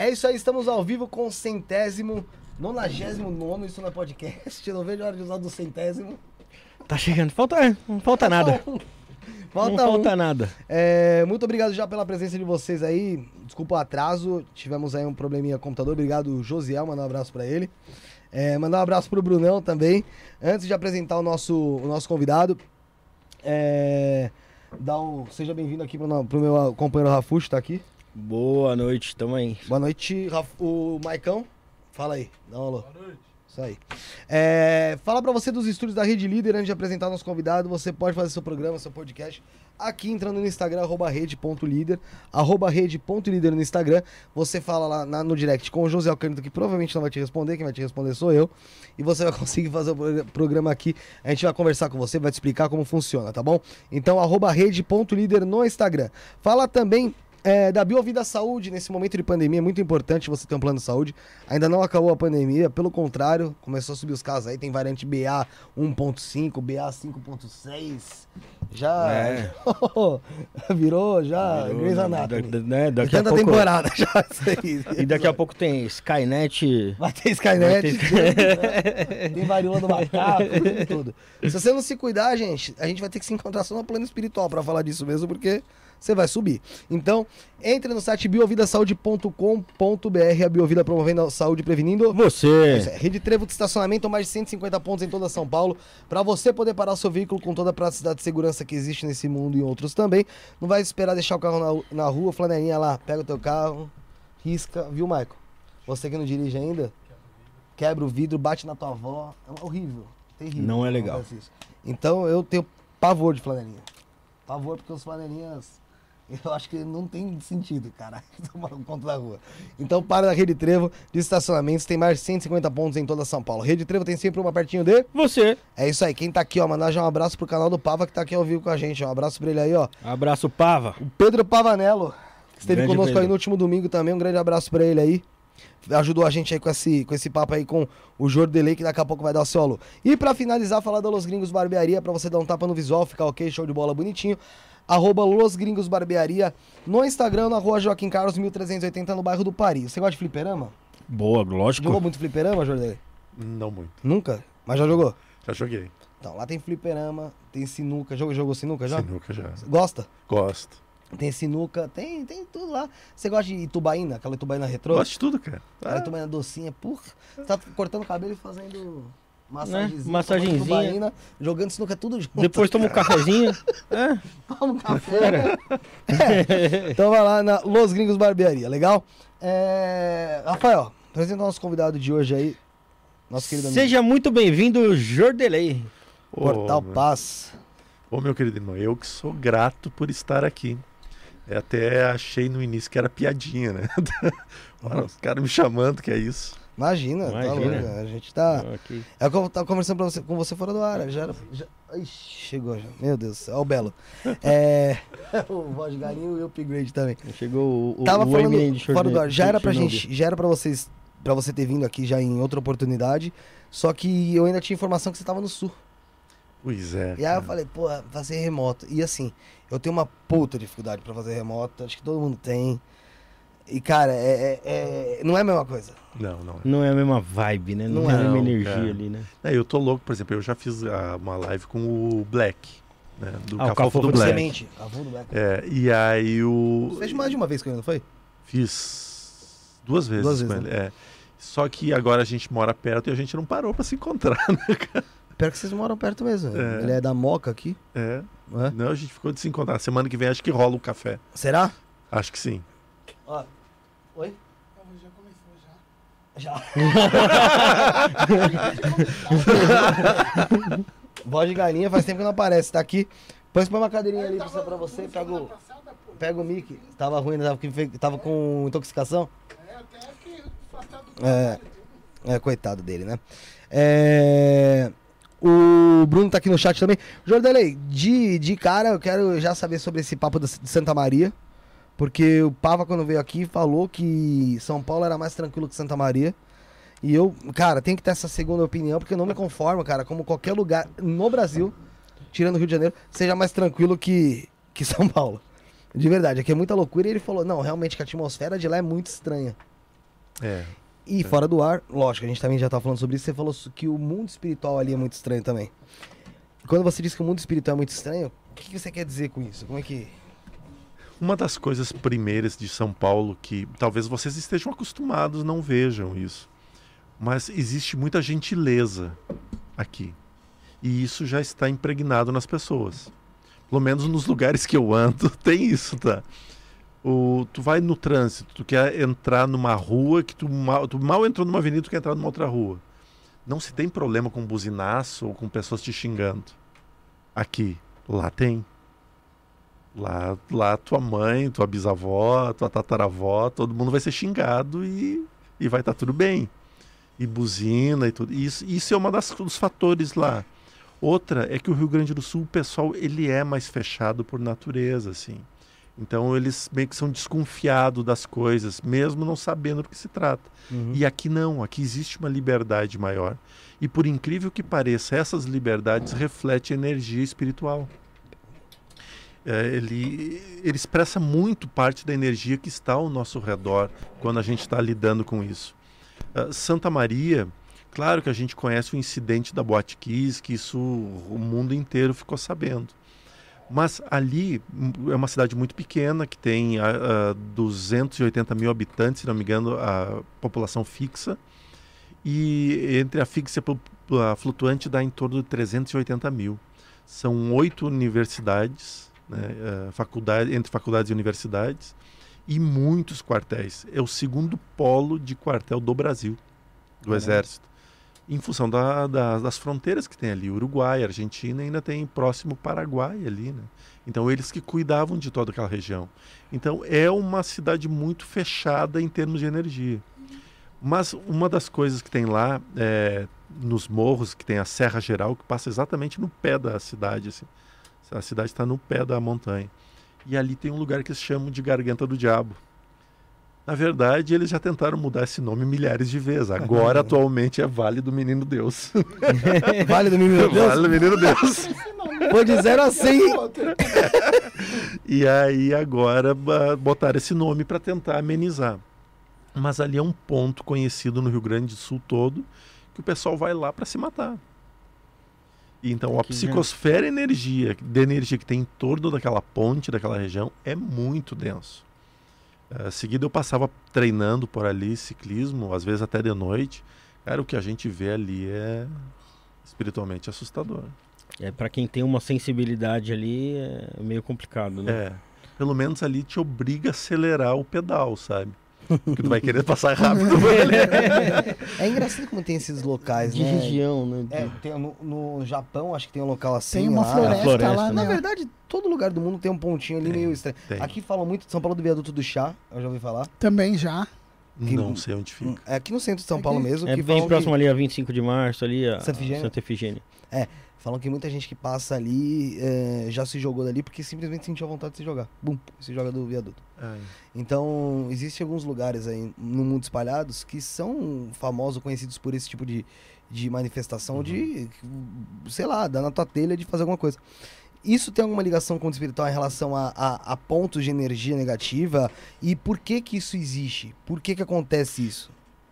É isso aí, estamos ao vivo com o 99º, isso não é podcast. Eu não vejo a hora de usar do 100º. Tá chegando, não falta nada. Não falta nada. Muito obrigado já pela presença de vocês aí. Desculpa o atraso, tivemos aí um probleminha com o computador. Obrigado, Josiel, mandar um abraço pra ele. Mandar um abraço pro Brunão também. Antes de apresentar o nosso convidado, seja bem-vindo aqui pro meu companheiro Rafuxo, tá aqui. Boa noite, tamo aí. Boa noite, o Maicão. Fala aí, dá um alô. Boa noite. Isso aí. Fala pra você dos estúdios da Rede Líder. Antes de apresentar nosso convidado, você pode fazer seu programa, seu podcast aqui entrando no Instagram, @rede.líder, @rede.líder no Instagram. Você fala lá no direct com o José Alcântara, que provavelmente não vai te responder, quem vai te responder sou eu. E você vai conseguir fazer o programa aqui. A gente vai conversar com você, vai te explicar como funciona, tá bom? Então, @rede.líder no Instagram. Fala também da Biovida Saúde. Nesse momento de pandemia é muito importante você ter um plano de saúde. Ainda não acabou a pandemia, pelo contrário, começou a subir os casos aí, tem variante BA 1.5, BA 5.6, virou Grey's Anatomy. Daqui a pouco, temporada já isso aí. E daqui a pouco tem Skynet. Vai ter Skynet, tem varíola do macaco, tudo. Se você não se cuidar, a gente vai ter que se encontrar só no plano espiritual pra falar disso mesmo, porque você vai subir. Então, entre no site biovidasaude.com.br, a Biovida promovendo a saúde e prevenindo você. Rede Trevo de estacionamento, mais de 150 pontos em toda São Paulo, para você poder parar o seu veículo com toda a praticidade e segurança que existe nesse mundo e outros também. Não vai esperar deixar o carro na rua, flanelinha lá, pega o teu carro, risca, viu, Michael? Você que não dirige ainda, quebra o vidro, bate na tua avó, é horrível, terrível. Não é legal. Então, eu tenho pavor de flanelinha. Pavor porque os flanelinhas, eu acho que não tem sentido, cara, tomar conta da rua. Então para na Rede Trevo de estacionamentos, tem mais de 150 pontos em toda São Paulo. Rede Trevo tem sempre uma pertinho de você. É isso aí, quem tá aqui, ó, mandar já um abraço pro canal do Pava que tá aqui ao vivo com a gente, ó. Um abraço pra ele aí, ó. Abraço, Pava. O Pedro Pavanello, que esteve Grande conosco Pedro. aí no último domingo também, um grande abraço pra ele aí. Ajudou a gente aí com esse papo aí com o Jordelei, que daqui a pouco vai dar o seu alô. E pra finalizar, falar da Los Gringos Barbearia, pra você dar um tapa no visual, ficar ok, show de bola, bonitinho. @Los Gringos Barbearia no Instagram, na rua Joaquim Carlos, 1380, no bairro do Paris. Você gosta de fliperama? Boa, lógico. Jogou muito fliperama, Jordelei? Não muito. Nunca? Mas já jogou? Já joguei. Então, lá tem fliperama, tem sinuca. Jogou sinuca já? Sinuca já. Gosta? Gosto. Tem sinuca, tem tudo lá. Você gosta de Itubaína, aquela Itubaína retrô? Gosto de tudo, cara. Aquela Itubaína docinha, porra. Você tá cortando o cabelo e fazendo massagenzinha. Massagenzinha. tomando Itubaína, jogando sinuca tudo junto. Depois toma um cafezinho. Toma um café. Então vai lá na Los Gringos Barbearia, legal? Rafael, apresenta o nosso convidado de hoje aí. Nosso querido amigo. Seja muito bem-vindo, Jordelei. Portal Paz. Meu querido irmão, eu que sou grato por estar aqui. Até achei no início que era piadinha, né? Os caras me chamando, que é isso. Imagina. Tá louco. A gente tá. Okay. É o que eu tava conversando com você fora do ar. Ixi, chegou já. Meu Deus do céu. Ó, o Belo. O Voz de Galinho e o Upgrade também. Chegou Tava falando Eminem de fora do ar. Já era pra Chernobyl. gente. Já era pra vocês. Pra você ter vindo aqui já em outra oportunidade. Só que eu ainda tinha informação que você tava no sul. Pois é. E aí eu falei, porra, fazer remoto. E assim, eu tenho uma puta dificuldade pra fazer remoto. Acho que todo mundo tem. E, cara, não é a mesma coisa. Não. Não é a mesma vibe, né? Não, Não é é, a mesma não, energia cara. ali, né? Eu tô louco, por exemplo, eu já fiz uma live com o Black, né? Do O Cafofo Cafofo do do Black. Semente. Avô do Black. E aí Você fez mais de uma vez com ele, não foi? Fiz duas vezes Duas com vezes, ele. Só que agora a gente mora perto e a gente não parou pra se encontrar, né, cara? Pior que vocês moram perto mesmo. Ele é da Moca aqui, não é? Não, a gente ficou de se encontrar. Semana que vem acho que rola o café. Será? Acho que sim. Ó. Oi? Já começou, Já. Voz de galinha faz tempo que não aparece. Tá aqui. Põe uma cadeirinha ali pra você. Pega o mic. Tava ruim, tava com intoxicação? até que afastado do Coitado dele, né? O Bruno tá aqui no chat também. Jordelei, de cara eu quero já saber sobre esse papo de Santa Maria. Porque o Pava, quando veio aqui, falou que São Paulo era mais tranquilo que Santa Maria. E eu, cara, tem que ter essa segunda opinião, porque eu não me conformo, cara, como qualquer lugar no Brasil, tirando o Rio de Janeiro, seja mais tranquilo que São Paulo. De verdade, aqui é muita loucura. E ele falou, não, realmente que a atmosfera de lá é muito estranha. E fora do ar, lógico, a gente também já tá falando sobre isso, você falou que o mundo espiritual ali é muito estranho também. Quando você diz que o mundo espiritual é muito estranho, o que você quer dizer com isso? Como é que... Uma das coisas primeiras de São Paulo que talvez vocês estejam acostumados, não vejam isso, mas existe muita gentileza aqui. E isso já está impregnado nas pessoas. Pelo menos nos lugares que eu ando, tem isso, tá? Tu vai no trânsito, tu quer entrar numa rua, que tu mal entrou numa avenida, tu quer entrar numa outra rua. Não se tem problema com buzinaço ou com pessoas te xingando. Aqui, lá tem. Lá tua mãe, tua bisavó, tua tataravó, todo mundo vai ser xingado e vai estar tudo bem. E buzina e tudo. Isso é dos fatores lá. Outra é que o Rio Grande do Sul, o pessoal, ele é mais fechado por natureza, assim. Então eles meio que são desconfiados das coisas, mesmo não sabendo do que se trata. E aqui não, aqui existe uma liberdade maior. E por incrível que pareça, essas liberdades refletem energia espiritual. Ele expressa muito parte da energia que está ao nosso redor quando a gente está lidando com isso. Santa Maria, claro que a gente conhece o incidente da Boate Kiss, que isso o mundo inteiro ficou sabendo. Mas ali é uma cidade muito pequena, que tem 280 mil habitantes, se não me engano, a população fixa. E entre a fixa e a flutuante dá em torno de 380 mil. São 8 universidades, né, entre faculdades e universidades, e muitos quartéis. É o segundo polo de quartel do Brasil, do Exército. Em função das fronteiras que tem ali, Uruguai, Argentina, ainda tem próximo Paraguai ali, né? Então eles que cuidavam de toda aquela região. Então é uma cidade muito fechada em termos de energia. Mas uma das coisas que tem lá, nos morros, que tem a Serra Geral, que passa exatamente no pé da cidade, assim. A cidade está no pé da montanha. E ali tem um lugar que se chama de Garganta do Diabo. Na verdade, eles já tentaram mudar esse nome milhares de vezes. Agora, atualmente, é Vale do Menino Deus. Vale do Menino Deus? Vale do Menino Deus. Foi de 0 a 100. E aí, agora, botaram esse nome para tentar amenizar. Mas ali é um ponto conhecido no Rio Grande do Sul todo, que o pessoal vai lá para se matar. E então, a psicosfera de energia que tem em torno daquela ponte, daquela região, é muito denso. Seguida eu passava treinando por ali, ciclismo, às vezes até de noite. Cara, o que a gente vê ali é espiritualmente assustador. Para quem tem uma sensibilidade ali, é meio complicado, né? Pelo menos ali te obriga a acelerar o pedal, sabe? Porque tu vai querer passar rápido. É engraçado como tem esses locais, de região, né? Tem no Japão, acho que tem um local assim. Tem uma floresta lá, Na né? verdade, todo lugar do mundo tem um pontinho ali meio estranho. Aqui falam muito de São Paulo do Viaduto do Chá, eu já ouvi falar. Também já. Não sei onde fica. É aqui no centro de São Paulo mesmo. É que bem próximo ali a 25 de março, ali a Santa Efigênia. Falam que muita gente que passa ali já se jogou dali porque simplesmente sentiu a vontade de se jogar. Bum, se joga do viaduto. Então, existem alguns lugares aí no mundo espalhados que são famosos, conhecidos por esse tipo de manifestação de, sei lá, dar na tua telha de fazer alguma coisa. Isso tem alguma ligação com o espiritual em relação a pontos de energia negativa? E por que que isso existe? Por que que acontece isso?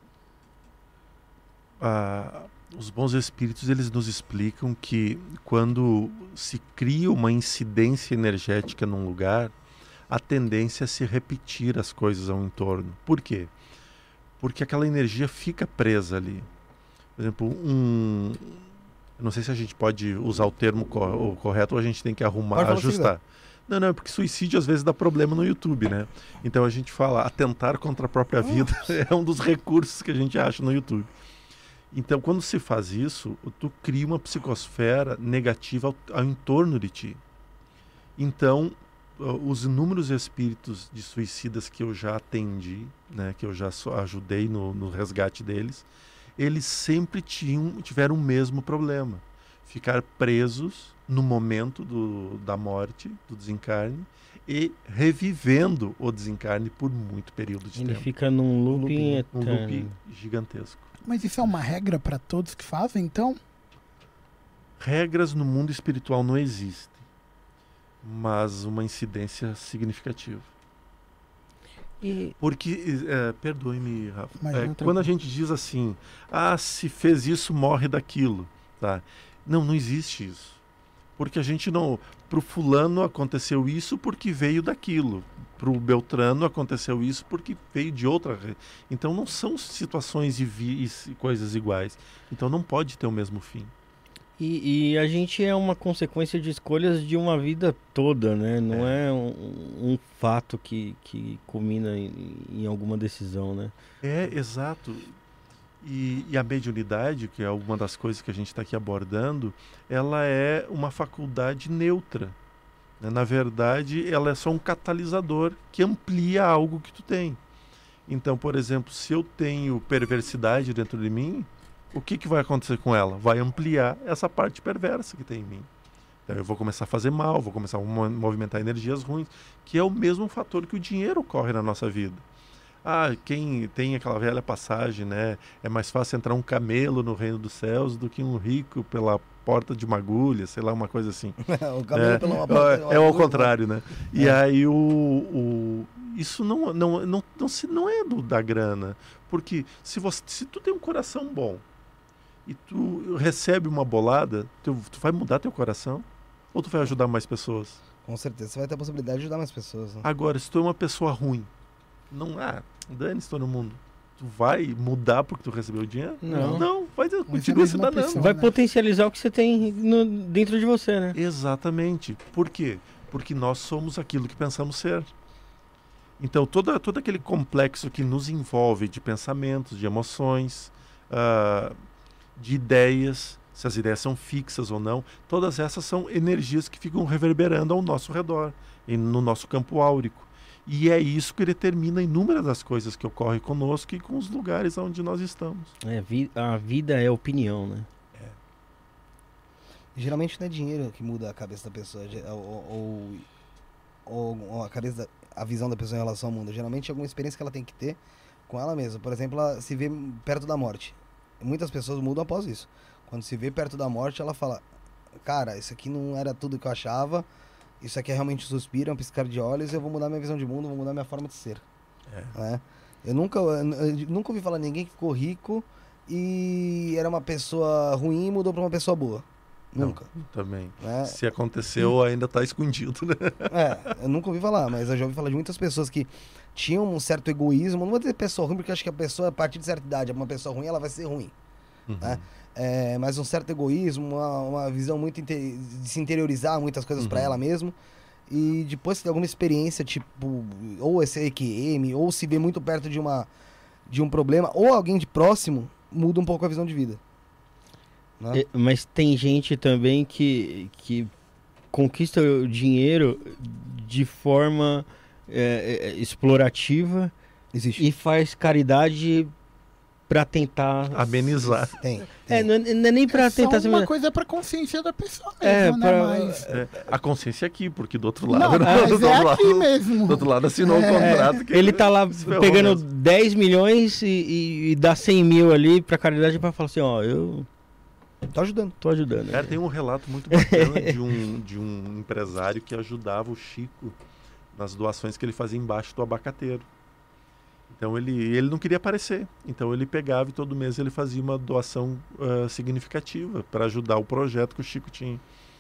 Os bons espíritos, eles nos explicam que quando se cria uma incidência energética num lugar, a tendência é se repetir as coisas ao entorno. Por quê? Porque aquela energia fica presa ali. Por exemplo, eu não sei se a gente pode usar o termo correto ou a gente tem que arrumar, ajustar. Não, porque suicídio às vezes dá problema no YouTube, né? Então a gente fala, atentar contra a própria vida é um dos recursos que a gente acha no YouTube. Então, quando se faz isso, tu cria uma psicosfera negativa ao entorno de ti. Então, os inúmeros espíritos de suicidas que eu já atendi, né, que eu já ajudei no resgate deles, eles sempre tiveram o mesmo problema. Ficar presos no momento da morte, do desencarne, e revivendo o desencarne por muito período de tempo. Ele fica num looping Um loop gigantesco. Mas isso é uma regra para todos que fazem, então? Regras no mundo espiritual não existem, mas uma incidência significativa. Porque, perdoe-me, Rafa, Imagina, quando a gente diz assim, se fez isso, morre daquilo, tá? Não existe isso. Porque a gente não... Para o fulano aconteceu isso porque veio daquilo. Para o Beltrano aconteceu isso porque veio de outra... Então não são situações e coisas iguais. Então não pode ter o mesmo fim. E a gente é uma consequência de escolhas de uma vida toda, né? Não é um fato que culmina em alguma decisão, né? Exato. E a mediunidade, que é uma das coisas que a gente está aqui abordando, ela é uma faculdade neutra. Né? Na verdade, ela é só um catalisador que amplia algo que tu tem. Então, por exemplo, se eu tenho perversidade dentro de mim, o que vai acontecer com ela? Vai ampliar essa parte perversa que tem em mim. Então, eu vou começar a fazer mal, vou começar a movimentar energias ruins, que é o mesmo fator que o dinheiro ocorre na nossa vida. Quem tem aquela velha passagem, né? É mais fácil entrar um camelo no reino dos céus do que um rico pela porta de uma agulha, sei lá, uma coisa assim. O camelo pela uma porta de uma ao agulha, contrário, né? E aí isso não é da grana. Porque se tu tem um coração bom e tu recebe uma bolada, tu vai mudar teu coração? Ou tu vai ajudar mais pessoas? Com certeza, você vai ter a possibilidade de ajudar mais pessoas. Né? Agora, se tu é uma pessoa ruim, dane-se todo mundo. Tu vai mudar porque tu recebeu dinheiro? Não, continua se danando. pessoa, Vai né? potencializar o que você tem dentro de você, né? Exatamente. Por quê? Porque nós somos aquilo que pensamos ser. Então, todo aquele complexo que nos envolve de pensamentos, de emoções, de ideias, se as ideias são fixas ou não, todas essas são energias que ficam reverberando ao nosso redor, no nosso campo áurico. E é isso que determina inúmeras das coisas que ocorrem conosco e com os lugares onde nós estamos. A vida é opinião, né? Geralmente não é dinheiro que muda a cabeça da pessoa, ou a visão da pessoa em relação ao mundo. Geralmente é alguma experiência que ela tem que ter com ela mesma. Por exemplo, ela se vê perto da morte. Muitas pessoas mudam após isso. Quando se vê perto da morte, ela fala: cara, isso aqui não era tudo que eu achava, isso aqui é realmente um suspiro, é um piscar de olhos, eu vou mudar minha visão de mundo, vou mudar minha forma de ser. Né? Eu nunca ouvi falar de ninguém que ficou rico e era uma pessoa ruim e mudou pra uma pessoa boa. Nunca. Não, também. Né? Se aconteceu, ainda está escondido, né? Eu nunca ouvi falar, mas eu já ouvi falar de muitas pessoas que tinham um certo egoísmo. Não vou dizer pessoa ruim, porque eu acho que a pessoa, a partir de certa idade, uma pessoa ruim, ela vai ser ruim. Uhum. Né? Mas um certo egoísmo, uma visão muito de se interiorizar muitas coisas pra ela mesmo. E depois de alguma experiência, tipo, ou esse EQM, ou se vê muito perto de um problema, ou alguém de próximo, muda um pouco a visão de vida. Né? Mas tem gente também que conquista o dinheiro de forma explorativa. Existe. E faz caridade pra tentar amenizar. Tem. Não é nem pra tentar Só uma coisa pra consciência da pessoa mesmo, Mas... a consciência aqui, porque do outro lado... Não, mas do outro aqui lado, mesmo. Do outro lado assinou um contrato. Que ele tá lá pegando mesmo. 10 milhões e dá 100 mil ali pra caridade pra falar assim, eu Tô ajudando. tô ajudando. Cara, tem um relato muito bacana de um empresário que ajudava o Chico nas doações que ele fazia embaixo do abacateiro. Então ele não queria aparecer. Então ele pegava e todo mês ele fazia uma doação significativa para ajudar o projeto que o Chico tinha.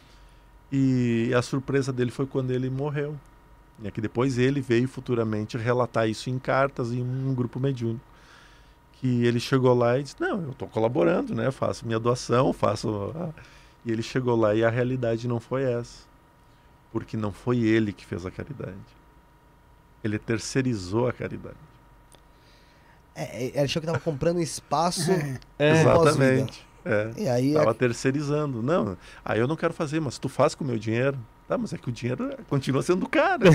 E a surpresa dele foi quando ele morreu. E é que depois ele veio futuramente relatar isso em cartas em um grupo mediúnico. Que ele chegou lá e disse, não, eu estou colaborando, né? Faço minha doação, E ele chegou lá e a realidade não foi essa. Porque não foi ele que fez a caridade. Ele terceirizou a caridade. Ele achou que tava comprando espaço. Exatamente. E aí Tava terceirizando. Não, aí eu não quero fazer, mas tu faz com o meu dinheiro. Tá, mas é que o dinheiro continua sendo do cara.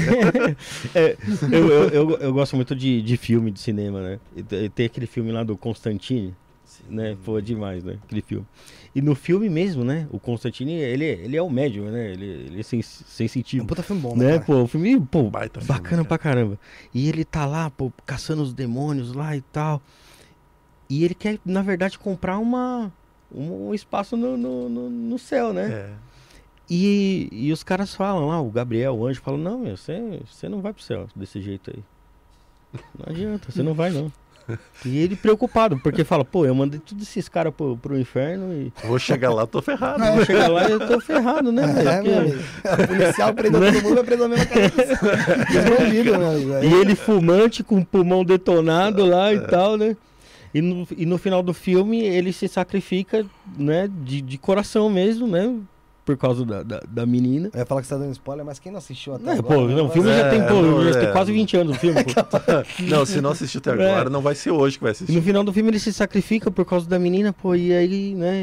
Eu gosto muito de filme, de cinema, né? E tem aquele filme lá do Constantine, né? Pô, demais, né? Aquele filme. E no filme mesmo, né? O Constantine, ele é o médium, né? Ele é sensitivo. Um puta filme bom, né? Cara? Pô, o filme, Baita bacana filme, pra caramba. E ele tá lá, caçando os demônios lá e tal. E ele quer, na verdade, comprar um espaço no céu, né? E os caras falam lá, o Gabriel, o anjo, falam, não, meu, você não vai pro céu desse jeito aí. Não adianta, você não vai não. E ele preocupado, porque fala, pô, eu mandei todos esses caras pro inferno e... Vou chegar lá, tô ferrado. Vou chegar lá e eu tô ferrado, né? O policial prendeu todo mundo, vai prender a mesma cara dos bandidos, meu amigo. E ele fumante, com o pulmão detonado lá e tal, né? E no final do filme, ele se sacrifica, né, de coração mesmo, né? Por causa da menina. Eu ia falar que você tá dando spoiler, mas quem não assistiu até Não, agora... pô, o filme já tem, já tem é. quase 20 anos o filme, pô. Não, se não assistiu até agora, não vai ser hoje que vai E assistir. no final do filme ele se sacrifica por causa da menina, pô, e aí, né,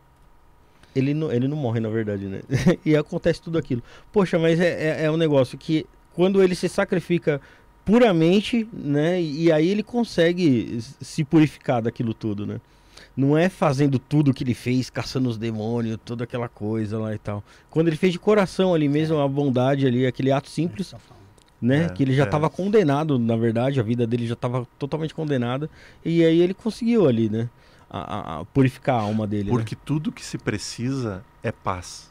ele não morre, na verdade, né? E acontece tudo aquilo. Poxa, mas é um negócio que quando ele se sacrifica puramente, né, e aí ele consegue se purificar daquilo tudo, né? Não é fazendo tudo que ele fez, caçando os demônios, toda aquela coisa lá e tal. Quando ele fez de coração ali mesmo, a bondade ali, aquele ato simples, né? Que ele já estava condenado, na verdade, a vida dele já estava totalmente condenada. E aí ele conseguiu ali, né? A purificar a alma dele. Porque tudo que se precisa é paz.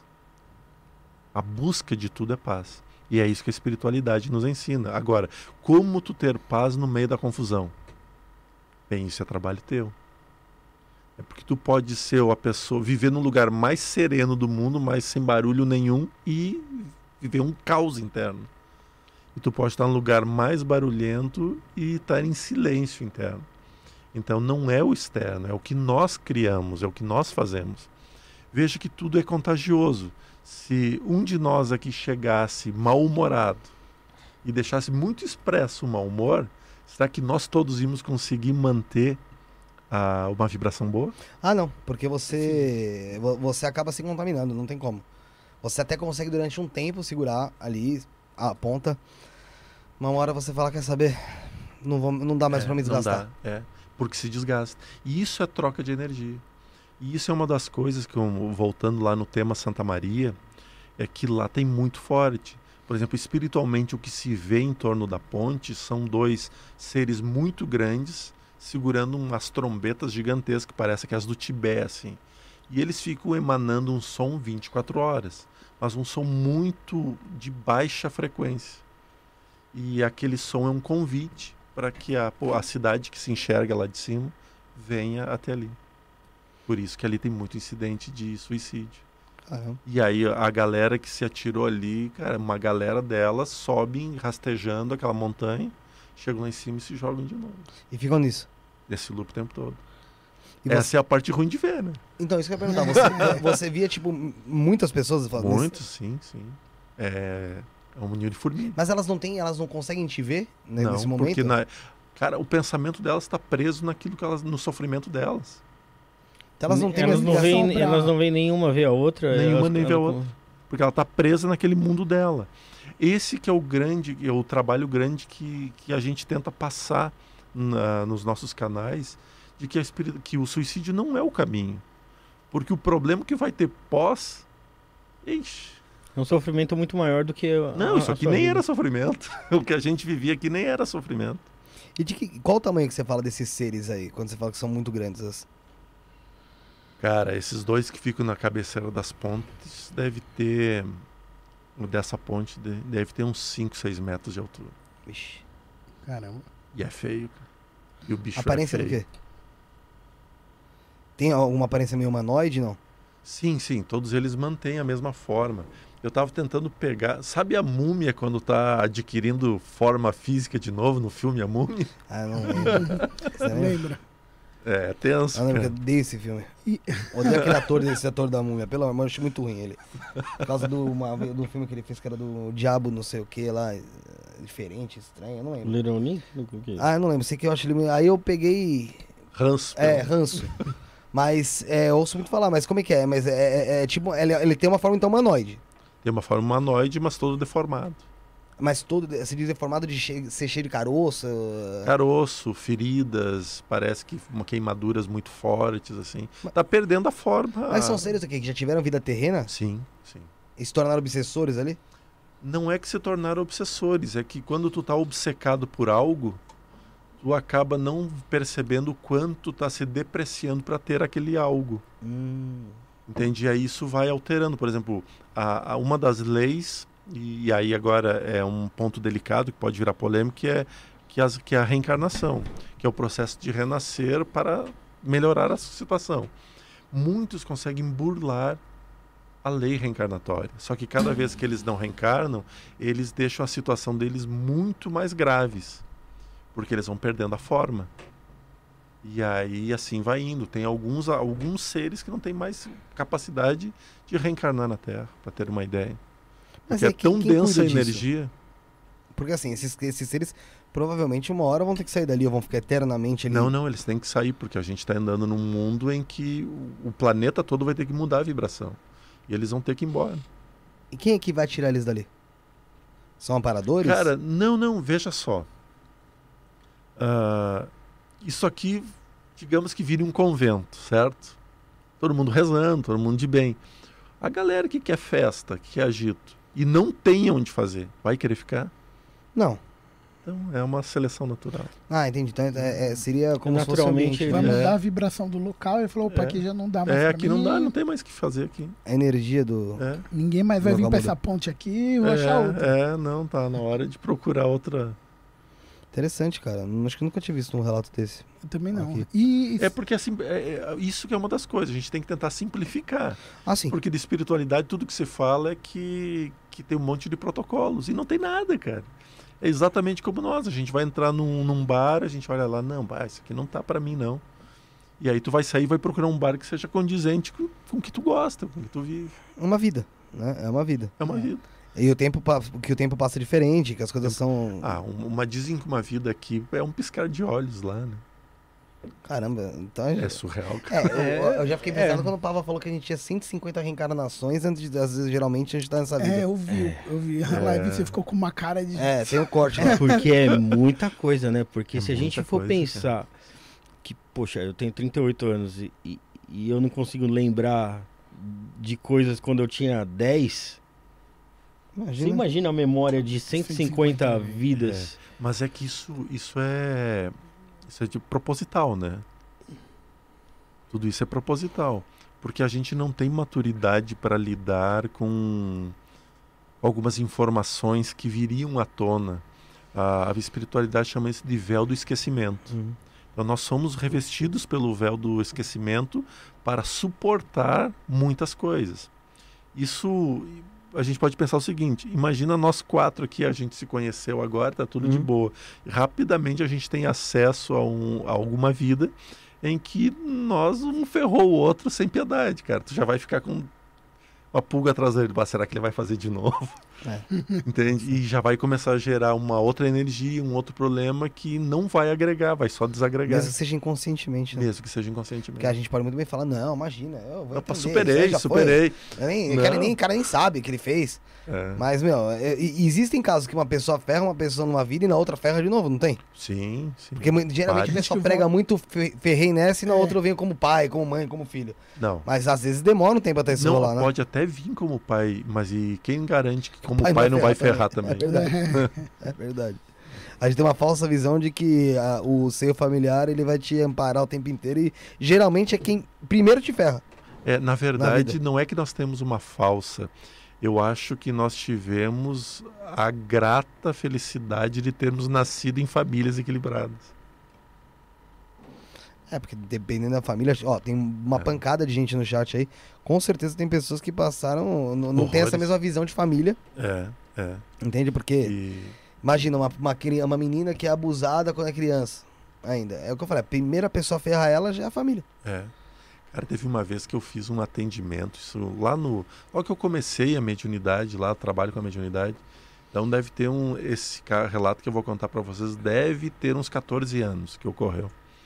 A busca de tudo é paz. E é isso que a espiritualidade nos ensina. Agora, como tu ter paz no meio da confusão? Bem, isso é trabalho teu. É porque tu pode ser a pessoa, viver no lugar mais sereno do mundo, mas sem barulho nenhum e viver um caos interno. E tu pode estar no lugar mais barulhento e estar em silêncio interno. Então não é o externo, é o que nós criamos, é o que nós fazemos. Veja que tudo é contagioso. Se um de nós aqui chegasse mal-humorado e deixasse muito expresso o mau humor, será que nós todos íamos conseguir manter uma vibração boa? Ah, não, porque você acaba se contaminando, não tem como. Você até consegue durante um tempo segurar ali a ponta. Uma hora você fala, quer saber? Não dá mais pra me desgastar. Não dá, porque se desgasta. E isso é troca de energia. E isso é uma das coisas que, voltando lá no tema Santa Maria, é que lá tem muito forte. Por exemplo, espiritualmente, o que se vê em torno da ponte são dois seres muito grandes segurando umas trombetas gigantescas, que parecem que as do Tibete, assim. E eles ficam emanando um som 24 horas, mas um som muito de baixa frequência. E aquele som é um convite para que a cidade que se enxerga lá de cima venha até ali. Por isso que ali tem muito incidente de suicídio. Caramba. E aí a galera que se atirou ali, cara, uma galera delas sobem rastejando aquela montanha, chegam lá em cima e se jogam de novo. E ficam nisso. Nesse loop o tempo todo. E Essa é a parte ruim de ver, né? Então, isso que eu ia perguntar. Você via, tipo, muitas pessoas falando isso? Muitos, sim. É um ninho de formiga. Mas elas não conseguem te ver, né, nesse Não, momento? porque cara, o pensamento delas está preso naquilo que no sofrimento delas. Então elas não têm elas mais não ligação veem, pra... elas não veem nenhuma ver a outra. Nenhuma nem vê a outra. Porque ela está presa naquele mundo dela. Esse que é o trabalho grande que a gente tenta passar nos nossos canais, de que o suicídio não é o caminho. Porque o problema que vai ter pós... Ixi, é um sofrimento muito maior do que... não, isso aqui nem era sofrimento. O que a gente vivia aqui nem era sofrimento. E qual o tamanho que você fala desses seres aí, quando você fala que são muito grandes? Cara, esses dois que ficam na cabeceira das pontes deve ter... Dessa ponte deve ter uns 5, 6 metros de altura. Vixe. Caramba. E é feio, cara. E o bicho Aparência é feio. do quê? Tem alguma aparência meio humanoide, não? Sim, todos eles mantêm a mesma forma. Eu estava tentando pegar... Sabe a múmia quando está adquirindo forma física de novo no filme A Múmia? Ah, não lembro. Você lembra? Lembra? É tenso, Eu lembro que eu cara. odeio esse filme. Odeio esse ator da múmia. Pelo amor, eu acho muito ruim ele. Por causa do filme que ele fez, que era do Diabo não sei o que lá. Diferente, estranho, eu não lembro. Little Nick? Ah, eu não lembro. Sei que eu acho ele... Aí eu peguei... Ranço. ranço. Mas, eu ouço muito falar, mas como é que é? Mas tipo, ele tem uma forma então humanoide. Tem uma forma humanoide, mas todo deformado. Mas todo, se diz deformado de ser cheio de caroço. Caroço, feridas, parece que queimaduras muito fortes, assim. Tá perdendo a forma. Mas são seres aqui que já tiveram vida terrena Sim. e se tornaram obsessores ali? Não é que se tornaram obsessores, é que quando tu tá obcecado por algo, tu acaba não percebendo o quanto tá se depreciando para ter aquele algo. Entende? E aí isso vai alterando. Por exemplo, uma das leis, e aí agora é um ponto delicado que pode virar polêmico, que é que é a reencarnação, que é o processo de renascer para melhorar a situação. Muitos conseguem burlar a lei reencarnatória. Só que cada vez que eles não reencarnam, eles deixam a situação deles muito mais graves, porque eles vão perdendo a forma. E aí assim vai indo. Tem alguns seres que não têm mais capacidade de reencarnar na Terra, para ter uma ideia. Porque é tão densa a energia. Porque assim, esses seres provavelmente uma hora vão ter que sair dali ou vão ficar eternamente ali. Não, eles têm que sair, porque a gente está andando num mundo em que o planeta todo vai ter que mudar a vibração. E eles vão ter que ir embora. E quem é que vai tirar eles dali? São amparadores? Cara, não, veja só. Isso aqui, digamos que vire um convento, certo? Todo mundo rezando, todo mundo de bem. A galera que quer festa, que quer agito, e não tem onde fazer, vai querer ficar? Não. Então é uma seleção natural. Ah, entendi. Então seria como se fosse Naturalmente, Vai mudar a vibração do local. Ele falou, opa, aqui já não dá mais pra aqui mim. não dá, não tem mais o que fazer aqui. a energia do... Ninguém mais vai vir pra essa ponte aqui, vou achar outra. Não, tá na hora de procurar outra. Interessante, cara. Acho que nunca tinha visto um relato desse. Eu também não. Aqui. E Porque assim, isso que é uma das coisas, a gente tem que tentar simplificar. Ah, sim. Porque de espiritualidade, tudo que se fala é que tem um monte de protocolos. E não tem nada, cara. É exatamente como nós. A gente vai entrar num bar, a gente olha lá, não, isso aqui não tá pra mim, não. E aí tu vai sair e vai procurar um bar que seja condizente com o que tu gosta, com o que tu vive. Uma vida, né? É uma vida. É uma vida. E que o tempo passa diferente, que as coisas são... Dizem que uma vida aqui é um piscar de olhos lá, né? Caramba, então... É surreal, cara. Eu já fiquei pensando quando o Pava falou que a gente tinha 150 reencarnações, às vezes, geralmente, a gente tá nessa vida. eu vi a live, você ficou com uma cara de... Tem um corte lá. Porque é muita coisa, né? Porque se a gente muita for coisa, pensar que, poxa, eu tenho 38 anos e eu não consigo lembrar de coisas quando eu tinha 10... Você imagina a memória de 150 vidas. Mas é que isso é de proposital, né? Tudo isso é proposital. Porque a gente não tem maturidade para lidar com algumas informações que viriam à tona. A espiritualidade chama isso de véu do esquecimento. Então nós somos revestidos pelo véu do esquecimento para suportar muitas coisas. Isso... A gente pode pensar o seguinte, imagina nós 4 aqui, a gente se conheceu agora, tá tudo de boa. E rapidamente a gente tem acesso a alguma vida em que um ferrou o outro sem piedade, cara. Tu já vai ficar com uma pulga atrás dele. Será que ele vai fazer de novo? Entende? E já vai começar a gerar uma outra energia, um outro problema que não vai agregar, vai só desagregar. Mesmo que seja inconscientemente, né? Mesmo que seja inconscientemente. Porque a gente pode muito bem falar, não, imagina, eu vou superei. O cara nem sabe o que ele fez. Mas, existem casos que uma pessoa ferra uma pessoa numa vida e na outra ferra de novo, não tem? Sim. Porque geralmente a pessoa prega muito ferrei nessa e na outra vem como pai, como mãe, como filho. Não. Mas às vezes demora um tempo até se rolar, né? Pode até vir como pai, mas e quem garante que como pai não vai ferrar também? É verdade. A gente tem uma falsa visão de que o seio familiar ele vai te amparar o tempo inteiro e geralmente é quem primeiro te ferra. Na verdade, não é que nós temos uma falsa. Eu acho que nós tivemos a grata felicidade de termos nascido em famílias equilibradas. Porque dependendo da família, tem uma pancada de gente no chat aí. Com certeza tem pessoas que passaram, não tem essa mesma visão de família. Entende? Porque imagina uma menina que é abusada quando é criança ainda. É o que eu falei, a primeira pessoa a ferrar ela já é a família. Cara, teve uma vez que eu fiz um atendimento, isso logo que eu comecei a mediunidade, lá trabalho com a mediunidade, então deve ter esse relato que eu vou contar para vocês, deve ter uns 14 anos que ocorreu.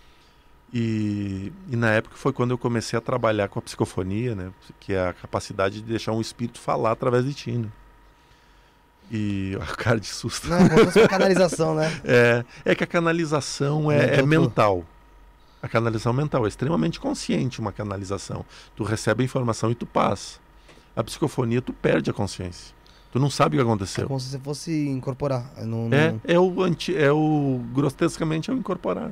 E na época foi quando eu comecei a trabalhar com a psicofonia, né, que é a capacidade de deixar um espírito falar através de ti, né? E a cara de susto. Não, é canalização, né? É que a canalização é mental. A canalização mental é extremamente consciente, uma canalização. Tu recebe a informação e tu passa. A psicofonia, tu perde a consciência. Tu não sabe o que aconteceu. É como se você fosse incorporar. Grotescamente é o incorporar.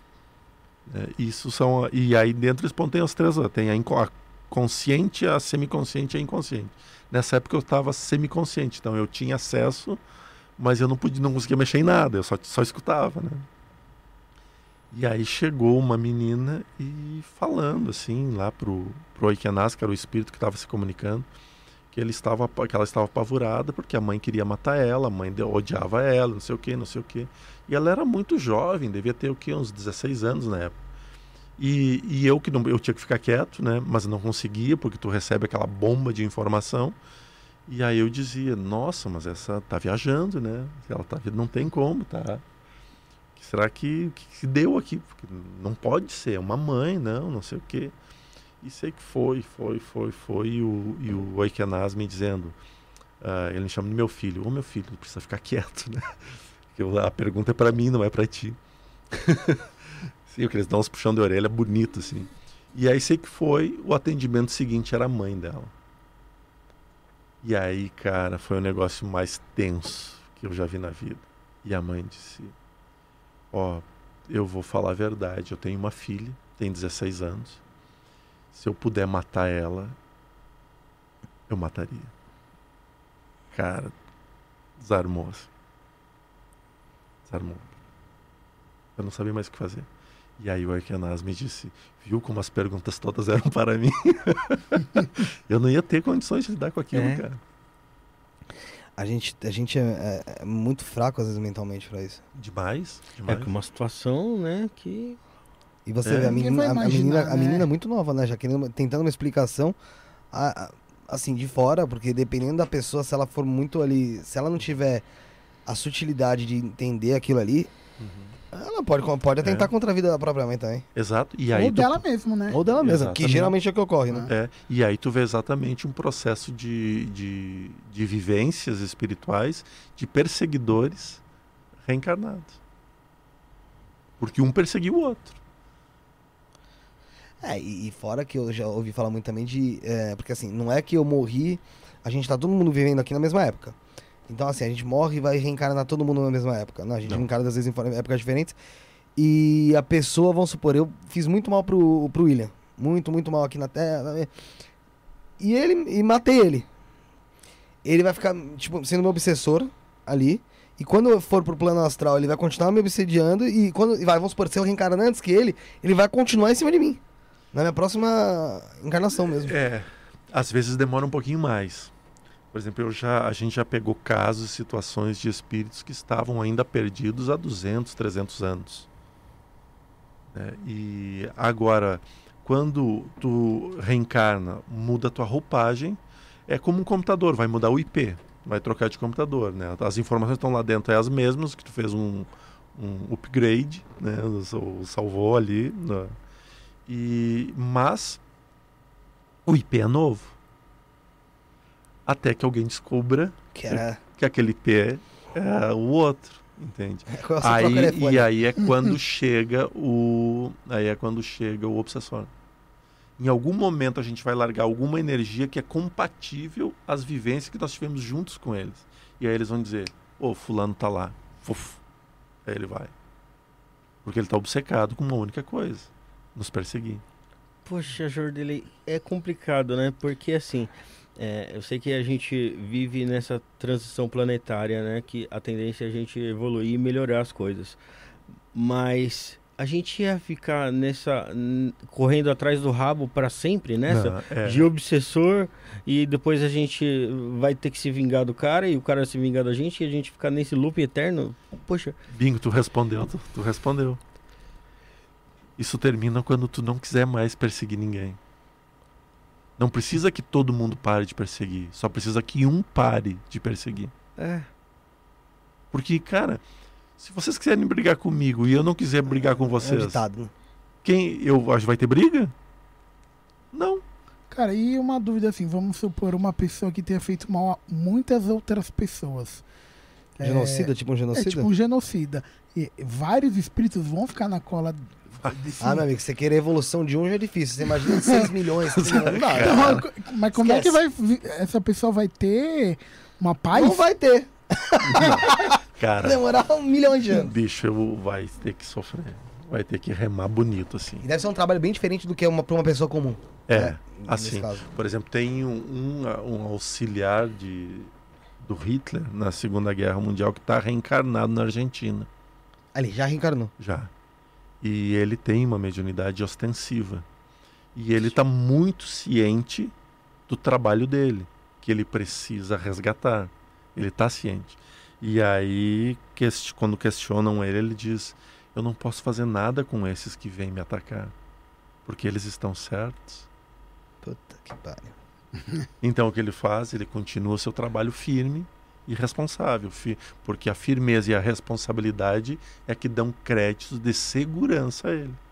E aí dentro eles tem as três. Tem a consciente, a semiconsciente e a inconsciente. Nessa época eu estava semiconsciente, então eu tinha acesso, mas eu não conseguia mexer em nada, eu só escutava, né? E aí chegou uma menina e falando assim lá pro Oikenaz, que era o espírito que estava se comunicando, que ela estava apavorada porque a mãe queria matar ela, a mãe odiava ela, não sei o que. E ela era muito jovem, devia ter uns 16 anos na época. E eu tinha que ficar quieto, né? Mas não conseguia, porque tu recebe aquela bomba de informação. E aí eu dizia, nossa, mas essa tá viajando, né? Ela não tem como, tá? Será que deu aqui? Porque não pode ser, é uma mãe, não sei o quê. E sei que foi. E o Oikenaz me dizendo, ele me chama de meu filho. Ô, meu filho, precisa ficar quieto, né? Porque a pergunta é para mim, não é para ti. Sim, porque eles dão uns puxão de orelha bonito, assim. E aí sei que o atendimento seguinte era a mãe dela. E aí, cara, foi o negócio mais tenso que eu já vi na vida. E a mãe disse, eu vou falar a verdade, eu tenho uma filha, tem 16 anos. Se eu puder matar ela, eu mataria. Cara, desarmou. Eu não sabia mais o que fazer. E aí o Oikenaz me disse, viu como as perguntas todas eram para mim? Eu não ia ter condições de lidar com aquilo, cara. A gente é muito fraco, às vezes, mentalmente pra isso. Demais. É que uma situação, né, que... E você vê, a menina é muito nova, né? Já tentando uma explicação, assim, de fora, porque dependendo da pessoa, se ela for muito ali... Se ela não tiver a sutilidade de entender aquilo ali... Ela pode atentar contra a vida da própria mãe também. Exato. E aí ou dela mesmo, né? Ou dela mesma, que geralmente é o que ocorre, né? E aí tu vê exatamente um processo de vivências espirituais de perseguidores reencarnados. Porque um perseguiu o outro. E fora que eu já ouvi falar muito também porque assim, não é que eu morri, a gente tá todo mundo vivendo aqui na mesma época. Então, assim, a gente morre e vai reencarnar todo mundo na mesma época. Não, a gente reencarna, às vezes, em épocas diferentes. E a pessoa, vamos supor, eu fiz muito mal pro William. Muito, muito mal aqui na Terra. E matei ele. Ele vai ficar, tipo, sendo meu obsessor ali. E quando eu for pro plano astral, ele vai continuar me obsediando. E vamos supor, se eu reencarnar antes que ele vai continuar em cima de mim. Na minha próxima encarnação mesmo. Às vezes demora um pouquinho mais. Por exemplo, a gente já pegou casos, situações de espíritos que estavam ainda perdidos há 200, 300 anos. E agora, quando tu reencarna, muda a tua roupagem, é como um computador, vai mudar o IP, vai trocar de computador, né? As informações estão lá dentro, as mesmas, que tu fez um upgrade, né? Salvou ali, né? Mas o IP é novo. Até que alguém descubra que aquele IP é o outro, entende? Aí é quando chega o obsessor. Em algum momento a gente vai largar alguma energia que é compatível às vivências que nós tivemos juntos com eles. E aí eles vão dizer, fulano tá lá. Uf. Aí ele vai. Porque ele tá obcecado com uma única coisa, nos perseguir. Poxa, Jordelei, é complicado, né? Porque assim... eu sei que a gente vive nessa transição planetária, né? Que a tendência é a gente evoluir e melhorar as coisas. Mas a gente ia ficar correndo atrás do rabo para sempre nessa? De obsessor, e depois a gente vai ter que se vingar do cara e o cara se vingar da gente e a gente ficar nesse loop eterno? Poxa. Bingo, tu respondeu. Isso termina quando tu não quiser mais perseguir ninguém. Não precisa que todo mundo pare de perseguir. Só precisa que um pare de perseguir. Porque, cara, se vocês quiserem brigar comigo e eu não quiser brigar com vocês... ditado. Vai ter briga? Não. Cara, e uma dúvida assim, vamos supor uma pessoa que tenha feito mal a muitas outras pessoas. Genocida? Tipo um genocida? Tipo um genocida. E vários espíritos vão ficar na cola... meu amigo, você querer a evolução de um já é difícil. Você imagina 6 milhões, 3 milhões, não dá. Então, mas como é que essa pessoa vai ter uma paz? Não vai ter. Cara, demorar 1 milhão de anos. Bicho, vai ter que sofrer. Vai ter que remar bonito, assim. E deve ser um trabalho bem diferente do que pra uma pessoa comum. Assim, por exemplo, tem um auxiliar do Hitler na Segunda Guerra Mundial que está reencarnado na Argentina. Ali, já reencarnou. Já. E ele tem uma mediunidade ostensiva. E ele está muito ciente do trabalho dele, que ele precisa resgatar. Ele está ciente. E aí, quando questionam ele, ele diz: eu não posso fazer nada com esses que vêm me atacar, porque eles estão certos. Puta que pariu. Então o que ele faz? Ele continua seu trabalho firme e responsável, porque a firmeza e a responsabilidade é que dão créditos de segurança a ele.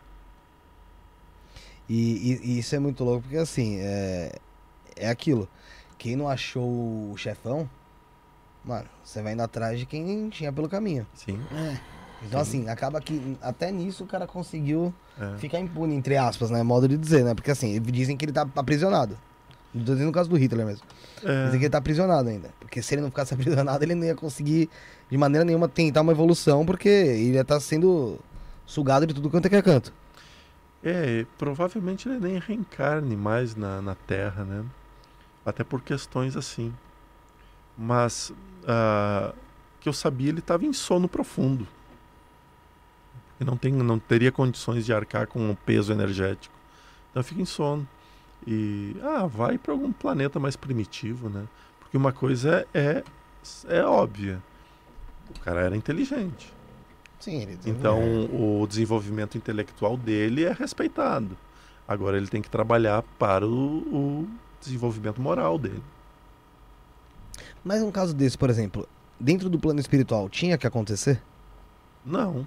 E isso é muito louco, porque assim, é aquilo. Quem não achou o chefão, mano, você vai indo atrás de quem tinha pelo caminho. Sim. Então Sim. assim, acaba que até nisso o cara conseguiu É. ficar impune, entre aspas, né? Modo de dizer, né? Porque assim, dizem que ele tá aprisionado. Tô dizendo no caso do Hitler mesmo. Dizem que ele tá aprisionado ainda. Porque se ele não ficasse aprisionado, ele não ia conseguir de maneira nenhuma tentar uma evolução, porque ele ia estar sendo sugado de tudo quanto é que é canto. Provavelmente ele nem reencarne mais na Terra, né? Até por questões assim. Mas, que eu sabia, ele estava em sono profundo. E não teria condições de arcar com o peso energético. Então fica em sono. E, vai para algum planeta mais primitivo, né? Porque uma coisa é óbvia. O cara era inteligente. Sim, ele Então, o desenvolvimento intelectual dele é respeitado. Agora, ele tem que trabalhar para o desenvolvimento moral dele. Mas um caso desse, por exemplo, dentro do plano espiritual, tinha que acontecer? Não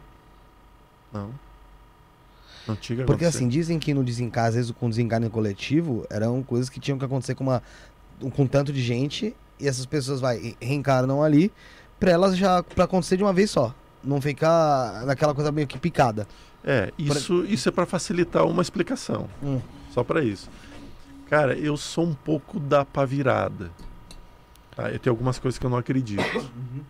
tinha que Porque acontecer. assim, dizem que no desencarne, às vezes com o desencarne coletivo, eram coisas que tinham que acontecer com tanto de gente, e essas pessoas reencarnam ali, pra acontecer de uma vez só. Não ficar naquela coisa meio que picada. Isso é para facilitar uma explicação. Só para isso. Cara, eu sou um pouco da pá virada. Tá? Eu tenho algumas coisas que eu não acredito.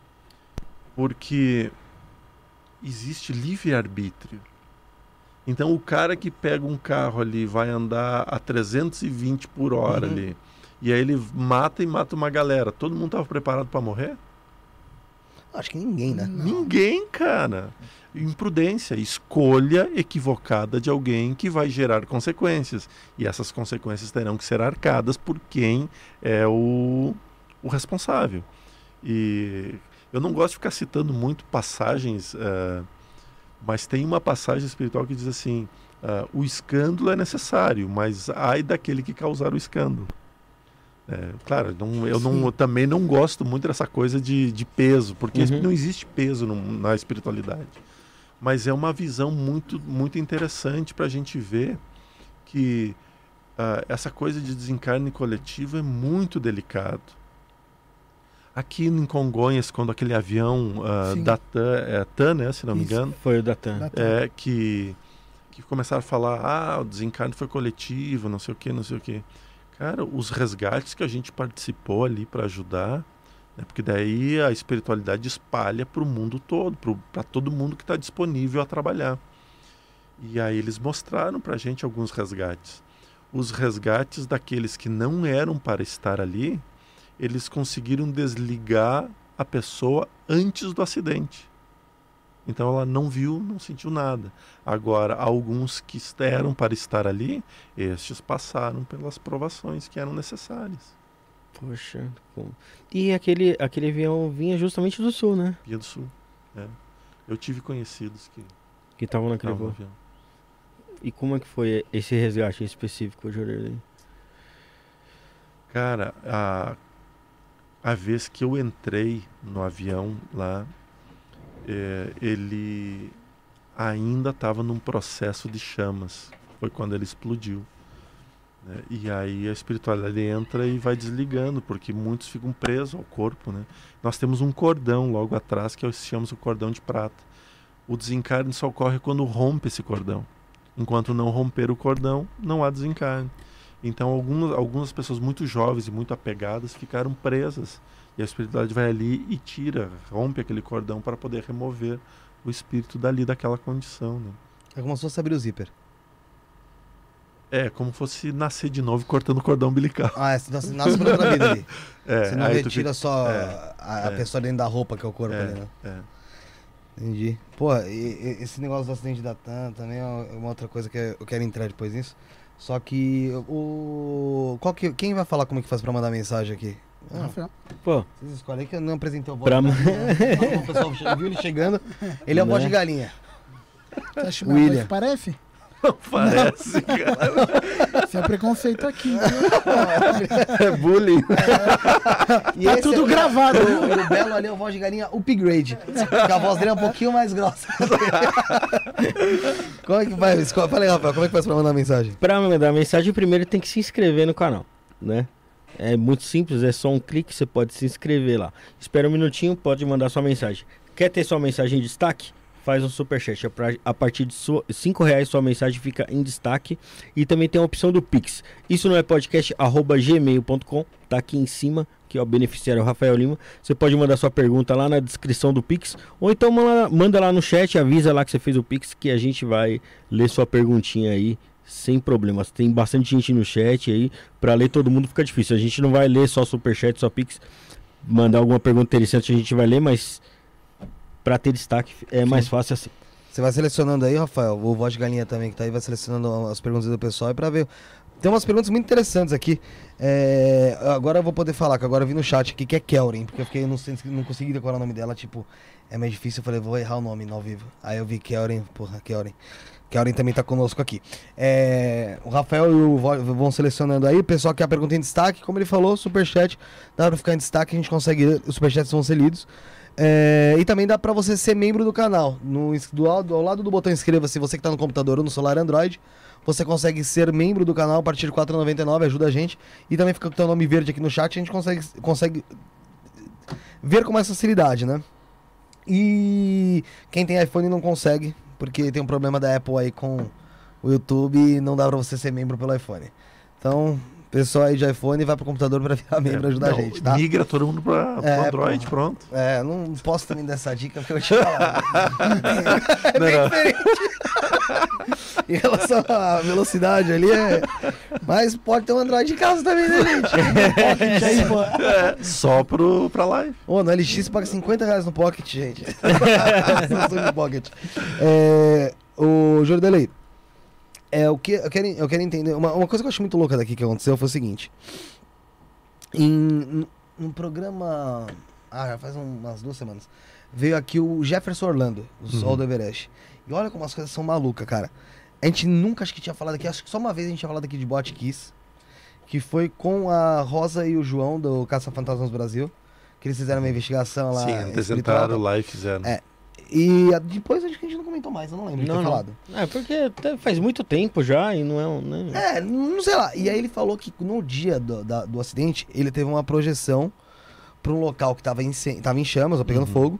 Porque existe livre-arbítrio. Então o cara que pega um carro ali, vai andar a 320 por hora ali, e aí ele mata uma galera. Todo mundo estava preparado para morrer? Acho que ninguém, né? Ninguém, cara. Imprudência, escolha equivocada de alguém que vai gerar consequências. E essas consequências terão que ser arcadas por quem é o responsável. E eu não gosto de ficar citando muito passagens, mas tem uma passagem espiritual que diz assim: o escândalo é necessário, mas ai daquele que causar o escândalo. Claro, eu também não gosto muito dessa coisa de peso, porque não existe peso na espiritualidade. Mas é uma visão muito, muito interessante para a gente ver que essa coisa de desencarne coletivo é muito delicado. Aqui em Congonhas, quando aquele avião da TAM, né, se não me engano, Foi o da TAM. que começaram a falar, o desencarne foi coletivo, não sei o quê. Cara, os resgates que a gente participou ali para ajudar, né, porque daí a espiritualidade espalha para o mundo todo, para todo mundo que está disponível a trabalhar. E aí eles mostraram para a gente alguns resgates. Os resgates daqueles que não eram para estar ali, eles conseguiram desligar a pessoa antes do acidente. Então ela não viu, não sentiu nada. Agora, alguns que eram para estar ali, estes passaram pelas provações que eram necessárias. Poxa. E aquele avião vinha justamente do sul, né? Via do Sul. Eu tive conhecidos Que estavam naquele estavam no voo. avião. E como é que foi esse resgate específico, Joreli? Cara, a vez que eu entrei no avião lá, ele ainda estava num processo de chamas. Foi quando ele explodiu, né? E aí a espiritualidade entra e vai desligando, porque muitos ficam presos ao corpo, né? Nós temos um cordão logo atrás que chamamos o cordão de prata. O desencarne só ocorre quando rompe esse cordão. Enquanto não romper o cordão, não há desencarne. Então algumas pessoas muito jovens e muito apegadas ficaram presas. E a espiritualidade vai ali e rompe aquele cordão para poder remover o espírito daquela condição, né? É como se fosse abrir o zíper. É, como fosse nascer de novo cortando o cordão umbilical. Ah, você nasce pra outra vida ali. É, Você não aí tu retira fica- só é, a pessoa dentro da roupa, que é o corpo ali, né? é. Entendi. Pô, esse negócio do acidente da TAM também é uma outra coisa que eu quero entrar depois nisso. Só que quem vai falar como é que faz pra mandar mensagem aqui? Ah, Rafael. Pô, vocês escolhem que eu não apresentei o voz Pra de ma- galinha. O pessoal viu ele chegando. Ele é o voz Né? de galinha. Você acha que minha William. voz parece? Não parece, cara. Isso é preconceito aqui. É bullying. E Tá esse tudo gravado. O Belo ali é o voz de galinha upgrade. Porque a voz dele é um pouquinho mais grossa. Como é que faz? Fala aí, Rafael, como é que faz pra mandar mensagem? pra mandar mensagem, primeiro tem que se inscrever no canal, né? É muito simples, é só um clique, você pode se inscrever lá. Espera um minutinho, pode mandar sua mensagem. Quer ter sua mensagem em destaque? Faz um superchat. A partir de R$5 sua mensagem fica em destaque. E também tem a opção do Pix. Isso não é podcast, @gmail.com. Tá aqui em cima, que é o beneficiário Rafael Lima. Você pode mandar sua pergunta lá na descrição do Pix. Ou então manda lá no chat, avisa lá que você fez o Pix, que a gente vai ler sua perguntinha aí. Sem problemas, tem bastante gente no chat aí. Pra ler todo mundo fica difícil. A gente não vai ler só superchat, só Pix. Mandar alguma pergunta interessante a gente vai ler, mas pra ter destaque é mais fácil assim. Você vai selecionando aí, Rafael, o voz de galinha também que tá aí, vai selecionando as perguntas do pessoal e pra ver. Tem umas perguntas muito interessantes aqui. Agora eu vou poder falar, que agora eu vi no chat aqui, que é Kelrin, porque eu fiquei, não consegui decorar o nome dela, tipo, é meio difícil, eu falei, vou errar o nome no ao vivo. Aí eu vi Kelrin, porra, Kelrin. Kelrin também tá conosco aqui. O Rafael e o vão selecionando aí, o pessoal quer a pergunta em destaque, como ele falou, superchat, dá pra ficar em destaque, a gente consegue, os superchats vão ser lidos. E também dá pra você ser membro do canal. Ao lado do botão inscreva-se, você que tá no computador ou no celular Android, você consegue ser membro do canal a partir de R$ 4,99, ajuda a gente. E também fica com o teu nome verde aqui no chat, a gente consegue ver com mais facilidade, né? E quem tem iPhone não consegue, porque tem um problema da Apple aí com o YouTube e não dá pra você ser membro pelo iPhone. Então, pessoal aí de iPhone, vai pro computador pra virar membro e ajudar a gente, tá? Migra todo mundo pro Android, pronto. Não posso também dar essa dica, porque eu te falar. É Não, bem não. diferente. Em relação à velocidade ali, mas pode ter um Android em casa também, né, gente? Pocket aí, pô. Só pra live. Ô, no LX paga R$50 no Pocket, gente. No Pocket. O Jordelei, o que eu quero entender. Uma coisa que eu acho muito louca daqui que aconteceu foi o seguinte. No programa. Já faz umas 2 semanas. Veio aqui o Jefferson Orlando, o Sol do Everest. E olha como as coisas são malucas, cara. A gente nunca acho que tinha falado aqui, acho que só uma vez a gente tinha falado aqui de Bot Kiss, que foi com a Rosa e o João do Caça Fantasmas Brasil, que eles fizeram uma investigação lá. Sim, apresentaram lá e fizeram. E depois acho que a gente não comentou mais, eu não lembro de ter falado. É porque faz muito tempo já e não é. Não sei lá. E aí ele falou que no dia do acidente, ele teve uma projeção para um local que tava em chamas, ou pegando fogo.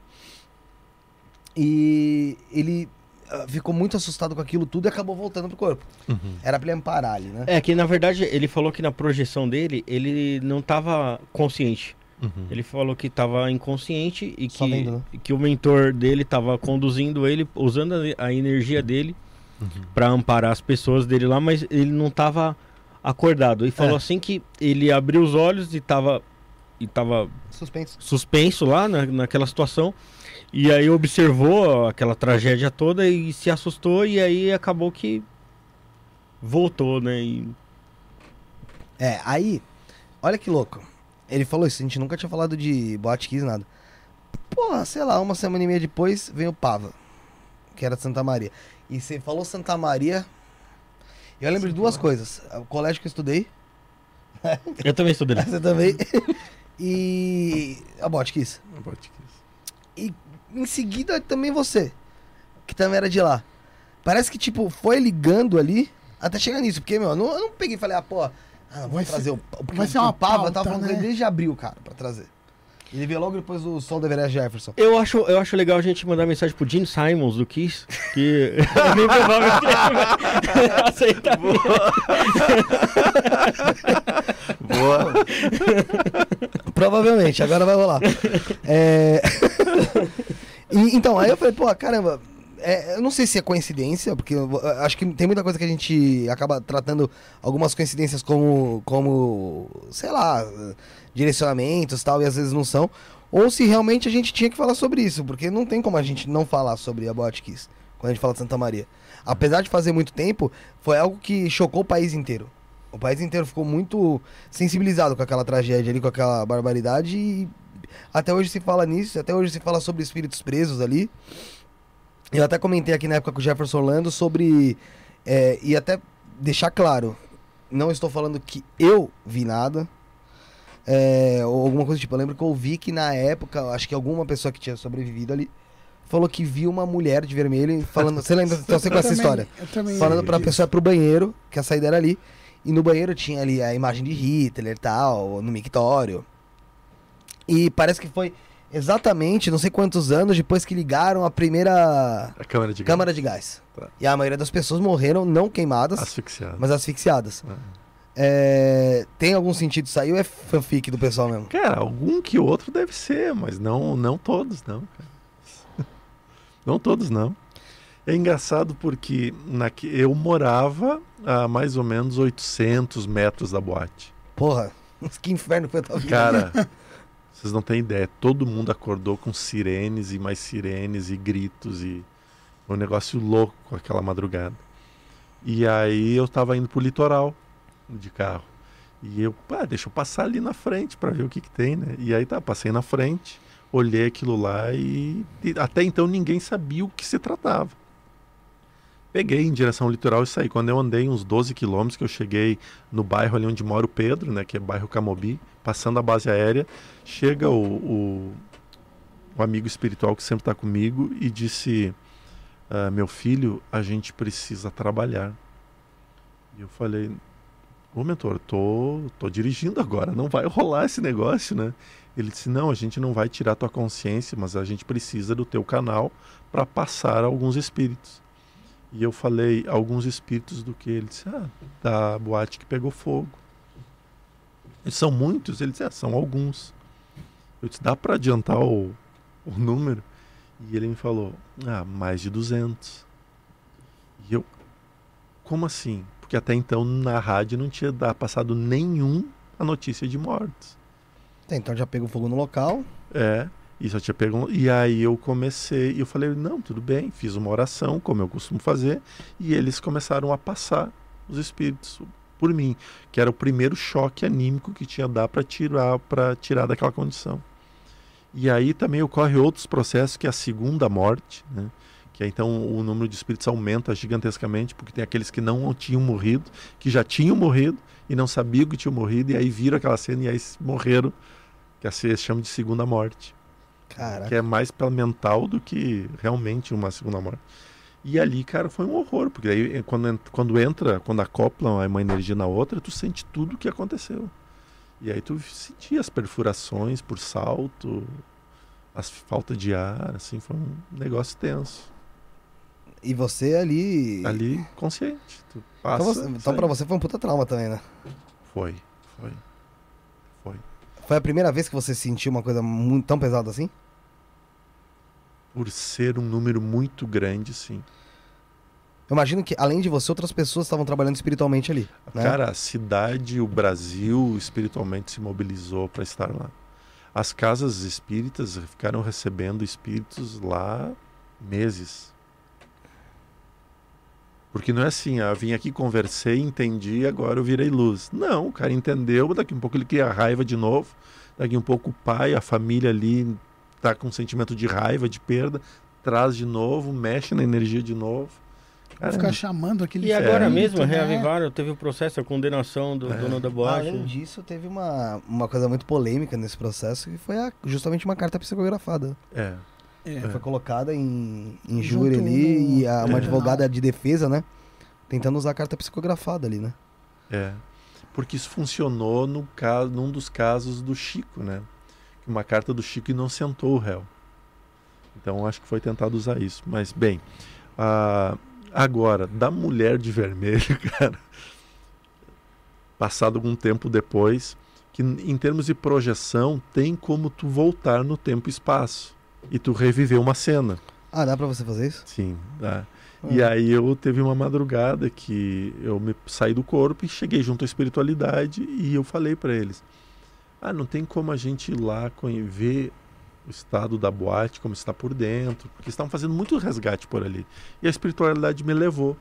E ele ficou muito assustado com aquilo tudo e acabou voltando pro corpo. Era pra ele parar ali, né? É que na verdade ele falou que na projeção dele ele não tava consciente. Ele falou que tava inconsciente e Só vendo, né? que o mentor dele tava conduzindo ele, usando a energia dele pra amparar as pessoas dele lá, mas ele não tava acordado. E falou assim que ele abriu os olhos e tava suspenso lá naquela situação. E aí observou aquela tragédia toda e se assustou e aí acabou que voltou, né? Aí, olha que louco. Ele falou isso, a gente nunca tinha falado de Boate Kiss, nada. Porra, sei lá, uma semana e meia depois veio o Pava, que era de Santa Maria. E você falou Santa Maria, eu lembro de 2 coisas. O colégio que eu estudei. Eu também estudei. Você também. E a Boate Kiss. E em seguida também você, que também era de lá. Parece que, tipo, foi ligando ali até chegar nisso. Porque, meu, eu não peguei e falei, vou trazer vai ser uma Pava, pauta, tava falando com né? ele desde abril, cara, pra trazer. Ele veio logo depois do Sol do Everest Jefferson. Eu acho legal a gente mandar mensagem pro Gene Simons do Kiss, que é bem provável que ele vai aceitar. Boa. Provavelmente, agora vai rolar. Então, aí eu falei, pô, caramba, eu não sei se é coincidência, porque acho que tem muita coisa que a gente acaba tratando algumas coincidências como sei lá, direcionamentos e tal, e às vezes não são. Ou se realmente a gente tinha que falar sobre isso, porque não tem como a gente não falar sobre a Boate Kiss quando a gente fala de Santa Maria. Apesar de fazer muito tempo, foi algo que chocou o país inteiro. O país inteiro ficou muito sensibilizado com aquela tragédia ali, com aquela barbaridade, e até hoje se fala nisso, até hoje se fala sobre espíritos presos ali. Eu até comentei aqui na época com o Jefferson Orlando sobre, e até deixar claro, não estou falando que eu vi nada, ou alguma coisa do tipo. Eu lembro que eu ouvi que na época, acho que alguma pessoa que tinha sobrevivido ali, falou que viu uma mulher de vermelho falando. Você lembra? Então você com essa história? Eu também falando pra pessoa ir pro banheiro, que a saída era ali. E no banheiro tinha ali a imagem de Hitler e tal, no mictório. E parece que foi exatamente, não sei quantos anos depois que ligaram a primeira câmara de gás. Tá. E a maioria das pessoas morreram não queimadas, Asfixiado. mas asfixiadas. Tem algum sentido isso aí ou é fanfic do pessoal mesmo? Cara, algum que outro deve ser, mas não todos, não, cara. Não todos, não. É engraçado porque eu morava a mais ou menos 800 metros da boate. Porra, que inferno foi a tua vida. Cara, vocês não têm ideia. Todo mundo acordou com sirenes e mais sirenes e gritos e um negócio louco com aquela madrugada. E aí eu tava indo pro litoral de carro. E eu, deixa eu passar ali na frente pra ver o que tem, né? E aí passei na frente, olhei aquilo lá e até então ninguém sabia o que se tratava. Peguei em direção ao litoral e saí. Quando eu andei uns 12 quilômetros, que eu cheguei no bairro ali onde mora o Pedro, né, que é o bairro Camobi, passando a base aérea, chega o amigo espiritual que sempre está comigo e disse, meu filho, a gente precisa trabalhar. E eu falei, ô mentor, tô dirigindo agora, não vai rolar esse negócio, né? Ele disse, não, a gente não vai tirar tua consciência, mas a gente precisa do teu canal para passar alguns espíritos. E eu falei, alguns espíritos do que? Ele disse, da boate que pegou fogo. E são muitos? Ele disse, são alguns. Eu disse, dá para adiantar o número? E ele me falou, mais de 200. E eu, como assim? Porque até então na rádio não tinha passado a notícia de mortes. Então já pegou fogo no local. E só tinha pego. E aí eu comecei, e eu falei, não, tudo bem, fiz uma oração, como eu costumo fazer, e eles começaram a passar os espíritos por mim, que era o primeiro choque anímico que tinha dar para tirar daquela condição. E aí também ocorre outros processos, que é a segunda morte, né? Que então o número de espíritos aumenta gigantescamente, porque tem aqueles que não tinham morrido, que já tinham morrido e não sabiam que tinham morrido, e aí viram aquela cena e aí morreram, que se chama de segunda morte. Caraca. Que é mais pela mental do que realmente uma segunda morte. E ali, cara, foi um horror, porque aí quando acoplam uma energia na outra, tu sente tudo o que aconteceu. E aí tu sentia as perfurações por salto, as falta de ar, assim, foi um negócio tenso. E você ali... Ali, consciente. Tu passa, então pra você foi um puta trauma também, né? Foi. Foi a primeira vez que você sentiu uma coisa tão pesada assim? Por ser um número muito grande, sim. Eu imagino que, além de você, outras pessoas estavam trabalhando espiritualmente ali, né? Cara, a cidade, o Brasil, espiritualmente se mobilizou para estar lá. As casas espíritas ficaram recebendo espíritos lá meses. Porque não é assim, vim aqui, conversei, entendi, agora eu virei luz. Não, o cara entendeu, daqui um pouco ele cria raiva de novo, daqui um pouco o pai, a família ali tá com um sentimento de raiva, de perda, traz de novo, mexe na energia de novo. Ficar chamando aquele... E agora espírito, mesmo, né? reavivaram, teve o processo, a condenação do dono da boate. Além disso, teve uma coisa muito polêmica nesse processo, que foi justamente uma carta psicografada. Foi colocada em júri Junto ali, e uma no advogada de defesa, né? Tentando usar a carta psicografada ali, né? Porque isso funcionou num dos casos do Chico, né? Uma carta do Chico inocentou o réu. Então acho que foi tentado usar isso. Mas bem, agora, da mulher de vermelho, cara, passado algum tempo depois, que em termos de projeção tem como tu voltar no tempo e espaço e tu reviver uma cena. Ah, dá pra você fazer isso? Sim, dá. E aí eu teve uma madrugada que eu me saí do corpo e cheguei junto à espiritualidade e eu falei para eles, não tem como a gente ir lá ver o estado da boate, como está por dentro, porque estavam fazendo muito resgate por ali. E a espiritualidade me levou.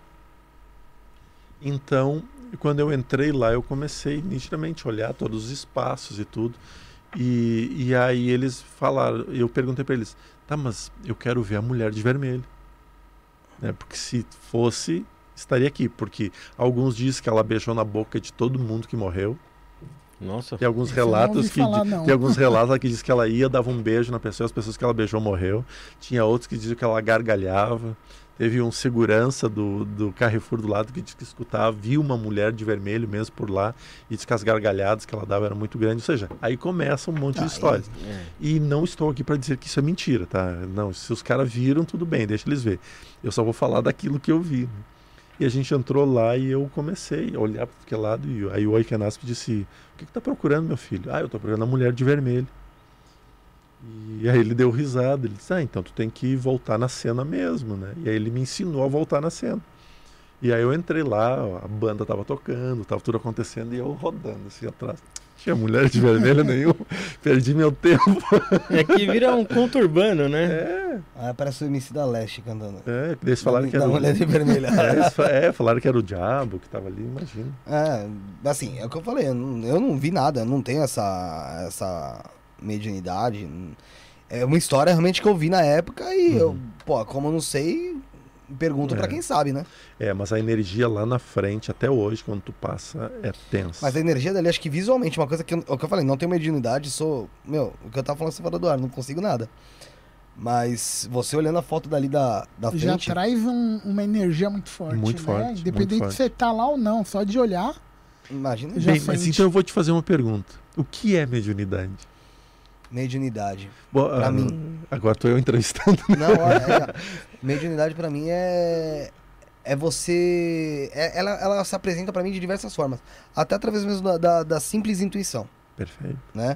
Então, quando eu entrei lá, eu comecei nitidamente a olhar todos os espaços e tudo. E aí eles falaram, eu perguntei para eles, tá, mas eu quero ver a mulher de vermelho. Porque se fosse, estaria aqui. Porque alguns dizem que ela beijou na boca de todo mundo que morreu. Nossa. Tem alguns Isso eu não relatos ouvi falar, não. tem alguns relatos que diz que ela ia, dava um beijo na pessoa, as pessoas que ela beijou morreu. Tinha outros que diziam que ela gargalhava. Teve um segurança do Carrefour do lado que disse que escutava, viu uma mulher de vermelho mesmo por lá e disse que as gargalhadas que ela dava eram muito grandes. Ou seja, aí começa um monte de histórias. E não estou aqui para dizer que isso é mentira, tá? Não, se os caras viram, tudo bem, deixa eles ver. Eu só vou falar daquilo que eu vi. E a gente entrou lá e eu comecei a olhar para aquele lado e aí o Oikenasp disse, o que está procurando, meu filho? Eu estou procurando a mulher de vermelho. E aí ele deu risada, ele disse, então tu tem que voltar na cena mesmo, né? E aí ele me ensinou a voltar na cena. E aí eu entrei lá, a banda tava tocando, tava tudo acontecendo e eu rodando assim atrás. Tinha mulher de vermelho nenhum, perdi meu tempo. É que vira um conto urbano, né? Parece o MC da Leste cantando. Eles falaram que era mulher de vermelho. Falaram que era o diabo que tava ali, imagina. Assim, é o que eu falei, eu não vi nada, eu não tenho essa mediunidade. É uma história realmente que eu vi na época e eu, como eu não sei, pergunto pra quem sabe, né? Mas a energia lá na frente, até hoje, quando tu passa, é tensa. Mas a energia dali, acho que visualmente, uma coisa que o que eu falei, não tenho mediunidade, o que eu tava falando assim fora do ar, não consigo nada. Mas você olhando a foto dali da frente... Já traz uma energia muito forte, muito né? forte, Independente de você tá lá ou não, só de olhar... Imagina. Mas então eu vou te fazer uma pergunta. O que é mediunidade? Mediunidade. Pra mim. Agora tô eu entrevistando. Não, mediunidade pra mim é você. Ela se apresenta pra mim de diversas formas. Até através mesmo da simples intuição. Perfeito. Né?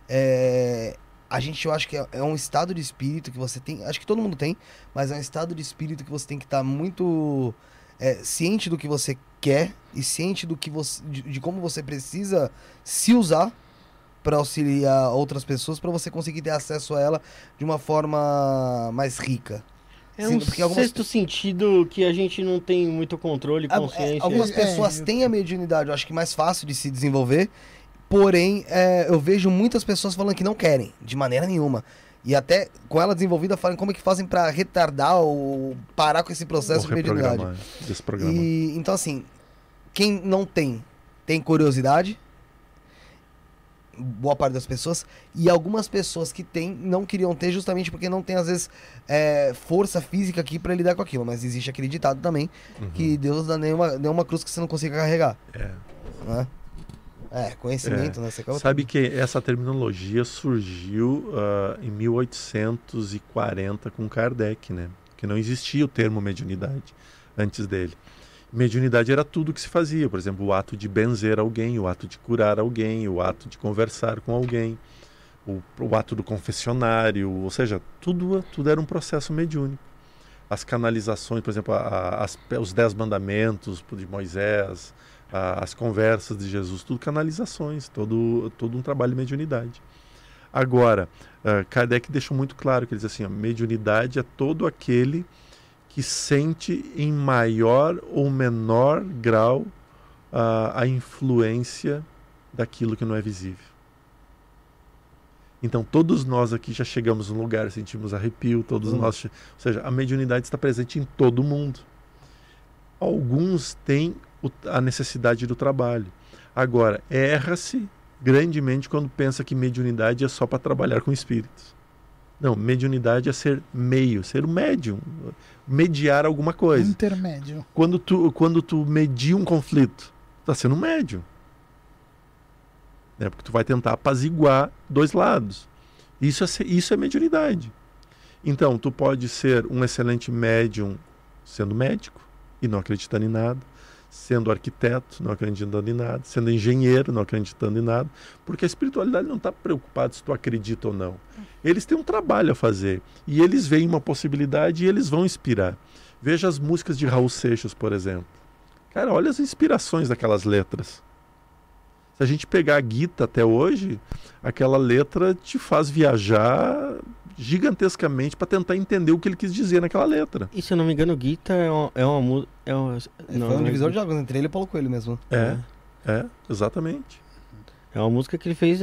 Eu acho que é um estado de espírito que você tem. Acho que todo mundo tem, mas é um estado de espírito que você tem que estar muito ciente do que você quer e ciente do que de como você precisa se usar para auxiliar outras pessoas, para você conseguir ter acesso a ela de uma forma mais rica. Sexto sentido que a gente não tem muito controle, consciência. Algumas pessoas têm a mediunidade, eu acho que mais fácil de se desenvolver, porém, eu vejo muitas pessoas falando que não querem, de maneira nenhuma. E até com ela desenvolvida, falam como é que fazem para retardar ou parar com esse processo de mediunidade. Então, assim, quem não tem curiosidade, boa parte das pessoas, e algumas pessoas que têm não queriam ter justamente porque não tem às vezes força física aqui para lidar com aquilo, mas existe aquele ditado também que Deus dá nenhuma cruz que você não consiga carregar. Né? Conhecimento, né? Sabe que essa terminologia surgiu em 1840 com Kardec, né? Que não existia o termo mediunidade antes dele. Mediunidade era tudo que se fazia, por exemplo, o ato de benzer alguém, o ato de curar alguém, o ato de conversar com alguém, o ato do confessionário, ou seja, tudo era um processo mediúnico. As canalizações, por exemplo, os 10 mandamentos de Moisés, as conversas de Jesus, tudo canalizações, todo um trabalho de mediunidade. Agora, Kardec deixou muito claro que ele diz assim, mediunidade é todo aquele que sente em maior ou menor grau a influência daquilo que não é visível. Então, todos nós aqui já chegamos num lugar, sentimos arrepio, todos nós... Ou seja, a mediunidade está presente em todo mundo. Alguns têm a necessidade do trabalho. Agora, erra-se grandemente quando pensa que mediunidade é só para trabalhar com espíritos. Não, mediunidade é ser meio, ser um médium, mediar alguma coisa. Intermédio. Quando tu media um conflito, tu está sendo um médium. Porque tu vai tentar apaziguar dois lados. Isso é mediunidade. Então, tu pode ser um excelente médium sendo médico e não acreditando em nada, sendo arquiteto, não acreditando em nada, sendo engenheiro, não acreditando em nada, porque a espiritualidade não está preocupada se tu acredita ou não. Eles têm um trabalho a fazer e eles veem uma possibilidade e eles vão inspirar. Veja as músicas de Raul Seixas, por exemplo. Cara, olha as inspirações daquelas letras. Se a gente pegar a Gita até hoje, aquela letra te faz viajar gigantescamente para tentar entender o que ele quis dizer naquela letra. E se eu não me engano, o Gita é uma música. Foi um divisor de águas entre ele e Paulo Coelho mesmo. Exatamente. É uma música que ele fez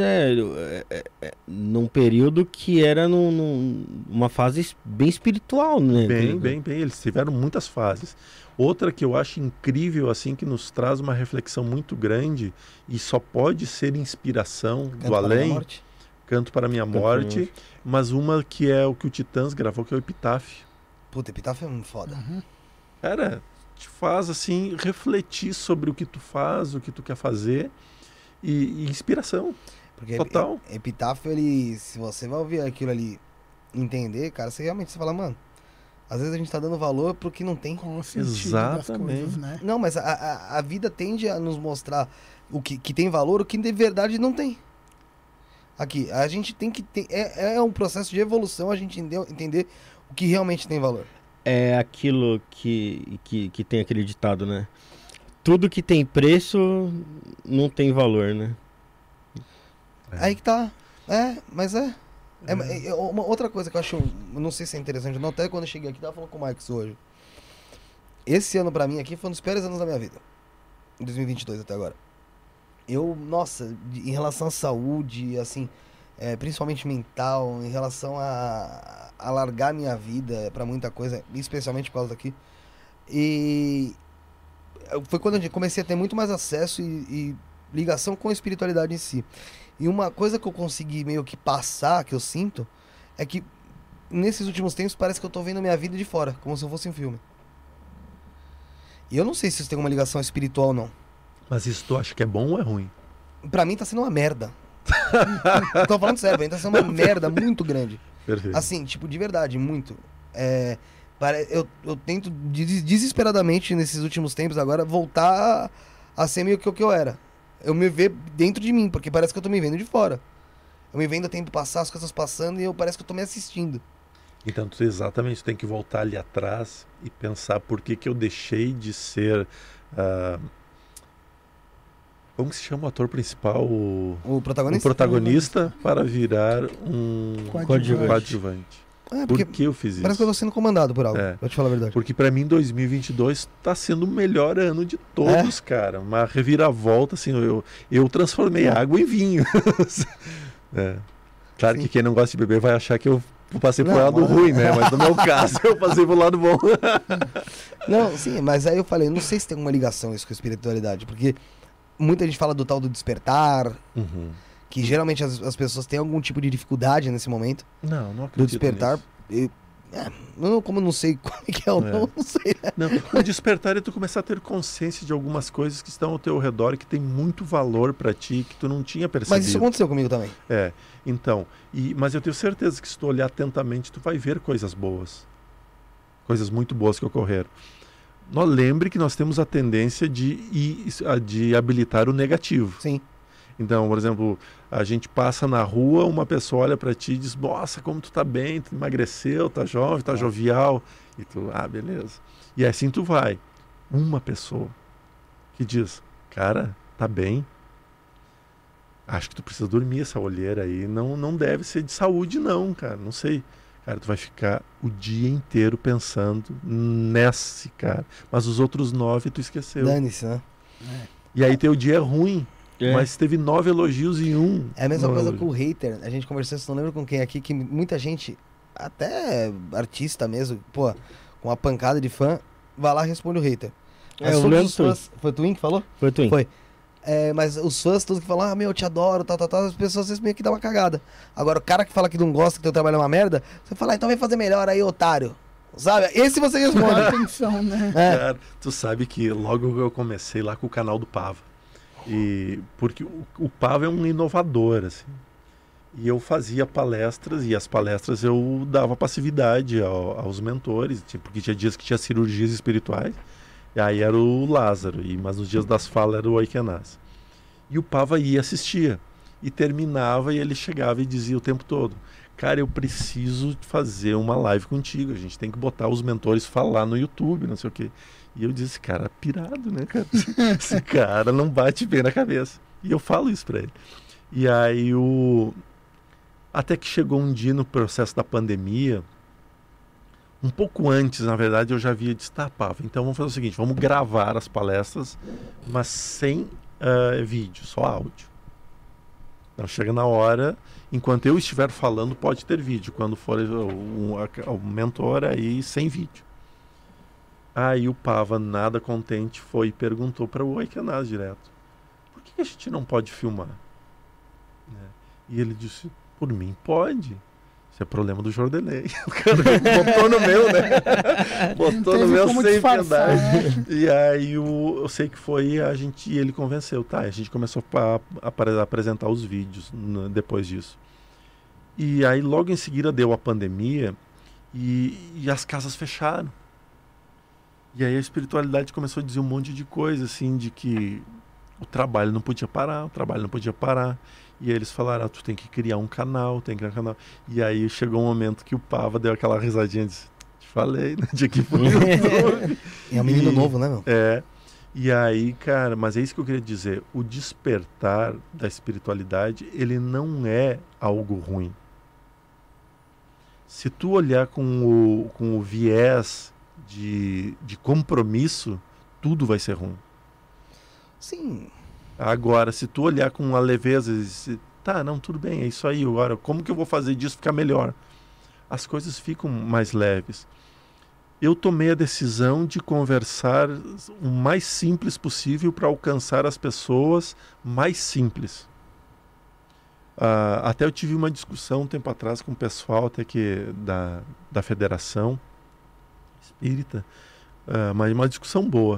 num período que era numa fase bem espiritual, né? Bem. Eles tiveram muitas fases. Outra que eu acho incrível, assim, que nos traz uma reflexão muito grande e só pode ser inspiração do além, Canto para Minha Morte, mas uma que é o que o Titãs gravou, que é o Epitáfio. Puta, Epitáfio é foda. Cara, te faz, assim, refletir sobre o que tu faz, o que tu quer fazer e inspiração. Porque total. Epitáfio, se você vai ouvir aquilo ali, entender, cara, você realmente fala, mano, às vezes a gente tá dando valor pro que não tem. Com o sentido Exatamente. das coisas, né? Não, mas a vida tende a nos mostrar o que tem valor, o que de verdade não tem. Aqui, a gente tem que ter... É um processo de evolução a gente entender o que realmente tem valor. É aquilo que tem aquele ditado, né? Tudo que tem preço não tem valor, né? Aí que tá. Mas uma outra coisa que eu acho, não sei se é interessante ou não, até quando eu cheguei aqui, tava falando com o Marcos hoje. Esse ano pra mim aqui foi um dos piores anos da minha vida. 2022 até agora. Nossa, em relação à saúde, assim, principalmente mental, em relação a largar minha vida pra muita coisa, especialmente por causa daqui. E foi quando eu comecei a ter muito mais acesso e ligação com a espiritualidade em si. E uma coisa que eu consegui meio que passar, que eu sinto, é que nesses últimos tempos parece que eu tô vendo a minha vida de fora, como se eu fosse um filme. E eu não sei se isso tem uma ligação espiritual ou não. Mas isso tu acha que é bom ou é ruim? Pra mim tá sendo uma merda. Eu tô falando sério, pra mim tá sendo uma merda muito grande. Perfeito. Assim, tipo, de verdade, muito. Eu tento desesperadamente nesses últimos tempos agora voltar a ser meio que o que eu era. Eu me ver dentro de mim, porque parece que eu tô me vendo de fora. Eu me vendo o tempo passar, as coisas passando e parece que eu tô me assistindo. Então, exatamente, tu tem que voltar ali atrás e pensar por que eu deixei de ser... como que se chama o ator principal? O protagonista? O protagonista para virar um coadjuvante. Porque por que eu fiz isso? Parece que eu tô sendo comandado por algo, pra te falar a verdade. Porque pra mim 2022 tá sendo o melhor ano de todos, cara. Uma reviravolta, assim, eu transformei água em vinho. Claro que quem não gosta de beber vai achar que eu passei pro lado ruim, né? Mas no meu caso eu passei pro lado bom. Não, sim, mas aí eu falei, não sei se tem alguma ligação isso com a espiritualidade, porque muita gente fala do tal do despertar, que geralmente as pessoas têm algum tipo de dificuldade nesse momento. Não acredito do despertar. Como eu não sei como é que é ou não sei. Né? Não, o despertar é tu começar a ter consciência de algumas coisas que estão ao teu redor, que tem muito valor pra ti, que tu não tinha percebido. Mas isso aconteceu comigo também. Então, mas eu tenho certeza que se tu olhar atentamente, tu vai ver coisas boas. Coisas muito boas que ocorreram. Lembre que nós temos a tendência de habilitar o negativo. Sim. Então, por exemplo, a gente passa na rua, uma pessoa olha pra ti e diz, nossa, como tu tá bem, tu emagreceu, tá jovem, tá jovial. E tu, beleza. E assim tu vai. Uma pessoa que diz, cara, tá bem. Acho que tu precisa dormir, essa olheira aí não deve ser de saúde não, cara, não sei. Cara, tu vai ficar o dia inteiro pensando nesse cara. Mas os outros 9 tu esqueceu. Dane-se, né? E aí teu dia é ruim. Mas teve 9 elogios em um. É a mesma coisa com o hater. A gente conversou, não lembro com quem aqui, que muita gente, até artista mesmo, pô, com uma pancada de fã, vai lá e responde o hater. Os fãs, foi o Twin que falou? Foi o Twin. Foi. Mas os fãs todos que falam, eu te adoro, as pessoas às vezes meio que dão uma cagada. Agora, o cara que fala que não gosta, que teu trabalho é uma merda, você fala, então vem fazer melhor aí, otário. Sabe? Esse você responde. Atenção, né? Cara, tu sabe que logo eu comecei lá com o canal do Pava. Porque o Pava é um inovador, assim. E eu fazia palestras, e as palestras eu dava passividade aos mentores, porque tinha dias que tinha cirurgias espirituais. E aí era o Lázaro, mas nos dias das falas era o Oikenaz. E o Pava ia assistia. E terminava e ele chegava e dizia o tempo todo: cara, eu preciso fazer uma live contigo, a gente tem que botar os mentores falar no YouTube, não sei o quê. E eu disse, cara, pirado, né, cara? Esse cara não bate bem na cabeça. E eu falo isso pra ele. E aí até que chegou um dia no processo da pandemia, um pouco antes, na verdade, eu já havia destapado. Então vamos fazer o seguinte, vamos gravar as palestras, mas sem vídeo, só áudio. Então chega na hora, enquanto eu estiver falando, pode ter vídeo. Quando for o mentor, aí sem vídeo. Aí o Pava, nada contente, foi e perguntou para o Oikenaz direto: por que a gente não pode filmar? Né? E ele disse: por mim pode. Isso é problema do Jordelei. O cara botou no meu, né? Botou no meu sem piedade. E aí eu sei que foi e ele convenceu. Tá, a gente começou a apresentar os vídeos depois disso. E aí logo em seguida deu a pandemia e as casas fecharam. E aí a espiritualidade começou a dizer um monte de coisa, assim, de que o trabalho não podia parar. E aí eles falaram: tu tem que criar um canal, E aí chegou um momento que o Pava deu aquela risadinha e disse: te falei, né? De que foi o YouTube. É um menino novo, né, meu? É. E aí, cara, mas é isso que eu queria dizer. O despertar da espiritualidade, ele não é algo ruim. Se tu olhar com o viés de compromisso, tudo vai ser ruim. Sim. Agora, se tu olhar com uma leveza e dizer, tá, não, tudo bem, é isso aí, agora, como que eu vou fazer disso ficar melhor? As coisas ficam mais leves. Eu tomei a decisão de conversar o mais simples possível para alcançar as pessoas mais simples. Até eu tive uma discussão um tempo atrás com o pessoal até que da Federação Espírita, mas uma discussão boa.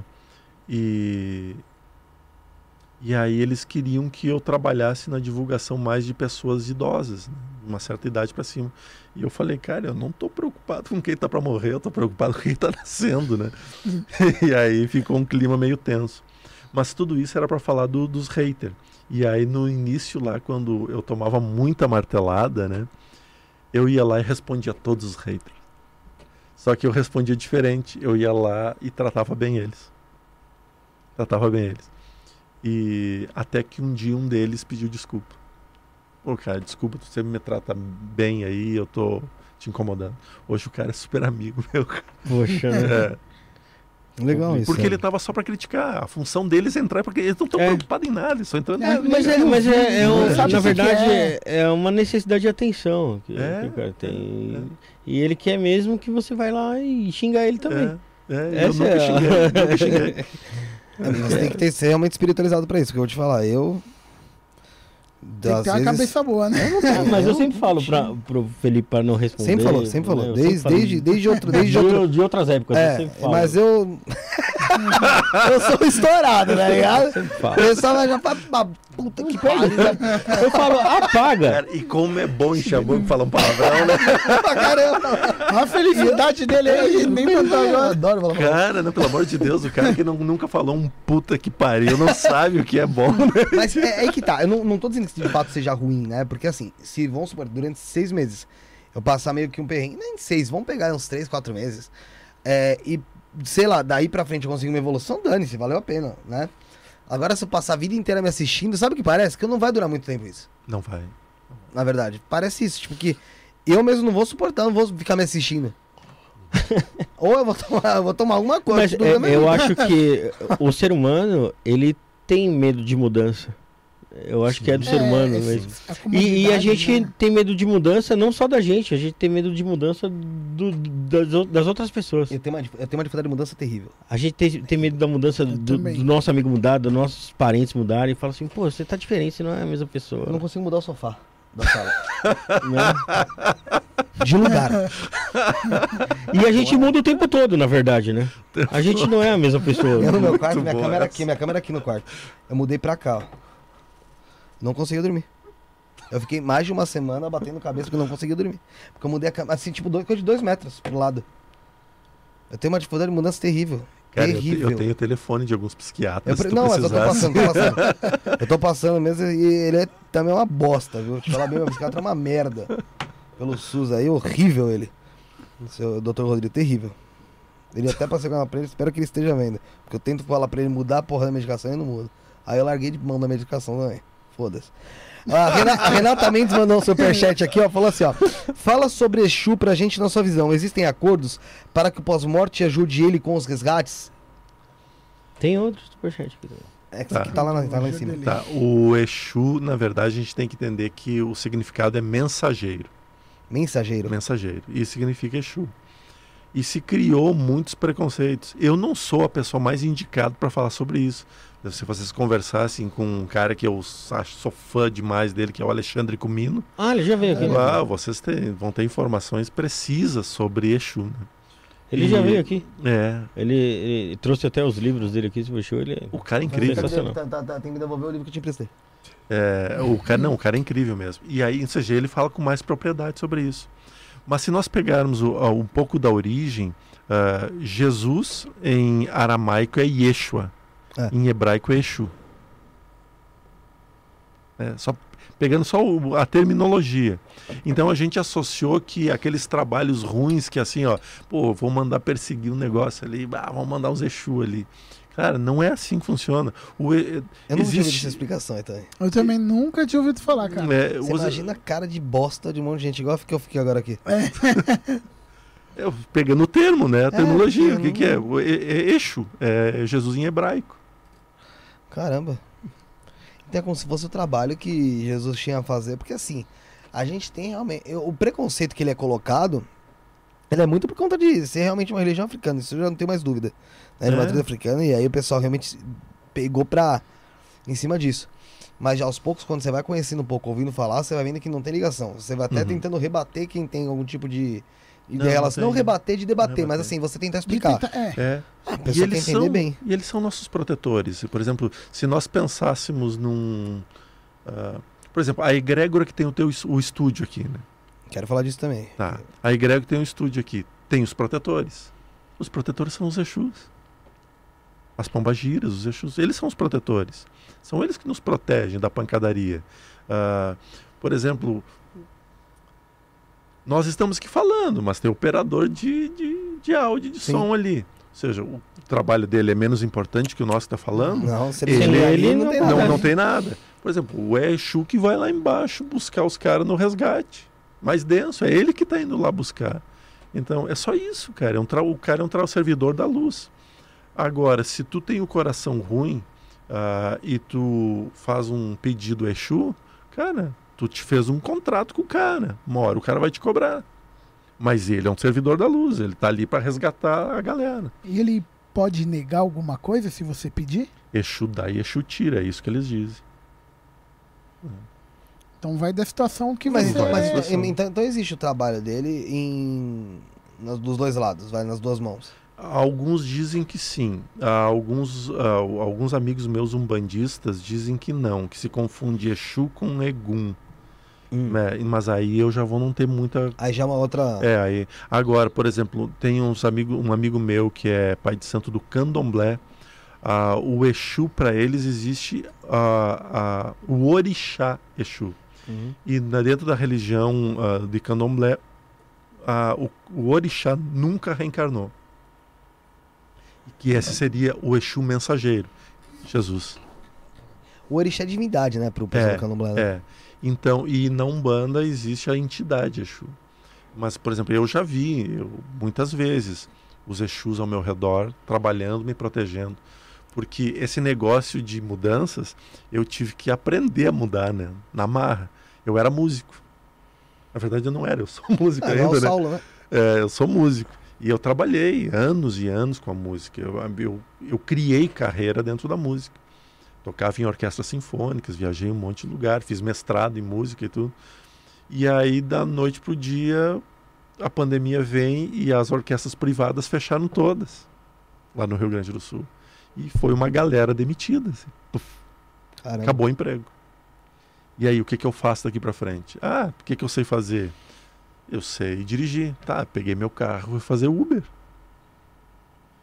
E aí eles queriam que eu trabalhasse na divulgação mais de pessoas idosas, né? Uma certa idade para cima. E eu falei, cara, eu não estou preocupado com quem está para morrer, eu estou preocupado com quem está nascendo, né? E aí ficou um clima meio tenso. Mas tudo isso era para falar dos haters. E aí no início lá, quando eu tomava muita martelada, né? Eu ia lá e respondia a todos os haters. Só que eu respondia diferente. Eu ia lá e tratava bem eles. E até que um dia um deles pediu desculpa. Pô, cara, desculpa, tu sempre me trata bem aí, eu tô te incomodando. Hoje o cara é super amigo meu. Poxa, né? Legal isso. Porque ele tava só pra criticar. A função deles é entrar, porque eles não estão preocupados em nada, eles só entrando. Na verdade, é uma necessidade de atenção que o cara tem. E ele quer mesmo que você vai lá e xingar ele também. Eu nunca xinguei. Você tem que ser realmente espiritualizado pra isso, que eu vou te falar. Tem que ter uma cabeça boa, né? Mas eu sempre falo pro Felipe para não responder. Sempre falou. Desde outras épocas. Eu sempre falo. Mas eu sou estourado, tá ligado? O pessoal já fala, puta que pariu. Eu falo, apaga. Cara, e como é bom em Xambu falar um palavrão, né? Pra caramba. A felicidade dele aí, nem mandou agora. Adoro falar Cara, não, pelo amor de Deus, o cara que nunca falou um puta que pariu não sabe o que é bom, né? Mas é aí que tá, eu não tô dizendo que de fato seja ruim, né? Porque assim, se vamos supor, durante 6 meses eu passar meio que um perrengue, nem 6, vamos pegar uns 3, 4 meses, e sei lá, daí pra frente eu consigo uma evolução, dane-se, valeu a pena, né? Agora se eu passar a vida inteira me assistindo, sabe o que parece? Que não vai durar muito tempo isso. Não vai. Na verdade, parece isso, tipo que eu mesmo não vou suportar, não vou ficar me assistindo. Ou eu vou tomar alguma coisa. Mas eu acho que o ser humano, ele tem medo de mudança. Eu acho que é do ser humano mesmo. E a gente tem medo de mudança, não só da gente, a gente tem medo de mudança das outras pessoas. Eu tenho uma dificuldade de mudança terrível. A gente tem medo da mudança do nosso amigo mudar, dos nossos parentes mudarem, e fala assim, pô, você tá diferente, você não é a mesma pessoa. Eu não consigo mudar o sofá da sala. De lugar. E a gente muda o tempo todo, na verdade, né? A gente não é a mesma pessoa. Eu no meu quarto, minha câmera aqui no quarto. Eu mudei pra cá, ó. Não conseguia dormir. Eu fiquei mais de uma semana batendo cabeça porque eu não conseguia dormir. Porque eu mudei a cama, assim, tipo, coisa de 2 metros pro lado. Eu tenho uma dificuldade de mudança terrível. Cara, Terrível. eu tenho o telefone de alguns psiquiatras. Se tu Não, mas eu tô precisasse. passando. Eu tô passando mesmo e ele é também uma bosta, viu? Te falar bem, meu psiquiatra é uma merda. Pelo SUS aí, horrível ele. O seu Dr. Rodrigo, terrível. Ele até passei com ela pra ele, espero que ele esteja vendo. Porque eu tento falar pra ele mudar a porra da medicação e ele não muda. Aí eu larguei de mão da medicação também. Foda-se. A Renata Mendes mandou um superchat aqui, ó. Falou assim, ó. Fala sobre Exu pra gente na sua visão. Existem acordos para que o pós-morte ajude ele com os resgates? Tem outro superchat aqui também. É que isso aqui tá lá em cima. Tá, o Exu, na verdade, a gente tem que entender que o significado é mensageiro. Mensageiro. Mensageiro. Isso significa Exu. E se criou muitos preconceitos. Eu não sou a pessoa mais indicada para falar sobre isso. Se vocês conversassem com um cara que eu sou fã demais dele, que é o Alexandre Comino, Ah, ele já veio aqui. né? vocês vão ter informações precisas sobre Exu. Né? Ele já veio aqui. É. Ele trouxe até os livros dele aqui, se fechou. Ele O cara é incrível. Sensacional. Tem que devolver o livro que eu te emprestei. O cara é incrível mesmo. E aí, em CG, ele fala com mais propriedade sobre isso. Mas se nós pegarmos um pouco da origem, Jesus em aramaico é Yeshua, em hebraico é Exu. Pegando só a terminologia. Então a gente associou que aqueles trabalhos ruins que assim, vou mandar perseguir um negócio ali, vamos mandar uns Exu ali. Cara, não é assim que funciona. Eu não tive essa explicação aí também. Eu também nunca tinha ouvido falar, cara. Você imagina a cara de bosta de um monte de gente, igual que eu fiquei agora aqui. Pegando o termo, né? A terminologia. O que é? Exu. É Jesus em hebraico. Caramba. Então é como se fosse o trabalho que Jesus tinha a fazer. Porque assim, a gente tem realmente... O preconceito que ele é colocado, ele é muito por conta de ser realmente uma religião africana. Isso eu já não tenho mais dúvida. Né? De matriz africana. E aí o pessoal realmente pegou em cima disso. Mas já aos poucos, quando você vai conhecendo um pouco, ouvindo falar, você vai vendo que não tem ligação. Você vai até tentando rebater quem tem algum tipo de relação. Não rebater de debater, mas assim, você tentar explicar. A pessoa quer entender bem. E eles são nossos protetores. Por exemplo, se nós pensássemos num... por exemplo, a egrégora que tem o estúdio aqui, né? Quero falar disso também. Tá. A egrégora que tem um estúdio aqui, tem os protetores. Os protetores são os Exus. As pombagiras, os Exus, eles são os protetores. São eles que nos protegem da pancadaria. Por exemplo, nós estamos aqui falando, mas tem operador de áudio, de som ali. Ou seja, o trabalho dele é menos importante que o nosso que está falando. Não, ele não tem nada. Não tem nada. Por exemplo, o Exu que vai lá embaixo buscar os caras no resgate. Mais denso, é ele que está indo lá buscar. Então, é só isso, cara. O cara é um servidor da luz. Agora, se tu tem o coração ruim e tu faz um pedido Exu, cara, tu te fez um contrato com o cara. Uma hora o cara vai te cobrar. Mas ele é um servidor da luz, ele tá ali para resgatar a galera. E ele pode negar alguma coisa se você pedir? Exu dá e Exu tira, é isso que eles dizem. Então vai da situação que Mas, você... então existe o trabalho dele dos dois lados, vai nas duas mãos. Alguns dizem que sim. Alguns amigos meus umbandistas dizem que não, que se confunde Exu com Egum. Mas aí eu já vou não ter muita... Aí já é uma outra... aí. Agora, por exemplo, tem um amigo meu que é pai de santo do Candomblé. O Exu, para eles, existe o Orixá Exu. E dentro da religião de Candomblé, o Orixá nunca reencarnou. Que esse seria o Exu mensageiro, Jesus. O Orixá é divindade, né, pro pessoal do Candomblé. Né? Então, e na Umbanda existe a entidade Exu. Mas, por exemplo, eu já vi, muitas vezes, os Exus ao meu redor, trabalhando, me protegendo. Porque esse negócio de mudanças, eu tive que aprender a mudar, né? Na marra. Eu era músico. Na verdade, eu não era, eu sou músico ainda, o Saulo, né? Eu sou músico. E eu trabalhei anos e anos com a música. Eu criei carreira dentro da música. Tocava em orquestras sinfônicas, viajei em um monte de lugar, fiz mestrado em música e tudo. E aí, da noite pro dia, a pandemia vem e as orquestras privadas fecharam todas, lá no Rio Grande do Sul. E foi uma galera demitida. Assim. Acabou o emprego. E aí, o que eu faço daqui para frente? O que eu sei fazer? Eu sei dirigir. Tá, peguei meu carro e fui fazer Uber.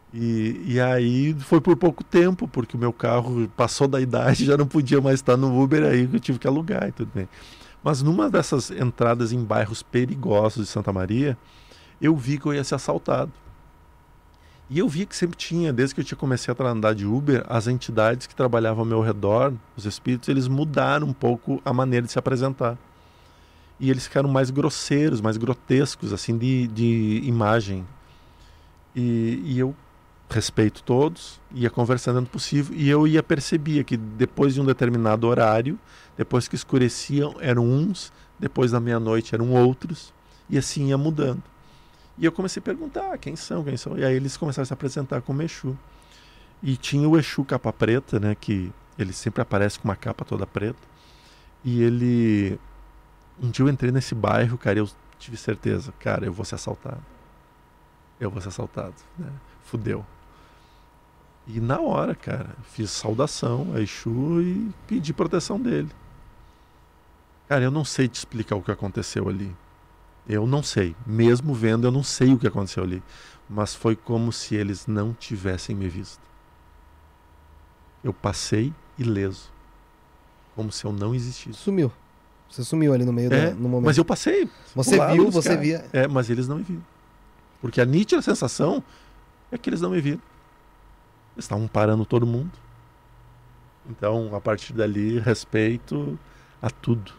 E aí foi por pouco tempo, porque o meu carro passou da idade, já não podia mais estar no Uber, aí eu tive que alugar e tudo bem. Mas numa dessas entradas em bairros perigosos de Santa Maria, eu vi que eu ia ser assaltado. E eu vi que sempre tinha, desde que eu tinha começado a andar de Uber, as entidades que trabalhavam ao meu redor, os espíritos, eles mudaram um pouco a maneira de se apresentar. E eles ficaram mais grosseiros, mais grotescos, assim, de imagem. E eu respeito todos, ia conversando dentro do possível, e eu percebia que depois de um determinado horário, depois que escureciam, eram uns, depois da meia-noite eram outros, e assim ia mudando. E eu comecei a perguntar, quem são? E aí eles começaram a se apresentar como Exu. E tinha o Exu capa preta, né, que ele sempre aparece com uma capa toda preta, e ele... Um dia eu entrei nesse bairro, cara, e eu tive certeza, cara, eu vou ser assaltado. Eu vou ser assaltado, né? Fudeu. E na hora, cara, fiz saudação a Exu e pedi proteção dele. Cara, eu não sei te explicar o que aconteceu ali. Eu não sei. Mesmo vendo, eu não sei o que aconteceu ali. Mas foi como se eles não tivessem me visto. Eu passei ileso. Como se eu não existisse. Sumiu. Você sumiu ali no meio no momento. Mas eu passei. Você viu, você via. Mas eles não me viram. Porque a nítida sensação é que eles não me viram. Eles estavam parando todo mundo. Então, a partir dali, respeito a tudo.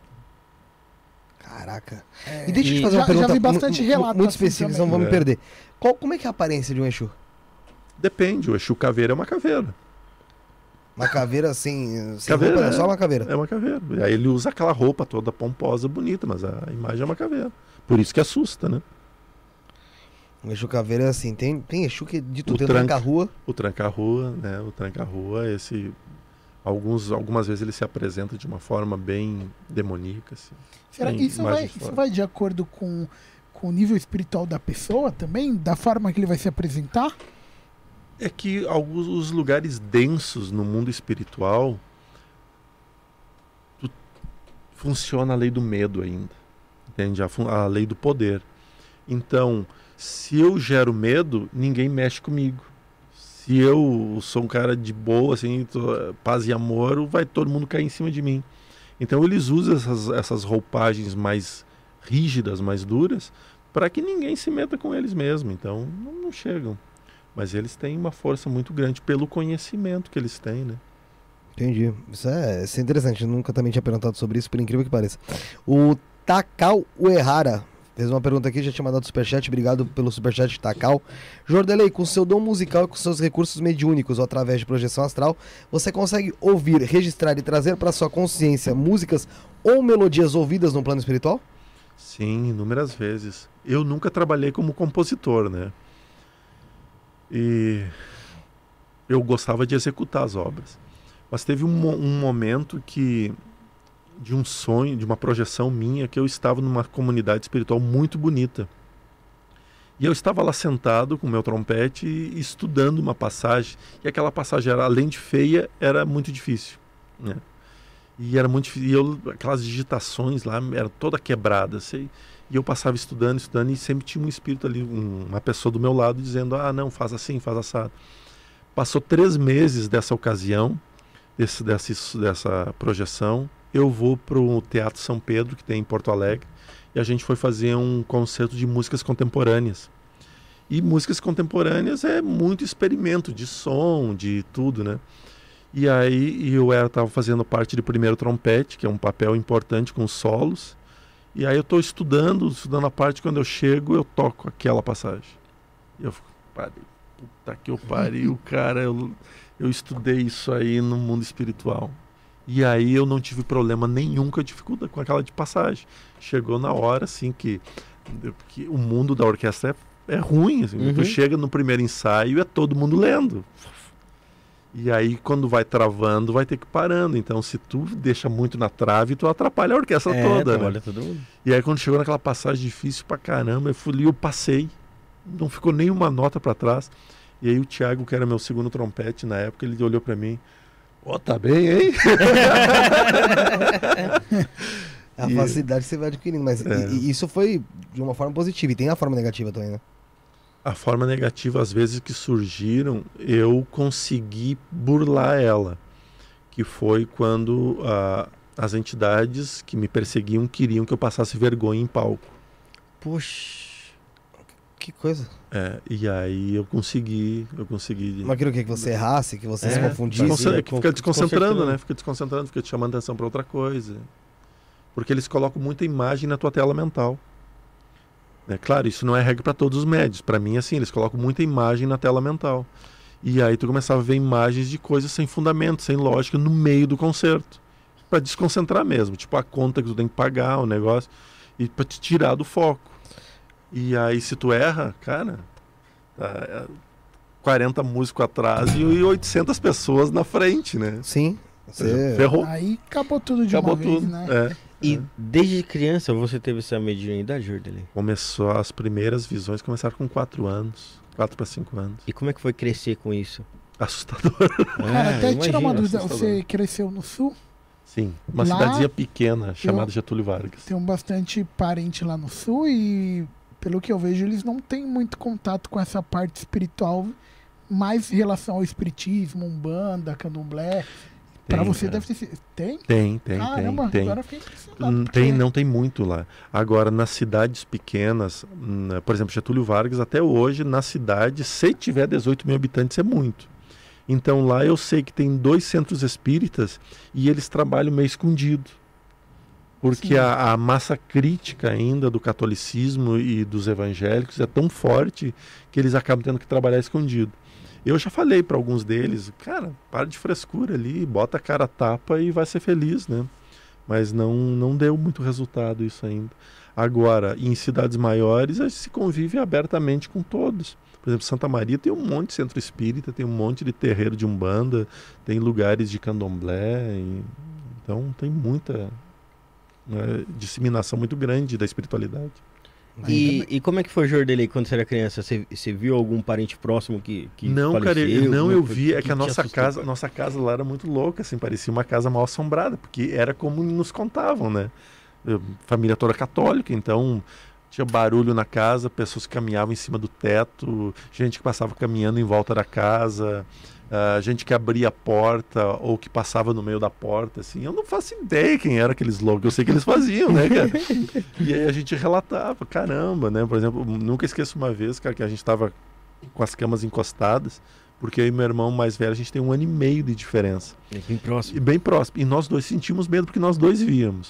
Caraca. E deixa eu te fazer uma já pergunta vi bastante relato muito assim específica, também. senão vou me perder. Como é que é a aparência de um Exu? Depende. O Exu caveira é uma caveira. Uma caveira assim, sem Caveira, roupa, é só uma caveira. É uma caveira. E aí ele usa aquela roupa toda pomposa, bonita, mas a imagem é uma caveira. Por isso que assusta, né? O Exu caveira é assim, tem Exu que de tudo, O tem o tranca-rua. O tranca-rua, né? O tranca-rua, algumas vezes ele se apresenta de uma forma bem demoníaca. Assim. Será que isso vai de acordo com o nível espiritual da pessoa também? Da forma que ele vai se apresentar? É que os lugares densos no mundo espiritual funciona a lei do medo ainda, entende? A lei do poder. Então, se eu gero medo, ninguém mexe comigo. Se eu sou um cara de boa, assim, paz e amor, vai todo mundo cair em cima de mim. Então eles usam essas roupagens mais rígidas, mais duras, para que ninguém se meta com eles mesmo. Então não chegam. Mas eles têm uma força muito grande pelo conhecimento que eles têm, né? Entendi. Isso é interessante. Eu nunca também tinha perguntado sobre isso, por incrível que pareça. O Takao Uehara fez uma pergunta aqui, já tinha mandado superchat. Obrigado pelo superchat, Takao. Jordelei, com seu dom musical e com seus recursos mediúnicos ou através de projeção astral, você consegue ouvir, registrar e trazer para sua consciência músicas ou melodias ouvidas no plano espiritual? Sim, inúmeras vezes. Eu nunca trabalhei como compositor, né? E eu gostava de executar as obras. Mas teve um momento de um sonho, de uma projeção minha, que eu estava numa comunidade espiritual muito bonita. E eu estava lá sentado com o meu trompete e estudando uma passagem. E aquela passagem, além de feia, era muito difícil, né? E era muito difícil. E aquelas digitações lá eram toda quebrada, assim. E eu passava estudando, e sempre tinha um espírito ali, uma pessoa do meu lado, dizendo, não, faz assim, faz assado. Passou 3 meses dessa ocasião, dessa projeção, eu vou para o Teatro São Pedro, que tem em Porto Alegre, e a gente foi fazer um concerto de músicas contemporâneas. E músicas contemporâneas é muito experimento de som, de tudo, né? E aí eu estava fazendo parte de primeiro trompete, que é um papel importante com solos. E aí eu estou estudando a parte, quando eu chego, eu toco aquela passagem. E eu fico, puta que eu pariu, cara, eu estudei isso aí no mundo espiritual. E aí eu não tive problema nenhum com a dificuldade, com aquela de passagem. Chegou na hora, assim, que o mundo da orquestra é ruim, assim. Tu chega no primeiro ensaio e é todo mundo lendo. E aí, quando vai travando, vai ter que ir parando. Então, se tu deixa muito na trave, tu atrapalha a orquestra toda, né? Todo mundo. E aí, quando chegou naquela passagem difícil pra caramba, eu passei. Não ficou nenhuma nota pra trás. E aí, o Thiago, que era meu segundo trompete na época, ele olhou pra mim. Tá bem, hein? A facilidade você vai adquirindo. Mas isso foi de uma forma positiva. E tem a forma negativa também, né? a forma negativa, às vezes, que surgiram, eu consegui burlar ela. Que foi quando as entidades que me perseguiam queriam que eu passasse vergonha em palco. Puxa, que coisa. E aí eu consegui... Mas aquilo que você errasse, que você se confundisse. Fica desconcentrando, né? Fica desconcentrando, fica te chamando atenção para outra coisa. Porque eles colocam muita imagem na tua tela mental. Claro, isso não é regra para todos os médios. Para mim, assim, eles colocam muita imagem na tela mental. E aí tu começava a ver imagens de coisas sem fundamento, sem lógica, no meio do concerto. Para desconcentrar mesmo. Tipo, a conta que tu tem que pagar, o negócio. E para te tirar do foco. E aí, se tu erra, cara... 40 músicos atrás e 800 pessoas na frente, né? Sim. Você ferrou. Aí acabou tudo de uma vez, né? E desde criança você teve essa mediunidade, Jordelei? Começou, as primeiras visões começaram com 4 anos. 4 para 5 anos. E como é que foi crescer com isso? Assustador. Cara, até tirar uma dúvida, você cresceu no Sul? Sim, uma cidadezinha pequena chamada Getúlio Vargas. Tem bastante parente lá no Sul e, pelo que eu vejo, eles não têm muito contato com essa parte espiritual, mais em relação ao espiritismo, umbanda, candomblé. Pra você deve ter... Tem? Tem. Caramba, tem. Agora fiquei impressionado. Porque... Não tem muito lá. Agora, nas cidades pequenas, por exemplo, Getúlio Vargas, até hoje, na cidade, se tiver 18 mil habitantes, é muito. Então, lá eu sei que tem 2 centros espíritas e eles trabalham meio escondido. Porque a massa crítica ainda do catolicismo e dos evangélicos é tão forte que eles acabam tendo que trabalhar escondido. Eu já falei para alguns deles, cara, para de frescura ali, bota a cara a tapa e vai ser feliz, né? Mas não deu muito resultado isso ainda. Agora, em cidades maiores, a gente se convive abertamente com todos. Por exemplo, Santa Maria tem um monte de centro espírita, tem um monte de terreiro de umbanda, tem lugares de candomblé, então tem muita disseminação muito grande da espiritualidade. E como é que foi, Jordelei, quando você era criança? Você viu algum parente próximo que não, faleceu? Cara, não, eu vi. É que a nossa casa lá era muito louca, assim, parecia uma casa mal assombrada, porque era como nos contavam, né? Família toda católica, então tinha barulho na casa, pessoas que caminhavam em cima do teto, gente que passava caminhando em volta da casa, gente que abria a porta ou que passava no meio da porta, assim. Eu não faço ideia quem eram aqueles loucos, eu sei que eles faziam, né, cara? E aí a gente relatava, caramba, né? Por exemplo, nunca esqueço uma vez, cara, que a gente estava com as camas encostadas, porque eu e meu irmão mais velho, a gente tem 1 ano e meio de diferença. É bem próximo. E bem próximo. E nós dois sentimos medo porque nós dois víamos.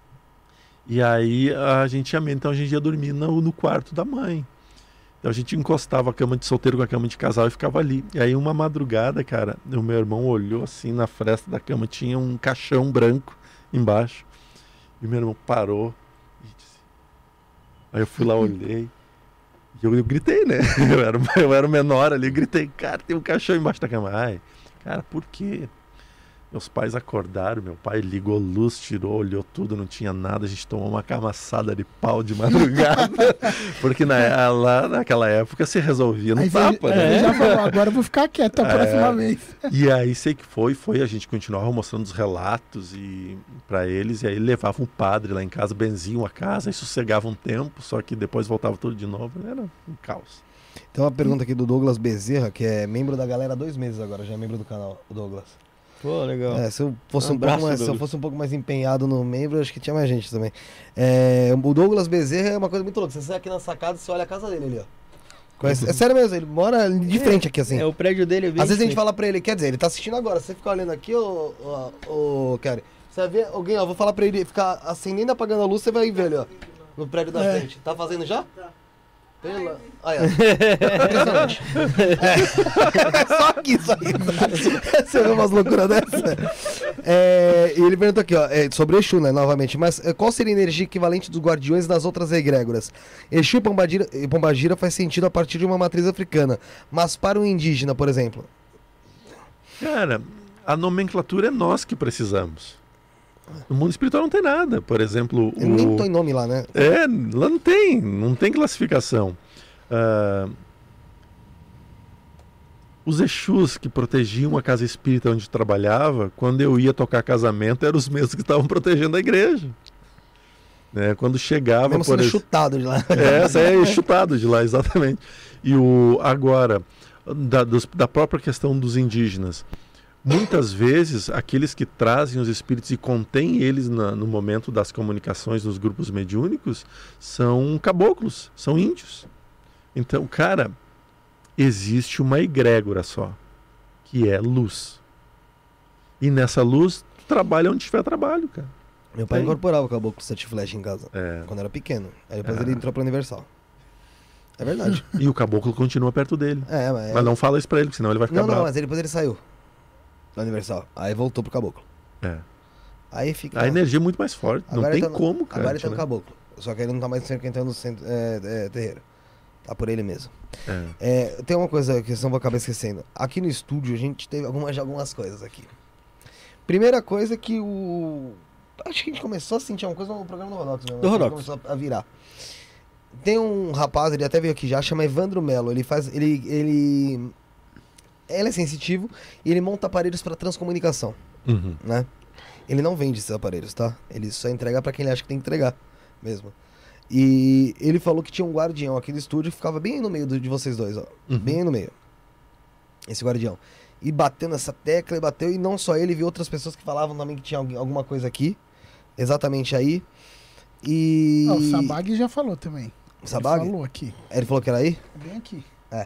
E aí a gente ia medo, então a gente ia dormir no quarto da mãe. Então a gente encostava a cama de solteiro com a cama de casal e ficava ali. E aí uma madrugada, cara, o meu irmão olhou assim na fresta da cama, tinha um caixão branco embaixo. E o meu irmão parou e disse... Aí eu fui lá, olhei. E eu gritei, né? Eu era o menor ali, eu gritei, cara, tem um caixão embaixo da cama. Ai, cara, por quê? Meus pais acordaram, meu pai ligou luz, tirou, olhou tudo, não tinha nada, a gente tomou uma camaçada de pau de madrugada, porque lá naquela época se resolvia no tapa, né? Já falou, agora eu vou ficar quieto a próxima vez. E aí sei que foi, a gente continuava mostrando os relatos para eles, e aí levavam um padre lá em casa, benziam a casa, e sossegava um tempo, só que depois voltava tudo de novo, era um caos. Tem uma pergunta aqui do Douglas Bezerra, que é membro da galera há 2 meses agora, já é membro do canal, o Douglas. Pô, legal. Se eu fosse um pouco mais empenhado no membro, acho que tinha mais gente também. O Douglas Bezerra é uma coisa muito louca. Você sai aqui na sacada e você olha a casa dele ali, ó. Conhece? É sério mesmo, ele mora de frente aqui, assim. O prédio dele é bem Às vezes a gente fala pra ele, quer dizer, ele tá assistindo agora. Se você ficar olhando aqui, ô Kerry, você vai ver alguém, ó, vou falar pra ele ficar acendendo e apagando a luz, você vai ver ali, ó, no prédio da frente. Tá fazendo já? Tá. Aí, ó. Impressionante. Só aqui. Você vê umas loucuras dessa? E ele perguntou aqui, ó, sobre Exu, né, novamente. Mas qual seria a energia equivalente dos guardiões das outras egrégoras? Exu e Pombagira faz sentido a partir de uma matriz africana. Mas para um indígena, por exemplo? Cara, a nomenclatura é nós que precisamos. No mundo espiritual não tem nada, por exemplo... Nem tem nome lá, né? Lá não tem classificação. Os Exus que protegiam a casa espírita onde trabalhava, quando eu ia tocar casamento, eram os mesmos que estavam protegendo a igreja. Né? Quando chegava, Mesmo por sendo chutado de lá. é chutado de lá, exatamente. E agora, da própria questão dos indígenas. Muitas vezes, aqueles que trazem os espíritos e contêm eles no momento das comunicações nos grupos mediúnicos são caboclos, são índios. Então, cara, existe uma egrégora só, que é luz. E nessa luz, tu trabalha onde tiver trabalho, cara. Meu pai incorporava o caboclo Sete Flash em casa, quando era pequeno. Aí depois ele entrou pra Universal. É verdade. E o caboclo continua perto dele. Mas não fala isso pra ele, porque senão ele vai ficar bravo. Não, mas depois ele saiu da Universal. Aí voltou pro caboclo. Aí fica... A energia é muito mais forte. Agora não tem como, cara. Agora ele tá no caboclo. Só que ele não tá mais entrando no centro, terreiro. Tá por ele mesmo. Tem uma coisa que eu não vou acabar esquecendo. Aqui no estúdio a gente teve algumas coisas aqui. Primeira coisa que acho que a gente começou a sentir uma coisa no programa do Rodox mesmo. Do Rodox. Começou a virar. Tem um rapaz, ele até veio aqui já, chama Evandro Melo. Ele é sensitivo e ele monta aparelhos para transcomunicação, né? Ele não vende esses aparelhos, tá? Ele só entrega para quem ele acha que tem que entregar mesmo. E ele falou que tinha um guardião aqui no estúdio que ficava bem no meio de vocês dois, ó. Bem no meio. Esse guardião. E bateu nessa tecla, e bateu, e não só ele, viu outras pessoas que falavam também que tinha alguma coisa aqui. Exatamente aí. E... o Sabag já falou também. O Sabag? Ele falou aqui. Ele falou que era aí? Bem aqui.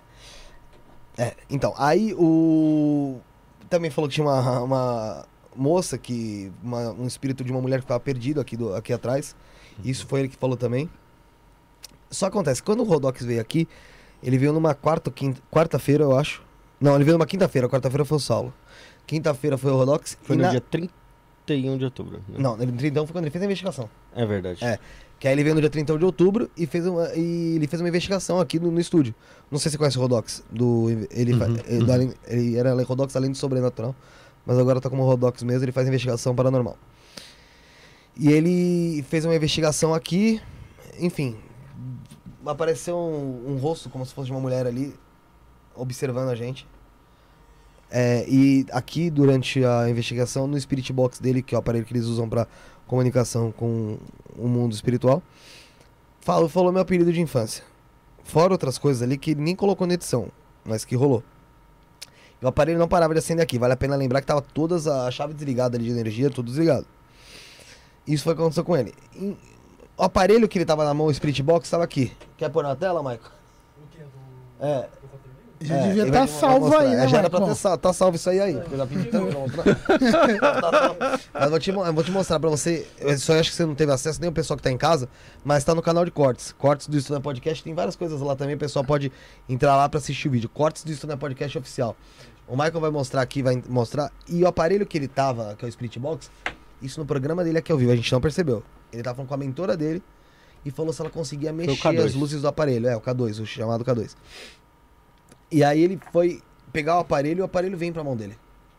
Então, aí também falou que tinha uma moça um espírito de uma mulher que estava perdido aqui atrás. Isso foi ele que falou também. Só acontece, quando o Rodox veio aqui, ele veio numa quarta-feira, eu acho. Não, ele veio numa quinta-feira, quarta-feira foi o Saulo. Quinta-feira foi o Rodox. Foi no dia 31 de outubro. Né? Não, ele 31 foi quando ele fez a investigação. É verdade. Que aí ele veio no dia 31 de outubro e ele fez uma investigação aqui no estúdio. Não sei se você conhece o Rodox. Ele era Rodox além do sobrenatural, mas agora tá como Rodox mesmo, ele faz investigação paranormal. E ele fez uma investigação aqui, enfim, apareceu um rosto como se fosse de uma mulher ali, observando a gente. E aqui, durante a investigação, no Spirit Box dele, que é o aparelho que eles usam para comunicação com o mundo espiritual, falou meu apelido de infância. Fora outras coisas ali que ele nem colocou na edição, mas que rolou. E o aparelho não parava de acender aqui. Vale a pena lembrar que tava todas a chave desligada ali de energia, tudo desligado. Isso foi o que aconteceu com ele. O aparelho que ele tava na mão, o Spirit Box, estava aqui. Quer pôr na tela, Michael? O que É. Já devia estar salvo aí, né, já era pra Marcão? tá salvo isso aí. Eu já pedi tanto pra mostrar. Mas eu vou te mostrar pra você. Eu só acho que você não teve acesso, nem o pessoal que tá em casa, mas tá no canal de Cortes. Cortes do Estúdio Podcast, tem várias coisas lá também. O pessoal pode entrar lá pra assistir o vídeo. Cortes do Estúdio Podcast oficial. O Michael vai mostrar aqui, vai mostrar. E o aparelho que ele tava, que é o Spirit Box, isso no programa dele aqui ao vivo, a gente não percebeu. Ele tava falando com a mentora dele e falou se ela conseguia mexer as luzes do aparelho. O K2, o chamado K2. E aí ele foi pegar o aparelho vem pra mão dele.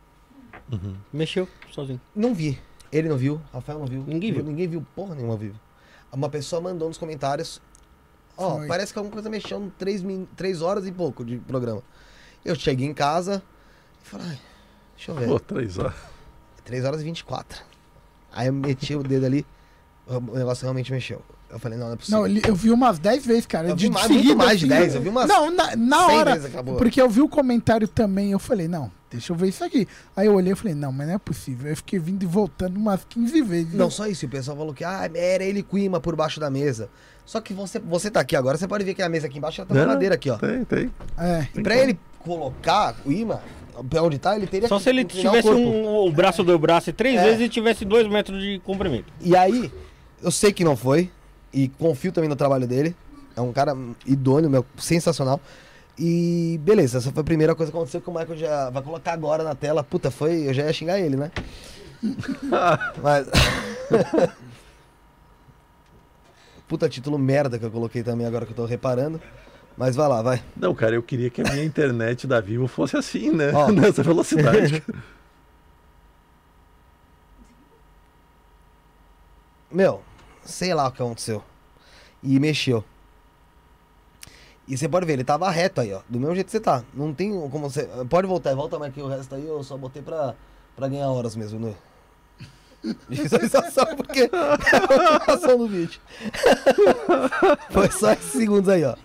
Mexeu sozinho. Não vi. Ele não viu, Rafael não viu. Ninguém viu. Ninguém viu porra nenhuma vivo. Uma pessoa mandou nos comentários. Parece que alguma coisa mexeu em 3 horas e pouco de programa. Eu cheguei em casa e falei, deixa eu ver. 3 horas. 3 horas e 24. Aí eu meti o dedo ali, o negócio realmente mexeu. Eu falei, não é possível. Não, eu vi umas 10 vezes, cara. Eu vi muito mais de 10, eu vi umas Não, na 100 hora, vezes acabou. porque eu vi o comentário também, eu falei, não, deixa eu ver isso aqui. Aí eu olhei e falei, não, mas não é possível. Eu fiquei vindo e voltando umas 15 vezes. Não, só isso. O pessoal falou que era ele com imã por baixo da mesa. Só que você tá aqui agora, você pode ver que a mesa aqui embaixo tá na madeira aqui, ó. Tem. E pra ele colocar o imã, pra onde tá, ele teria Só que se ele inclinar tivesse o corpo. o braço do braço 3 vezes e tivesse 2 metros de comprimento. E aí, eu sei que não foi, e confio também no trabalho dele. É um cara idôneo, sensacional. E beleza, essa foi a primeira coisa que aconteceu, que o Michael já vai colocar agora na tela. Puta, eu já ia xingar ele, né? Mas... Puta título merda que eu coloquei também agora que eu tô reparando. Mas vai lá, vai. Não, cara, eu queria que a minha internet da Vivo fosse assim, né? Ó. Nessa velocidade. Meu, sei lá o que aconteceu. E mexeu. E você pode ver, ele tava reto aí, ó. Do mesmo jeito que você tá. Não tem como você... Pode voltar, volta mais que o resto aí. Eu só botei pra ganhar horas mesmo, né? de visualização, porque é a continuação do vídeo. Foi só esses segundos aí, ó.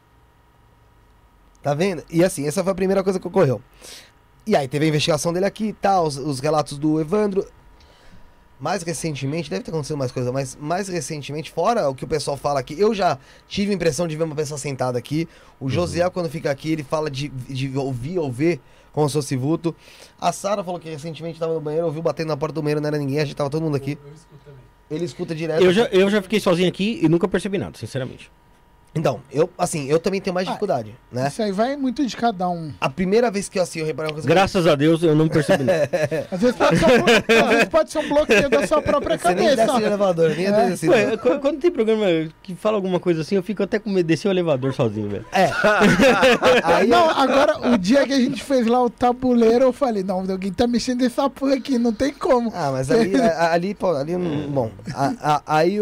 Tá vendo? E assim, essa foi a primeira coisa que ocorreu. E aí teve a investigação dele aqui e tal, os relatos do Evandro. Mais recentemente, deve ter acontecido mais coisa, mas mais recentemente, fora o que o pessoal fala aqui, eu já tive a impressão de ver uma pessoa sentada aqui. O Josiel, quando fica aqui, ele fala de ouvir ou ver como se fosse vulto. A Sara falou que recentemente estava no banheiro, ouviu batendo na porta do banheiro, não era ninguém, a gente tava todo mundo aqui. Eu escuto também. Ele escuta direto. Eu já fiquei sozinho aqui e nunca percebi nada, sinceramente. Então, eu também tenho mais dificuldade, né? Isso aí vai muito de cada um. A primeira vez que eu reparei uma coisa... Graças a Deus eu não percebi nada. Às vezes pode ser um bloqueio da sua própria Você nem cabeça. desce no elevador, nem desce. Ué, quando tem programa que fala alguma coisa assim, eu fico até com medo de descer o elevador sozinho, velho. Aí, Não, agora, o dia que a gente fez lá o tabuleiro, eu falei, não, alguém tá mexendo essa porra aqui, não tem como. Ah, mas ali, pô, ali, bom, aí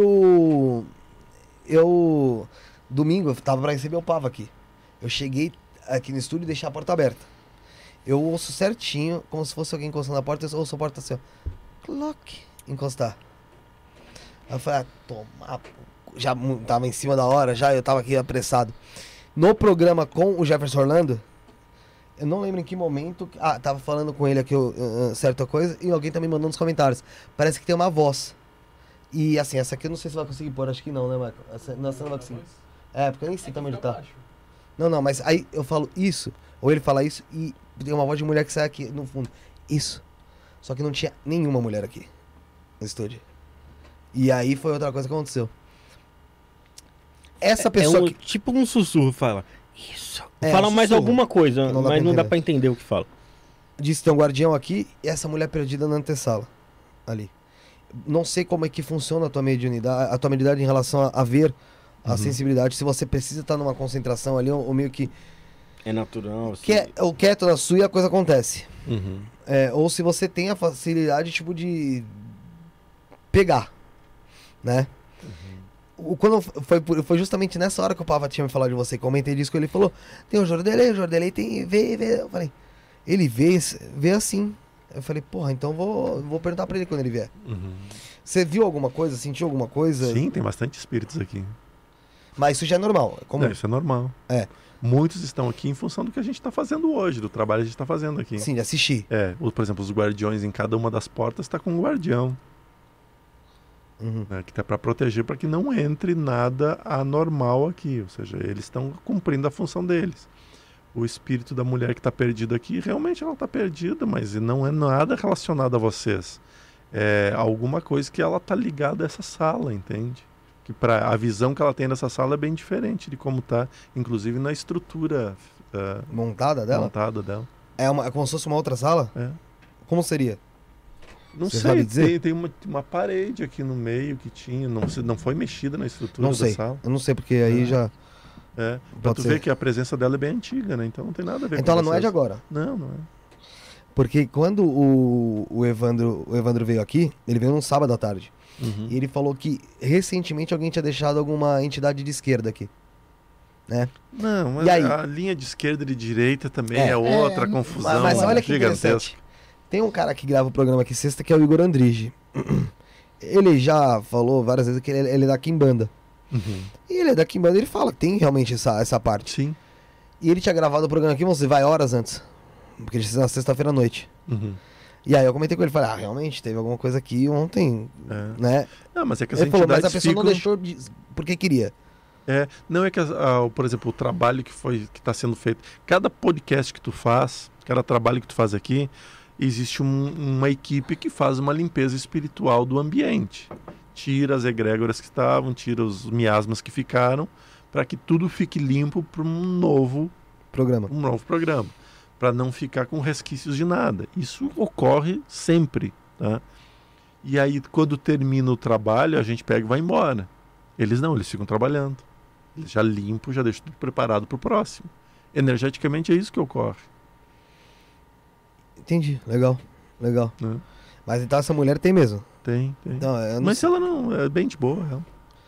eu, domingo, eu tava pra receber o Pava aqui. Eu cheguei aqui no estúdio e deixei a porta aberta. Eu ouço certinho, como se fosse alguém encostando na porta, eu ouço a porta assim, ó, clock, encostar. Aí eu falei, toma, já tava em cima da hora, já, eu tava aqui apressado. No programa com o Jefferson Orlando, eu não lembro em que momento, tava falando com ele aqui certa coisa, e alguém tá me mandando nos comentários. Parece que tem uma voz. E assim, essa aqui eu não sei se vai conseguir pôr, acho que não, né, Michael? Essa não vai conseguir. Porque eu nem sei também onde tá. Não, mas aí eu falo isso, ou ele fala isso, e tem uma voz de mulher que sai aqui no fundo. Isso. Só que não tinha nenhuma mulher aqui no estúdio. E aí foi outra coisa que aconteceu. Essa pessoa que... Tipo um sussurro, fala. Isso. É, Fala mais sussurro. alguma coisa, Não dá mas pra não dá entender. pra entender o que fala. disse que tem um guardião aqui e essa mulher perdida na antessala. Ali. Não sei como é que funciona a tua mediunidade em relação a ver a sensibilidade. Se você precisa estar numa concentração ali, ou meio que... É natural. Assim. Ou quieto na sua e a coisa acontece. Uhum. Ou se você tem a facilidade, tipo, de pegar, né? Quando foi justamente nessa hora que o Pava tinha me falado de você, comentei disso, que ele falou, tem o Jordelei tem, vê. Eu falei, ele vê assim. Eu falei, porra, então vou perguntar pra ele quando ele vier. Uhum. Você viu alguma coisa, sentiu alguma coisa? Sim, tem bastante espíritos aqui. Mas isso já é normal, é comum. Isso é normal. É. Muitos estão aqui em função do que a gente está fazendo hoje, do trabalho que a gente está fazendo aqui. Sim, de assistir. Por exemplo, os guardiões em cada uma das portas está com um guardião. Uhum. Né, que está para proteger para que não entre nada anormal aqui. Ou seja, eles estão cumprindo a função deles. O espírito da mulher que está perdida aqui, realmente ela está perdida, mas não é nada relacionado a vocês. É alguma coisa que ela está ligada a essa sala, entende? Que a visão que ela tem dessa sala é bem diferente de como está, inclusive na estrutura Montada dela? montada dela. É como se fosse uma outra sala? É. Como seria? Não Você sei, sabe dizer? tem uma parede aqui no meio que tinha, não foi mexida na estrutura Não da sei. sala. Eu não sei, porque aí já... Pra Pode tu ser. ver que a presença dela é bem antiga, né? Então não tem nada a ver Então com ela não é de vocês. agora. Não é. Porque quando o Evandro veio aqui, ele veio num sábado à tarde. Uhum. E ele falou que recentemente alguém tinha deixado alguma entidade de esquerda aqui. Né? Não, mas E aí? a linha de esquerda e de direita também É. é outra confusão Mas olha que gigantesca. interessante. Tem um cara que grava o programa aqui sexta, que é o Igor Andrige. Ele já falou várias vezes que ele é da Quimbanda. Uhum. E ele é da Quimbanda, ele fala que tem realmente essa parte. Sim. E ele tinha gravado o programa aqui, você vai horas antes. Porque ele fez na sexta-feira à noite. Uhum. E aí eu comentei com ele, falei, realmente, teve alguma coisa aqui ontem, É. né? Não, mas é que as Ele falou, mas a entidades pessoa não ficam... deixou de... porque queria. Não é que, por exemplo, o trabalho que está sendo feito, cada podcast que tu faz, cada trabalho que tu faz aqui, existe uma equipe que faz uma limpeza espiritual do ambiente. Tira as egrégoras que estavam, tira os miasmas que ficaram, para que tudo fique limpo para um novo Programa. programa, para não ficar com resquícios de nada. Isso ocorre sempre, tá? E aí, quando termina o trabalho, a gente pega e vai embora. Eles não, eles ficam trabalhando. Eles já limpam, já deixam tudo preparado para o próximo. Energeticamente é isso que ocorre. Entendi, legal. Né? Mas então essa mulher tem mesmo. Tem. Não, eu não Mas sei. ela não é bem de boa, ela.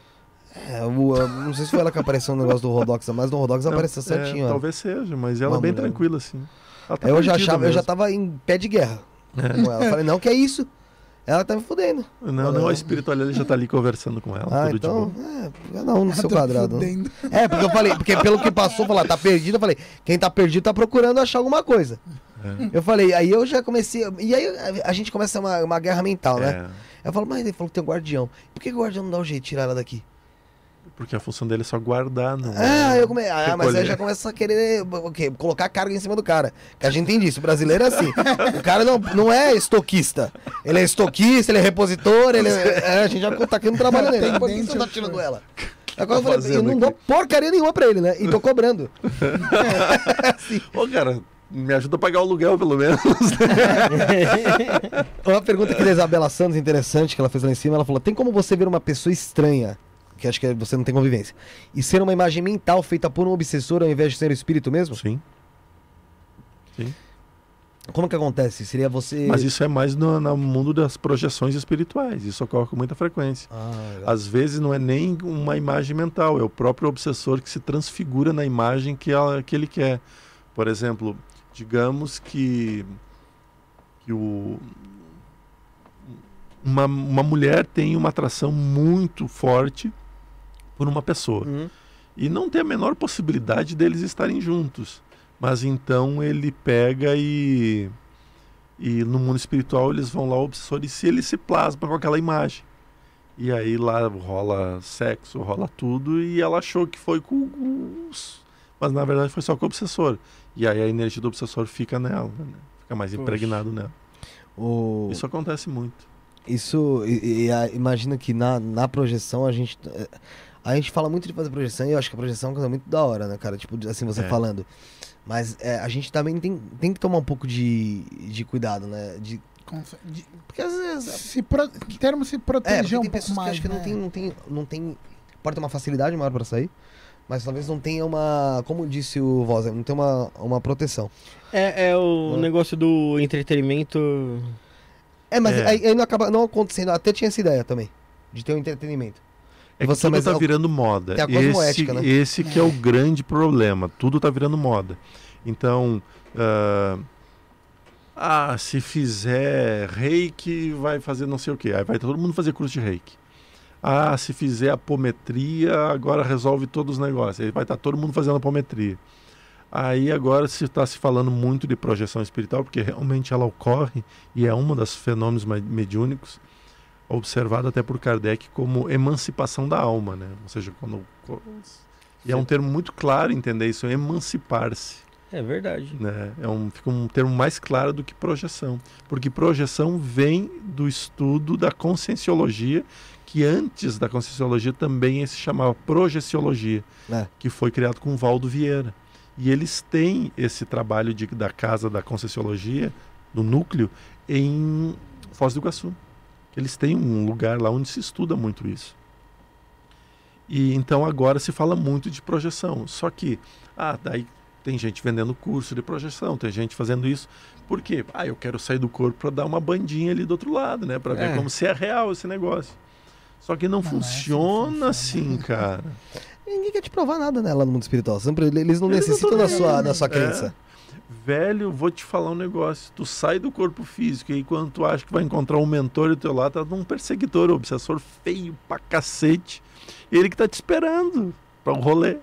Não sei se foi ela que apareceu no negócio do Rodox, mas no Rodox apareceu certinho. ó. Talvez seja, mas ela Uma é bem mulher. tranquila, assim. Ela tá Eu já perdida achava, eu já mesmo. tava em pé de guerra com ela. Eu falei, não, que é isso? Ela tá me fudendo. Não, a espiritualidade já tá ali conversando com ela. Ah, tudo então, de bom. cada um no seu Tá quadrado. Né? fudendo. Porque eu falei, porque pelo que passou, falar, tá perdido, eu falei, quem tá perdido tá procurando achar alguma coisa. Eu falei, aí eu já comecei, e aí a gente começa uma guerra mental, né? Eu falo, mas ele falou que tem um guardião. Por que o guardião não dá um jeito de tirar ela daqui? Porque a função dele é só guardar, não mas aí já começa a querer colocar carga em cima do cara. Que a gente tem disso, o brasileiro é assim. O cara não é estoquista. Ele é estoquista, ele é repositor, a gente já tá aqui no trabalho dele. Por que você tá tirando ela? Agora eu falei, eu não dou porcaria nenhuma pra ele, né? E tô cobrando. Assim. Ô, cara, me ajuda a pagar o aluguel, pelo menos. Uma pergunta aqui da Isabela Santos, interessante, que ela fez lá em cima. Ela falou, tem como você ver uma pessoa estranha, que acho que você não tem convivência, e ser uma imagem mental feita por um obsessor ao invés de ser o espírito mesmo? Sim. Como que acontece? Seria você... Mas isso é mais no mundo das projeções espirituais. Isso ocorre com muita frequência. Às vezes não é nem uma imagem mental, é o próprio obsessor que se transfigura na imagem que ele quer. Por exemplo, digamos que uma mulher tem uma atração muito forte por uma pessoa. E não tem a menor possibilidade deles estarem juntos. Mas então ele pega e no mundo espiritual eles vão lá, o obsessor, e ele se plasma com aquela imagem. E aí lá rola sexo, rola tudo, e ela achou que foi com os... Mas na verdade foi só com o obsessor. E aí a energia do obsessor fica nela, né? Fica mais impregnado nela. Isso acontece muito. Imagina que na projeção a gente fala muito de fazer projeção, e eu acho que a projeção é uma coisa muito da hora, né, cara? Tipo, assim, você falando. Mas a gente também tem que tomar um pouco de cuidado, né? Porque às vezes... Em termos de se proteger um pouco mais, que acho que não tem... Pode ter uma facilidade maior pra sair, mas talvez não tenha uma... Como disse o Voz, não tem uma proteção. O negócio do entretenimento... Mas aí não acaba não acontecendo. Até tinha essa ideia também, de ter um entretenimento. É que tudo tá virando moda. Tem a cosmoética, né? Esse que é o grande problema. Tudo tá virando moda. Então, se fizer reiki, vai fazer não sei o quê. Aí vai todo mundo fazer curso de reiki. Se fizer apometria, agora resolve todos os negócios. Aí vai estar todo mundo fazendo apometria. Aí agora se está se falando muito de projeção espiritual, porque realmente ela ocorre e é um dos fenômenos mediúnicos, observado até por Kardec como emancipação da alma, né? Ou seja, e é um termo muito claro entender isso, emancipar-se. É verdade. Né? Fica um termo mais claro do que projeção, porque projeção vem do estudo da conscienciologia, que antes da conscienciologia também se chamava projeciologia, que foi criado com Valdo Vieira. E eles têm esse trabalho da Casa da Conscienciologia, do núcleo, em Foz do Iguaçu. Eles têm um lugar lá onde se estuda muito isso. E então agora se fala muito de projeção. Só que, daí tem gente vendendo curso de projeção, tem gente fazendo isso. Por quê? Eu quero sair do corpo para dar uma bandinha ali do outro lado, né? Para ver como se é real esse negócio. Só que não funciona assim, cara. Ninguém quer te provar nada, né, lá no mundo espiritual. Eles não necessitam da sua crença. Velho, vou te falar um negócio. Tu sai do corpo físico e quando tu acha que vai encontrar um mentor do teu lado, tá num perseguidor, um obsessor feio pra cacete. Ele que tá te esperando pra um rolê.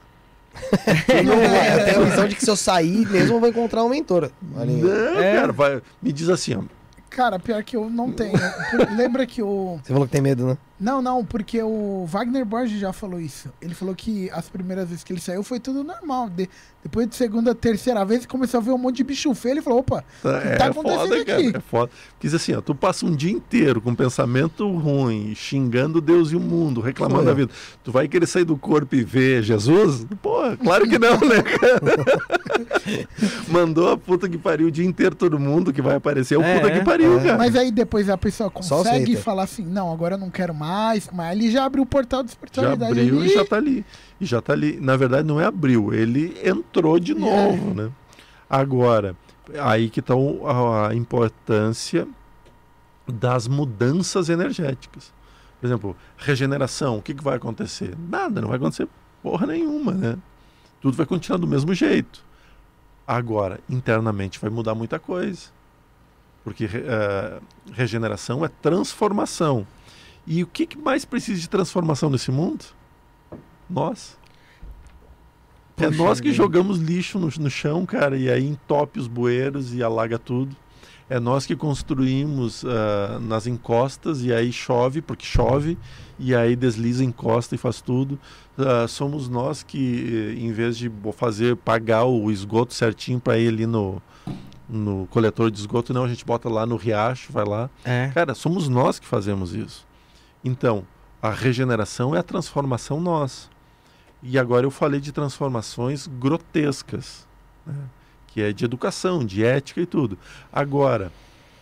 Eu tenho a visão de que se eu sair mesmo, eu vou encontrar um mentor. Cara, me diz assim, ó. Cara, pior que eu não tenho. Lembra que o... Você falou que tem medo, né? Não, porque o Wagner Borges já falou isso. Ele falou que as primeiras vezes que ele saiu foi tudo normal. Depois de segunda, terceira vez, começou a ver um monte de bicho feio. Ele falou, opa, o que tá acontecendo foda, aqui? Cara, é foda. Porque diz assim, ó, tu passa um dia inteiro com pensamento ruim, xingando Deus e o mundo, reclamando da vida. Tu vai querer sair do corpo e ver Jesus? Pô, claro que não, né, cara? Mandou a puta que pariu o dia inteiro todo mundo que vai aparecer. É o puta que pariu, cara. Mas aí depois a pessoa consegue falar assim, não, agora eu não quero mais, mas ele já abriu o portal de espiritualidade. Já abriu e já tá ali. E já tá ali. Na verdade, não é abriu, ele entrou de novo, né? Agora, aí que tá a importância das mudanças energéticas. Por exemplo, regeneração, o que vai acontecer? Nada, não vai acontecer porra nenhuma, né? Tudo vai continuar do mesmo jeito. Agora, internamente vai mudar muita coisa. Porque regeneração é transformação. E o que mais precisa de transformação nesse mundo? Nós. É Poxa, nós que gente. jogamos lixo no chão, cara, e aí entope os bueiros e alaga tudo. É nós que construímos nas encostas e aí chove, porque chove, e aí desliza, encosta e faz tudo. Somos nós que, em vez de pagar o esgoto certinho para ir ali no coletor de esgoto, não, a gente bota lá no riacho, vai lá. Cara, somos nós que fazemos isso. Então, a regeneração é a transformação nossa. E agora eu falei de transformações grotescas, né? Que é de educação, de ética e tudo. Agora,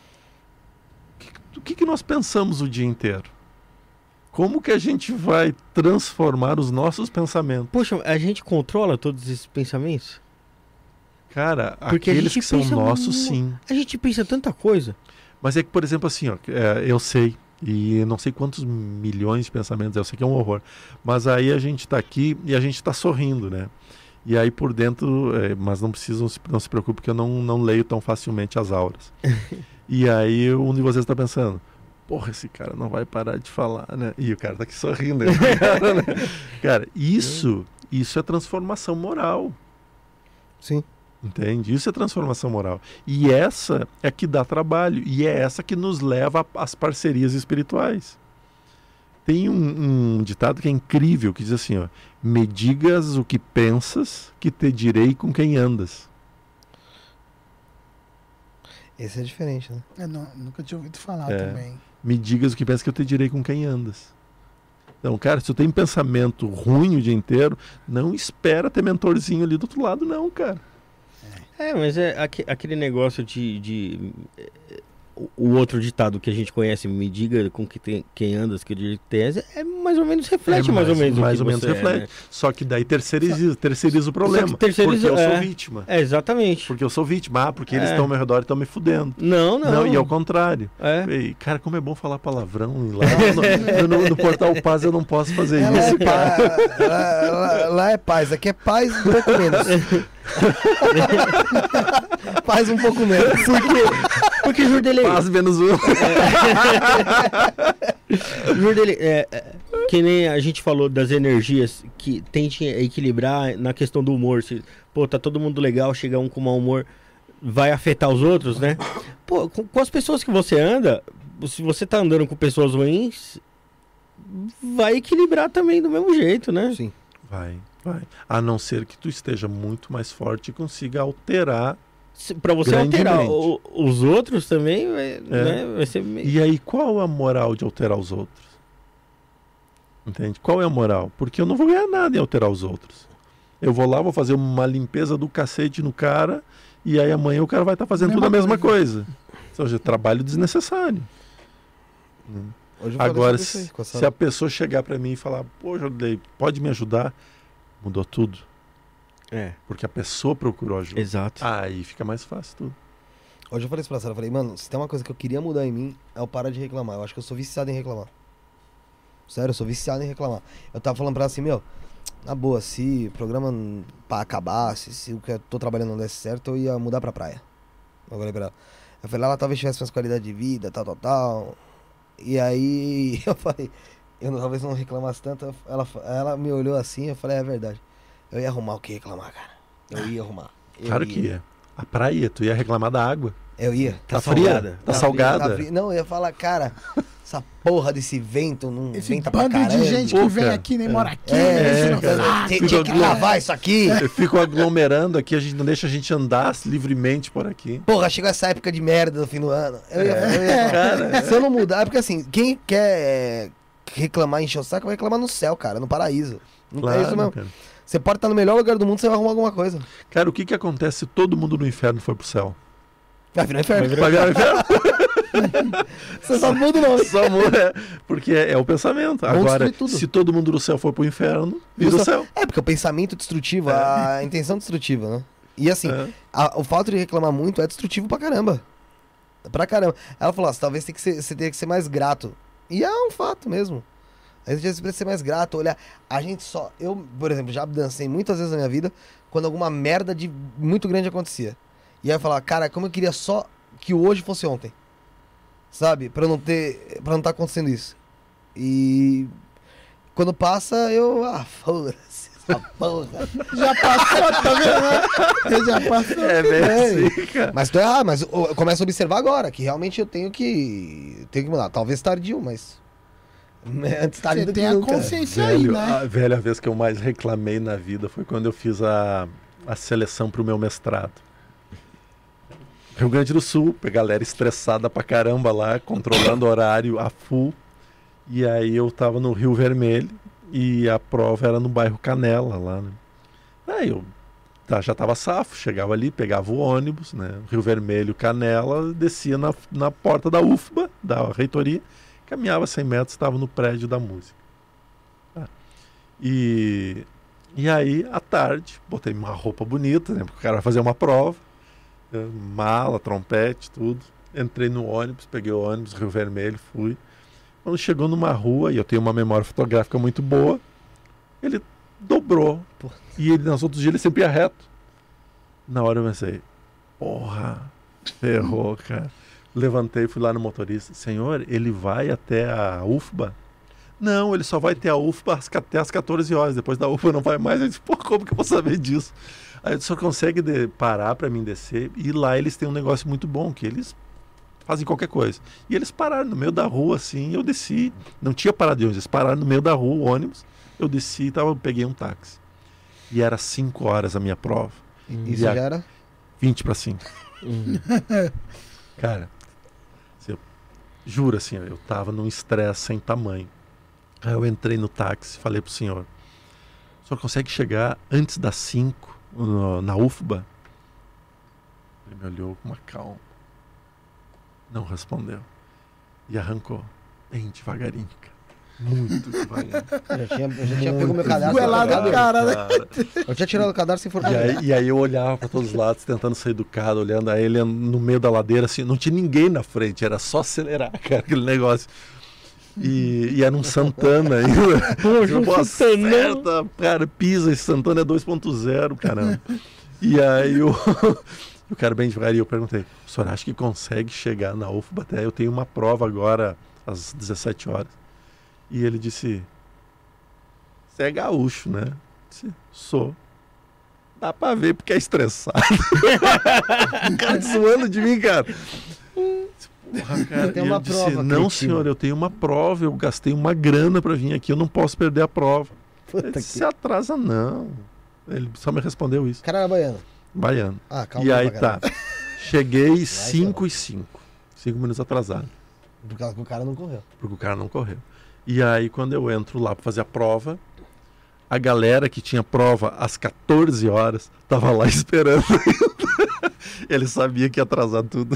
o que nós pensamos o dia inteiro? Como que a gente vai transformar os nossos pensamentos? Poxa, a gente controla todos esses pensamentos? Cara, Porque a aqueles gente que são pensa nossos, sim. A gente pensa tanta coisa. Mas é que, por exemplo, assim, ó, eu sei, e não sei quantos milhões de pensamentos, eu sei que é um horror, mas aí a gente está aqui e a gente está sorrindo, né? E aí por dentro, mas não se preocupe, porque eu não leio tão facilmente as auras. E aí um de vocês está pensando, porra, esse cara não vai parar de falar, né? E o cara tá aqui sorrindo. Cara, isso é transformação moral. Sim. Entende? Isso é transformação moral. E essa é que dá trabalho. E é essa que nos leva às parcerias espirituais. Tem um ditado que é incrível, que diz assim, ó, me digas o que pensas, que te direi com quem andas. Esse é diferente, né? Eu nunca tinha ouvido falar É. também. Me digas o que pensas, que eu te direi com quem andas. Então, cara, se tu tem pensamento ruim o dia inteiro, não espera ter mentorzinho ali do outro lado, não, cara. Mas é aquele negócio o outro ditado que a gente conhece, me diga com quem andas, que eu digo que tens, é mais ou menos reflete mais ou menos o mais que ou menos você é, reflete. né? Só que daí terceiriza o problema. Só que terceiriza- porque eu sou é. vítima. É, exatamente. Porque eu sou vítima. Porque eles É. estão ao meu redor e estão me fudendo. Não. E ao contrário. É. E, cara, como é bom falar palavrão e lá no Portal Paz eu não posso fazer Ela isso, é cara. lá é paz, aqui é paz um pouco menos. Paz um pouco menos. Porque Jurdele, Paz menos um. que nem a gente falou das energias que tente equilibrar na questão do humor. Se, pô, tá todo mundo legal, chega um com mau humor, vai afetar os outros, né? Pô, com as pessoas que você anda, se você tá andando com pessoas ruins, vai equilibrar também do mesmo jeito, né? Sim. Vai. A não ser que tu esteja muito mais forte e consiga alterar. Pra você alterar Grandemente. os outros também, né, vai ser meio... E aí, qual a moral de alterar os outros? Entende? Qual é a moral? Porque eu não vou ganhar nada em alterar os outros. Eu vou lá, vou fazer uma limpeza do cacete no cara, e aí amanhã o cara vai estar fazendo tudo a mesma coisa. Ou seja, trabalho desnecessário. Hoje eu falei Agora, sobre isso aí, com se a pessoa chegar para mim e falar, pô, Jordei, pode me ajudar? Mudou tudo. É, Porque a pessoa procurou ajuda. exato. Aí fica mais fácil tudo. Hoje eu falei isso pra Sara, eu falei, mano, se tem uma coisa que eu queria mudar em mim, é o parar de reclamar. Eu acho que eu sou viciado em reclamar. Sério, eu sou viciado em reclamar. Eu tava falando pra ela assim, meu, na boa, se o programa acabasse, se o que eu tô trabalhando não desse certo, eu ia mudar pra praia. Eu falei pra ela. Eu falei, ela talvez tivesse mais qualidade de vida, tal. E aí eu falei, talvez não reclamasse tanto. Ela me olhou assim, eu falei, é verdade. Eu ia arrumar o que reclamar, cara. Eu ia arrumar. Claro que ia. A praia, tu ia reclamar da água. Eu ia. Tá fria? Tá salgada? Não, eu ia falar, cara, essa porra desse vento não Esse venta pra bando caramba. de gente que Pô, vem cara. aqui nem mora aqui. É, enche o saco. tinha que gravar isso aqui. Ficam aglomerando aqui, a gente não deixa a gente andar livremente por aqui. Porra, chegou essa época de merda no fim do ano. Eu ia Cara, se eu não mudar, é porque assim, quem quer reclamar, encher o saco, vai reclamar no céu, cara, no paraíso. Não é isso mesmo. cara. Você pode estar no melhor lugar do mundo, você vai arrumar alguma coisa. Cara, o que acontece se todo mundo no inferno for pro céu? Vai virar inferno. Vai virar inferno? Você só muda o nome. Só muda, porque é o pensamento. Vamos Agora, destruir tudo. se todo mundo do céu for pro inferno, vira o céu. É, porque o pensamento destrutivo, a intenção destrutiva, né? E assim, É. o fato de reclamar muito é destrutivo pra caramba. Pra caramba. Ela falou, talvez você tenha que ser mais grato. E é um fato mesmo. A gente precisa ser mais grato, olhar. A gente só. Eu, por exemplo, já dancei muitas vezes na minha vida quando alguma merda muito grande acontecia. E aí eu falava, cara, como eu queria só que o hoje fosse ontem. Sabe? Pra não estar acontecendo isso. E quando passa, eu... foda-se essa porra. Já passou, tá vendo? Já passou. É bem assim, cara. Mas tô errado, mas eu começo a observar agora, que realmente eu tenho que mudar. Talvez tardio, mas... Antes tarde Você do tem que a nunca. consciência aí, né? A velha vez que eu mais reclamei na vida foi quando eu fiz a seleção pro meu mestrado. Rio Grande do Sul, a galera estressada pra caramba lá, controlando o horário a full. E aí eu tava no Rio Vermelho e a prova era no bairro Canela lá, né? Aí eu já tava safo, chegava ali, pegava o ônibus, né? Rio Vermelho, Canela, descia na porta da UFBA, da reitoria, caminhava 100 metros, estava no prédio da música. E aí, à tarde, botei uma roupa bonita, né? Porque o cara vai fazer uma prova, mala, trompete, tudo. Entrei no ônibus, peguei o ônibus, Rio Vermelho, fui. Quando chegou numa rua, e eu tenho uma memória fotográfica muito boa, ele dobrou. E ele, nos outros dias, ele sempre ia reto. Na hora eu pensei, porra, ferrou, cara. Levantei, fui lá no motorista. Senhor, ele vai até a UFBA? Não, ele só vai até a UFBA até as 14 horas. Depois da UFBA não vai mais. Eu disse, pô, como que eu vou saber disso? Aí eu disse, só consegue parar para mim descer. E lá eles têm um negócio muito bom, que eles fazem qualquer coisa. E eles pararam no meio da rua, assim, eu desci. Não tinha parado de ônibus, eles pararam no meio da rua, o ônibus. Eu desci e peguei um táxi. E era 5 horas a minha prova. Isso já era? 20 para 5. Cara, juro assim, eu tava num estresse sem tamanho. Aí eu entrei no táxi, falei pro senhor, o senhor consegue chegar antes das 5 na UFBA? Ele me olhou com uma calma, não respondeu e arrancou bem devagarinho, cara. Muito devagar. Eu já tinha pego meu cadastro. Goelado, cara, né? Eu tinha tirado o cadastro sem forma. E aí eu olhava para todos os lados, tentando sair do carro, olhando a ele no meio da ladeira, assim, não tinha ninguém na frente, era só acelerar, cara, aquele negócio. E era um Santana ainda. Poxa, Santana. Certa, cara, pisa, esse Santana é 2.0, caramba. E aí o cara bem devagar, e eu perguntei, o senhor acha que consegue chegar na UFBA até? Eu tenho uma prova agora às 17 horas. E ele disse, você é gaúcho, né? Eu disse, sou. Dá pra ver porque é estressado. O cara zoando de mim, cara. Porra, cara. Tem E uma eu disse, prova, não, cretino. senhor, eu tenho uma prova, eu gastei uma grana pra vir aqui, eu não posso perder a prova. Ele disse, se atrasa não. Ele só me respondeu isso. O cara era baiano. Baiano. Ah, calma. E aí tá. Cheguei 5 e 5. 5 minutos atrasado. Por causa que o cara não correu. Porque o cara não correu. E aí, quando eu entro lá para fazer a prova, a galera que tinha prova às 14 horas tava lá esperando. Ele sabia que ia atrasar tudo.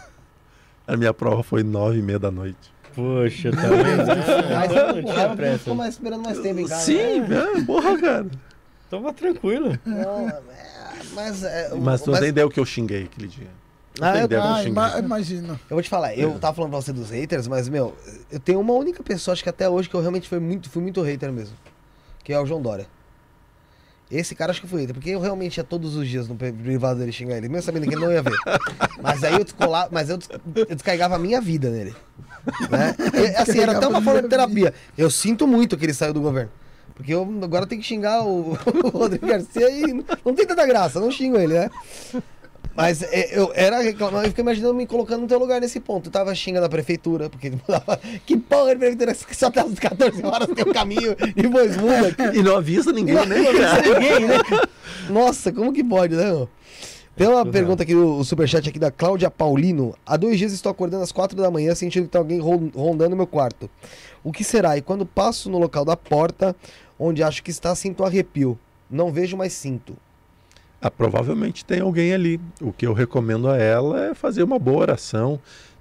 A minha prova foi 9h30 da noite. Poxa, tá vendo? Não tinha pressa. Ficou mais esperando mais tempo em casa. Sim, porra, cara. Tava tranquilo. Não, mas... Mas tu não tem ideia o que eu xinguei aquele dia. Não tem ideia o que eu xinguei. Imagina. Eu vou te falar, eu tava falando pra você dos haters, mas, meu, eu tenho uma única pessoa, acho que até hoje, que eu realmente fui muito hater mesmo. Que é o João Dória. Esse cara acho que foi hater, porque eu realmente ia todos os dias no privado dele xingar ele, mesmo sabendo que ele não ia ver. Mas aí eu descarregava a minha vida nele. Né? E, assim, era até uma forma de terapia. Eu sinto muito que ele saiu do governo. Porque eu agora tenho que xingar o Rodrigo Garcia e não tem tanta graça, não xingo ele, né? Mas eu era reclamando, eu fiquei imaginando me colocando no teu lugar nesse ponto. Eu tava xingando a prefeitura, porque ele mudava. Que porra de prefeitura que só até às 14 horas tem o caminho e depois muda. E não avisa ninguém, né, cara? Ninguém, né? Nossa, como que pode, né, meu? Tem uma pergunta aqui no superchat aqui da Cláudia Paulino. Há 2 dias estou acordando às 4 da manhã sentindo que tem alguém rondando no meu quarto. O que será? E quando passo no local da porta, onde acho que está, sinto arrepio. Não vejo, mas sinto. Provavelmente tem alguém ali. O que eu recomendo a ela é fazer uma boa oração.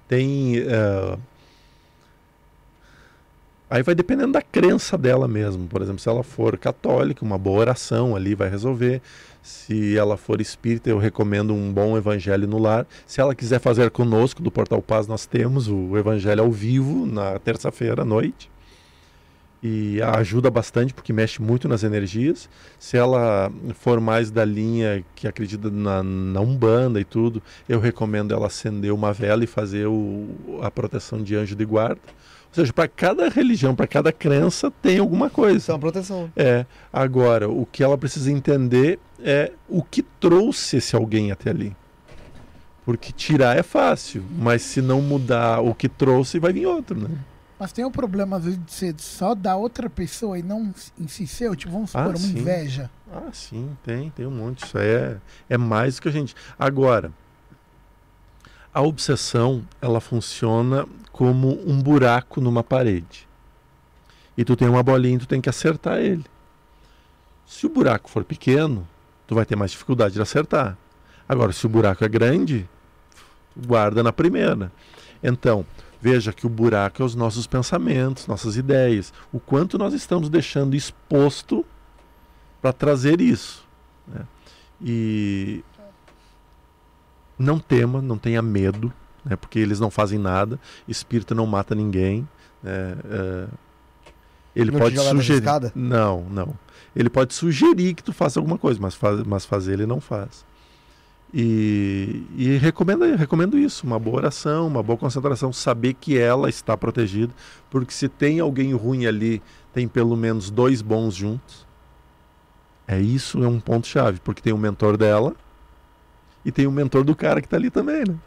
Aí vai dependendo da crença dela mesmo. Por exemplo, se ela for católica, uma boa oração ali vai resolver. Se ela for espírita, eu recomendo um bom evangelho no lar. Se ela quiser fazer conosco, do Portal Paz, nós temos o evangelho ao vivo na terça-feira à noite. E ajuda bastante porque mexe muito nas energias. Se ela for mais da linha que acredita na Umbanda e tudo, eu recomendo ela acender uma vela e fazer a proteção de anjo de guarda. Ou seja, para cada religião, para cada crença, tem alguma coisa. Isso é uma proteção. Agora, o que ela precisa entender é o que trouxe esse alguém até ali. Porque tirar é fácil, mas se não mudar o que trouxe, vai vir outro, né? Mas tem o problema, às vezes, de ser só da outra pessoa e não em si seu, tipo, vamos supor, uma sim. inveja. Sim, tem um monte. Isso é mais do que a gente... Agora, a obsessão, ela funciona como um buraco numa parede. E tu tem uma bolinha e tu tem que acertar ele. Se o buraco for pequeno, tu vai ter mais dificuldade de acertar. Agora, se o buraco é grande, guarda na primeira. Então, veja que o buraco é os nossos pensamentos, nossas ideias. O quanto nós estamos deixando exposto para trazer isso. Né? E não tema, não tenha medo, né? Porque eles não fazem nada. Espírito não mata ninguém. Ele não pode te jogar sugerir. Na escada? Não. Ele pode sugerir que tu faça alguma coisa, mas fazer ele não faz. E recomendo isso, uma boa oração, uma boa concentração, saber que ela está protegida, porque se tem alguém ruim ali, tem pelo menos 2 bons juntos. Isso é um ponto-chave, porque tem o mentor dela e tem o mentor do cara que está ali também, né?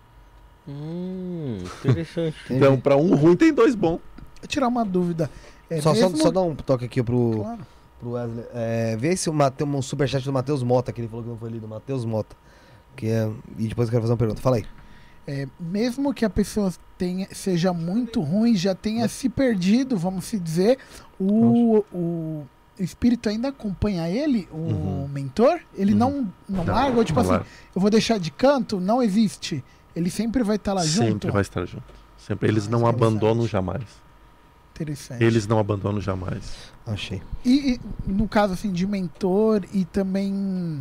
Interessante. Então, para um ruim tem 2 bons. Vou tirar uma dúvida. Só dar um toque aqui pro Claro. Wesley. Vê se tem um superchat do Matheus Mota, que ele falou que não foi lido. Matheus Mota. E depois eu quero fazer uma pergunta. Fala aí. Mesmo que a pessoa seja muito ruim, já tenha se perdido, vamos se dizer, o espírito ainda acompanha ele, o mentor? Ele não larga? Ou tipo assim, eu vou deixar de canto? Não existe. Ele sempre vai estar lá junto? Sempre vai estar junto. Sempre. Eles não abandonam jamais. Interessante. Eles não abandonam jamais. Achei. E no caso assim de mentor e também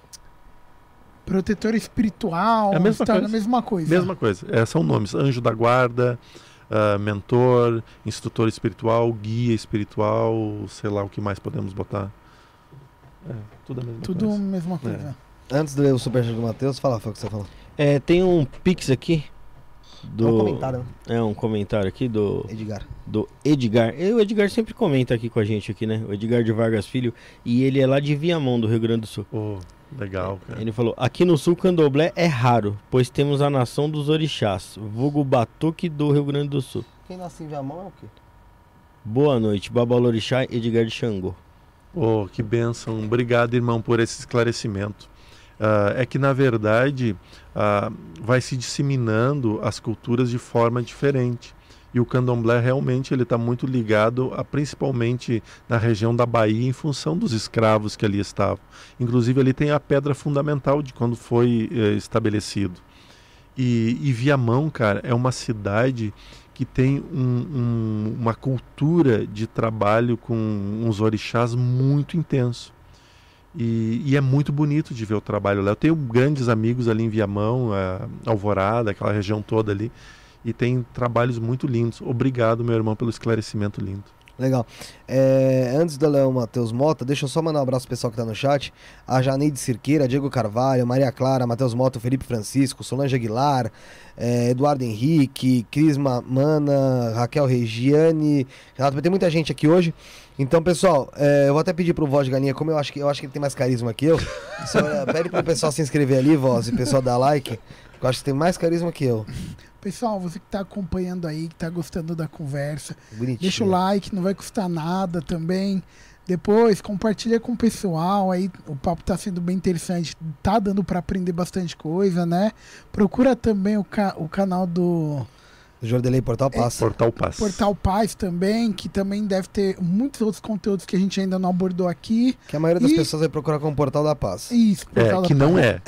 protetor espiritual, É a mesma coisa. Na mesma coisa. Mesma coisa. São nomes: anjo da guarda, mentor, instrutor espiritual, guia espiritual, sei lá o que mais podemos botar. Tudo a mesma Tudo coisa. a mesma coisa. Antes de ler o superchat do Matheus, fala, foi o que você falou. Tem um pix aqui. É um comentário, né? Um comentário aqui do Edgar. O Edgar sempre comenta aqui com a gente aqui, né? O Edgar de Vargas Filho. E ele é lá de Viamão, do Rio Grande do Sul. Legal, cara. Ele falou: aqui no sul candomblé é raro, pois temos a nação dos orixás, vulgo batuque do Rio Grande do Sul. Quem nasce em Viamão é o quê? Boa noite, Babalorixá, Edgar de Xangô. Que bênção. Obrigado, irmão, por esse esclarecimento. É que, na verdade, vai se disseminando as culturas de forma diferente. E o candomblé realmente ele está muito ligado, principalmente na região da Bahia, em função dos escravos que ali estavam. Inclusive, ali tem a pedra fundamental de quando foi estabelecido. E Viamão, cara, é uma cidade que tem uma cultura de trabalho com uns orixás muito intenso. E é muito bonito de ver o trabalho lá. Eu tenho grandes amigos ali em Viamão, Alvorada, aquela região toda ali, e tem trabalhos muito lindos. Obrigado, meu irmão, pelo esclarecimento lindo. Legal. Antes de eu ler o Matheus Mota, deixa eu só mandar um abraço pro pessoal que tá no chat. A Janeide Cirqueira, Diego Carvalho, Maria Clara, Matheus Mota, Felipe Francisco, Solange Aguilar, Eduardo Henrique, Cris Mana, Raquel Regiane. Tem muita gente aqui hoje. Então, pessoal, eu vou até pedir pro Voz de Galinha, como eu acho que ele tem mais carisma que eu. Pede pro pessoal se inscrever ali, Voz, e o pessoal dar like, que eu acho que tem mais carisma que eu. Pessoal, você que está acompanhando aí, que está gostando da conversa, Bonitinho. Deixa o like, não vai custar nada também. Depois, compartilha com o pessoal, aí o papo está sendo bem interessante, tá dando para aprender bastante coisa, né? Procura também o canal do Jordelei Portal Paz. Portal Paz. Portal Paz também, que também deve ter muitos outros conteúdos que a gente ainda não abordou aqui. Que a maioria das pessoas vai procurar como Portal da Paz. Isso, Portal da que Paz. não é.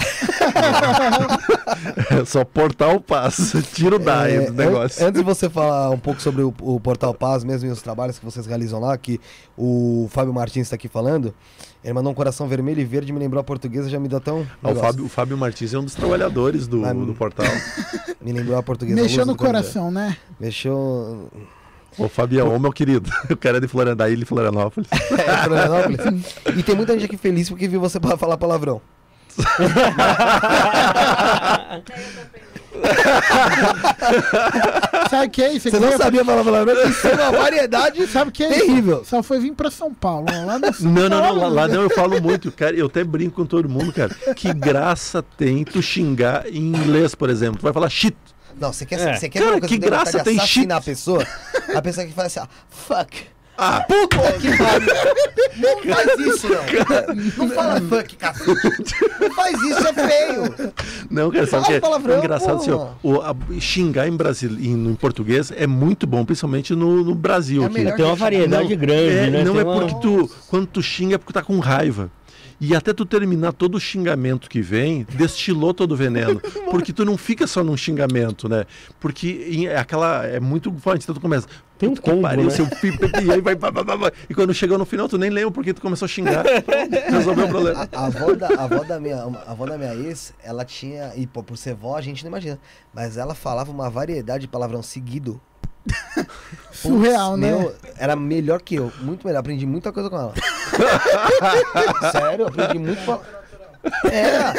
É só Portal Paz. Tira o daio do negócio. Antes de você falar um pouco sobre o Portal Paz mesmo e os trabalhos que vocês realizam lá, que o Fábio Martins está aqui falando, ele mandou um coração vermelho e verde, me lembrou a portuguesa, já me deu tão... O Fábio Martins é um dos trabalhadores do portal. Me lembrou a portuguesa. Mexeu no coração, né? Mexeu... Ô, Fabião, ô meu querido, o cara é de Florianópolis, Florianópolis. É, Florianópolis. E tem muita gente aqui feliz porque viu você falar palavrão. Sabe o que é isso? Você não sabia falar palavrão? Isso é uma variedade, Sabe o que é isso? terrível. Só foi vir pra São Paulo. Lá no Lá não, eu falo muito, cara, eu até brinco com todo mundo, cara. Que graça tem tu xingar em inglês, por exemplo. Tu vai falar shit. Não, você quer Cara, ver uma coisa que dê vontade graça de tem assassinar a pessoa que fala assim, fuck. Ah, Puta que pariu. Não faz isso, não. Não fala fuck, cacete. Não faz isso, é feio. não, cara, sabe o Fala que é palavrão, engraçado? Assim, ó, xingar em português é muito bom, principalmente no Brasil. É aqui. melhor Tem uma variedade grande, né? Não Tem é uma- porque quando tu xinga é porque tu tá com raiva. E até tu terminar todo o xingamento que vem, destilou todo o veneno. Porque tu não fica só num xingamento, né? Porque é muito forte. Então tu começa. Tem um "Puta que combo, pariu, né? seu filho", e aí vai. E quando chegou no final, tu nem lembra porque tu começou a xingar. Resolveu o problema. A avó da minha ex, ela tinha, e pô, por ser vó, a gente não imagina, mas ela falava uma variedade de palavrão seguido. Surreal, né? Era melhor que eu, muito melhor. Aprendi muita coisa com ela. Sério, aprendi muito com ela. Era.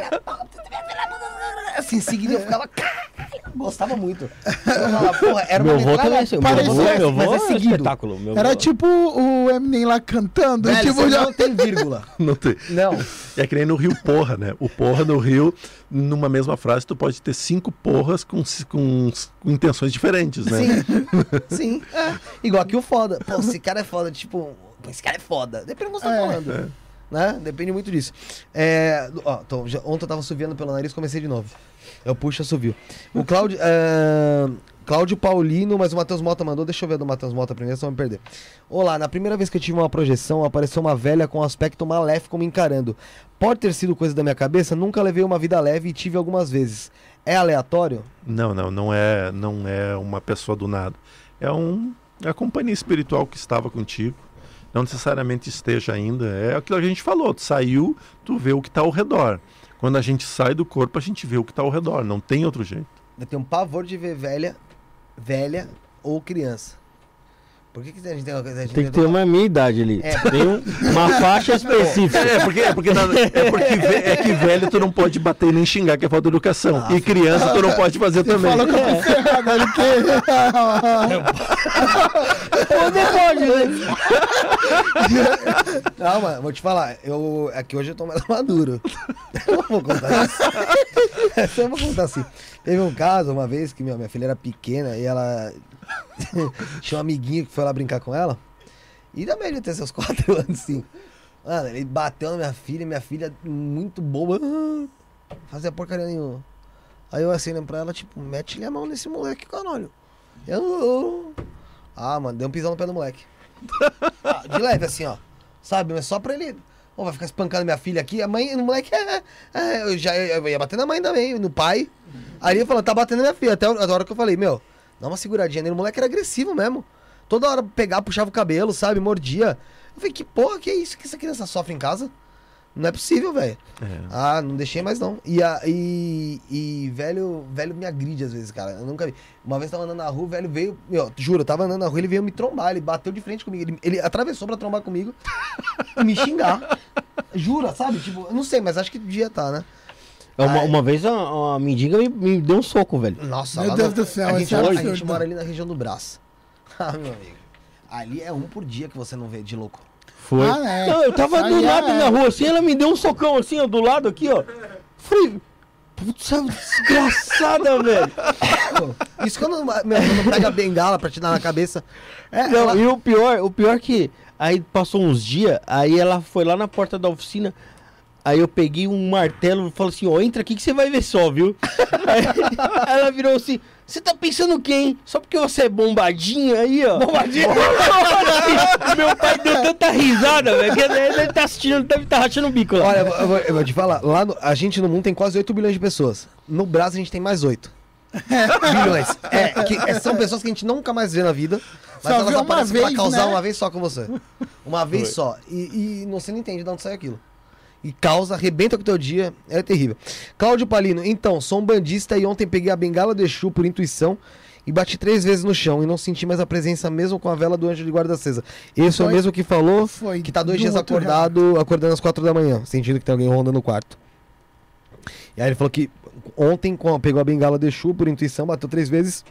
Assim, seguido eu ficava. Gostava muito. Eu falava, porra, era Meu uma avô também, metralha- meu mas avô é é seguido. espetáculo. Meu Era avô- tipo o Eminem lá cantando. Velho, tipo, você já... não tem vírgula. Não tem. Não. É que nem no Rio porra, né? O porra no Rio, numa mesma frase, tu pode ter 5 porras com intenções diferentes, né? Sim. Sim. É. Igual aqui o foda. Pô, esse cara é foda, tipo, pô, esse cara é foda. Depende do que você tá falando. Né? Depende muito disso. Ontem eu tava assoviando pelo nariz, comecei de novo. Eu puxo, assovio. O Cláudio. Cláudio Paulino, mas o Matheus Mota mandou. Deixa eu ver do Matheus Mota primeiro, senão eu vou me perder. Olá, na primeira vez que eu tive uma projeção, apareceu uma velha com um aspecto maléfico me encarando. Pode ter sido coisa da minha cabeça? Nunca levei uma vida leve e tive algumas vezes. É aleatório? Não é uma pessoa do nada. É a companhia espiritual que estava contigo. Não necessariamente esteja ainda. É aquilo que a gente falou. Tu saiu, tu vê o que está ao redor. Quando a gente sai do corpo, a gente vê o que está ao redor. Não tem outro jeito. Eu tenho um pavor de ver velha ou criança. Por que a gente tem uma coisa? Tem que ter uma meia idade ali. É. Tem uma faixa específica. É que velho tu não pode bater e nem xingar, que é falta de educação. E criança tu não pode fazer também. Falou que eu pensei errado, olha que... Não, mano, vou te falar. Aqui hoje eu tô mais maduro. Eu vou contar assim. Eu vou contar assim. Teve um caso uma vez que minha filha era pequena e ela tinha um amiguinho que foi lá brincar com ela. E também de ter seus 4 anos, sim. Mano, ele bateu na minha filha muito boba. Fazia porcaria nenhuma. Aí eu assim, olhando pra ela, tipo, mete-lhe a mão nesse moleque, caralho. Mano, deu um pisão no pé do moleque. De leve, assim, ó. Sabe, mas só pra ele. Vai ficar espancando minha filha aqui. A mãe, o moleque eu ia bater na mãe também, no pai. Aí ele falou, tá batendo na minha filha. Até a hora que eu falei, meu, dá uma seguradinha nele. O moleque era agressivo mesmo. Toda hora pegava, puxava o cabelo, sabe, mordia. Eu falei, que porra, que é isso que essa criança sofre em casa? Não é possível, velho. Não deixei mais não. E velho me agride às vezes, cara. Eu nunca vi. Uma vez tava andando na rua, o velho veio, juro, eu tava andando na rua, ele veio me trombar, ele bateu de frente comigo. Ele atravessou pra trombar comigo e me xingar. Jura, sabe? Tipo, eu não sei, mas acho que devia estar, né? Uma vez uma mendiga me deu um soco, velho. Nossa, Meu Deus do céu, a esse é absurdo. gente mora ali na região do braço. Meu amigo. Ali é um por dia que você não vê de louco. Foi. Não, eu tava do Aí lado na rua assim, ela me deu um socão assim, ó, do lado aqui, ó. Falei, putz, desgraçada, velho. Isso quando pega a bengala pra te dar na cabeça. Não, e o pior que aí passou uns dias, aí ela foi lá na porta da oficina, aí eu peguei um martelo e falei assim, ó, entra aqui que você vai ver só, viu? Aí ela virou assim, você tá pensando o quê, hein? Só porque você é bombadinha aí, ó. Bombadinha? Meu pai deu tanta risada, velho, que ele tá assistindo, deve estar rachando o bico lá. Olha, eu vou te falar, a gente no mundo tem quase 8 bilhões de pessoas. No Brasil a gente tem mais 8 bilhões. São pessoas que a gente nunca mais vê na vida, mas Só elas vê uma aparecem pra vez, causar né? uma vez só com você. Uma vez só. E você não entende de onde sai aquilo. E causa, arrebenta com o teu dia, é terrível. Cláudio Palino, então, sou um bandista e ontem peguei a bengala de Exu por intuição e bati 3 vezes no chão e não senti mais a presença mesmo com a vela do anjo de guarda acesa. Esse é o Foi- mesmo que falou Foi que tá 2 do dias outro acordando às 4 da manhã, sentindo que tem alguém rondando no quarto. E aí ele falou que ontem pegou a bengala de Exu por intuição, bateu 3 vezes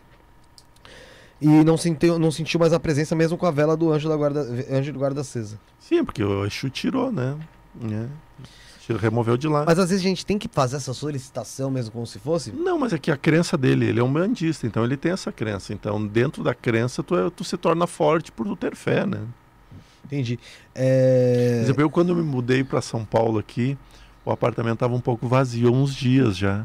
e não sentiu mais a presença mesmo com a vela do anjo de guarda acesa. Sim, porque o Exu tirou, né? Removeu de lá. Mas às vezes a gente tem que fazer essa solicitação mesmo como se fosse. Não, mas é que a crença dele, ele é um bandista, então ele tem essa crença. Então, dentro da crença, tu se torna forte por tu ter fé, né? Entendi. Por exemplo, eu quando me mudei para São Paulo aqui, o apartamento estava um pouco vazio há uns dias já.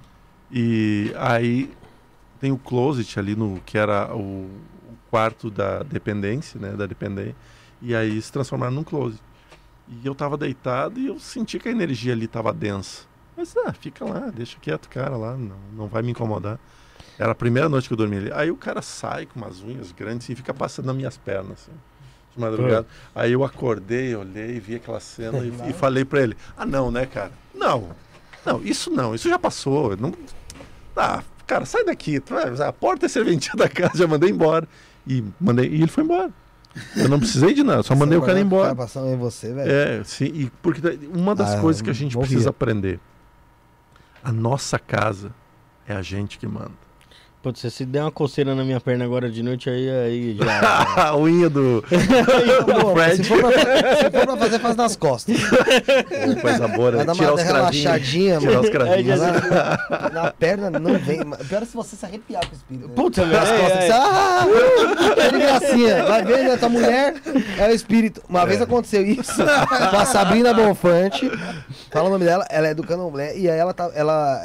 E aí tem o closet ali, que era o quarto da dependência, né? Da dependência. E aí se transformaram num closet. E eu tava deitado e eu senti que a energia ali tava densa. Mas fica lá, deixa quieto o cara lá, não vai me incomodar. Era a primeira noite que eu dormi ali. Aí o cara sai com umas unhas grandes e fica passando nas minhas pernas, assim, de madrugada. Aí eu acordei, olhei, vi aquela cena e falei pra ele, não, né, cara? Não, isso já passou. Não, cara, sai daqui. A porta é serventia da casa, já mandei embora. E ele foi embora. Eu não precisei de nada, só mandei o cara embora. Cara passando em você, velho. Sim, e porque uma das coisas que a gente precisa aprender, a nossa casa é a gente que manda. Pô, se der uma coceira na minha perna agora de noite, aí já... A unha do Se for pra fazer, faz nas costas. Coisa boa, Vai dar tirar uma os cravinhos. relaxadinha, Tirar mano. os cravinhos. Na perna não vem. Pior é se você se arrepiar com o espírito. Né? Puta, meu, As costas. Que gracinha. Vai ver, né? Tua mulher é o espírito. Uma vez aconteceu isso com a Sabrina Bonfante. Fala o nome dela. Ela é do Candomblé. E aí ela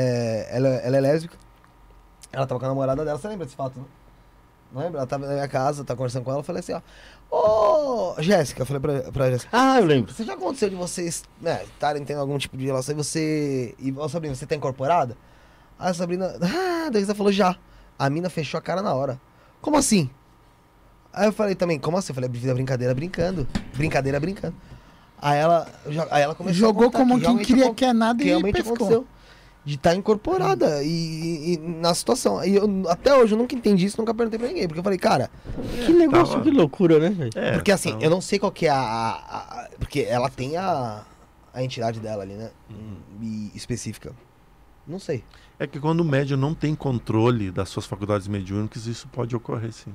é lésbica. Ela tava com a namorada dela. Você lembra desse fato, né? Não lembra? Ela tava na minha casa, tava conversando com ela. Eu falei assim, ó. Ô, Jéssica. Eu falei pra Jéssica. eu lembro. Você já aconteceu de vocês estarem tendo algum tipo de relação e você... Ô, Sabrina, você tá incorporada? Aí a Sabrina... daí você falou, já. A mina fechou a cara na hora. Como assim? Aí eu falei também, como assim? Eu falei, brincadeira brincando. Brincadeira brincando. Aí ela começou Jogou a contar como que quem queria que é nada que e realmente pescou. aconteceu. De estar incorporada e na situação. E até hoje eu nunca entendi isso, nunca perguntei pra ninguém. Porque eu falei, cara... Que negócio, que loucura, né, velho? Porque assim, eu não sei qual que é porque ela tem a entidade dela ali, né? E específica. Não sei. É que quando o médium não tem controle das suas faculdades mediúnicas, isso pode ocorrer, sim.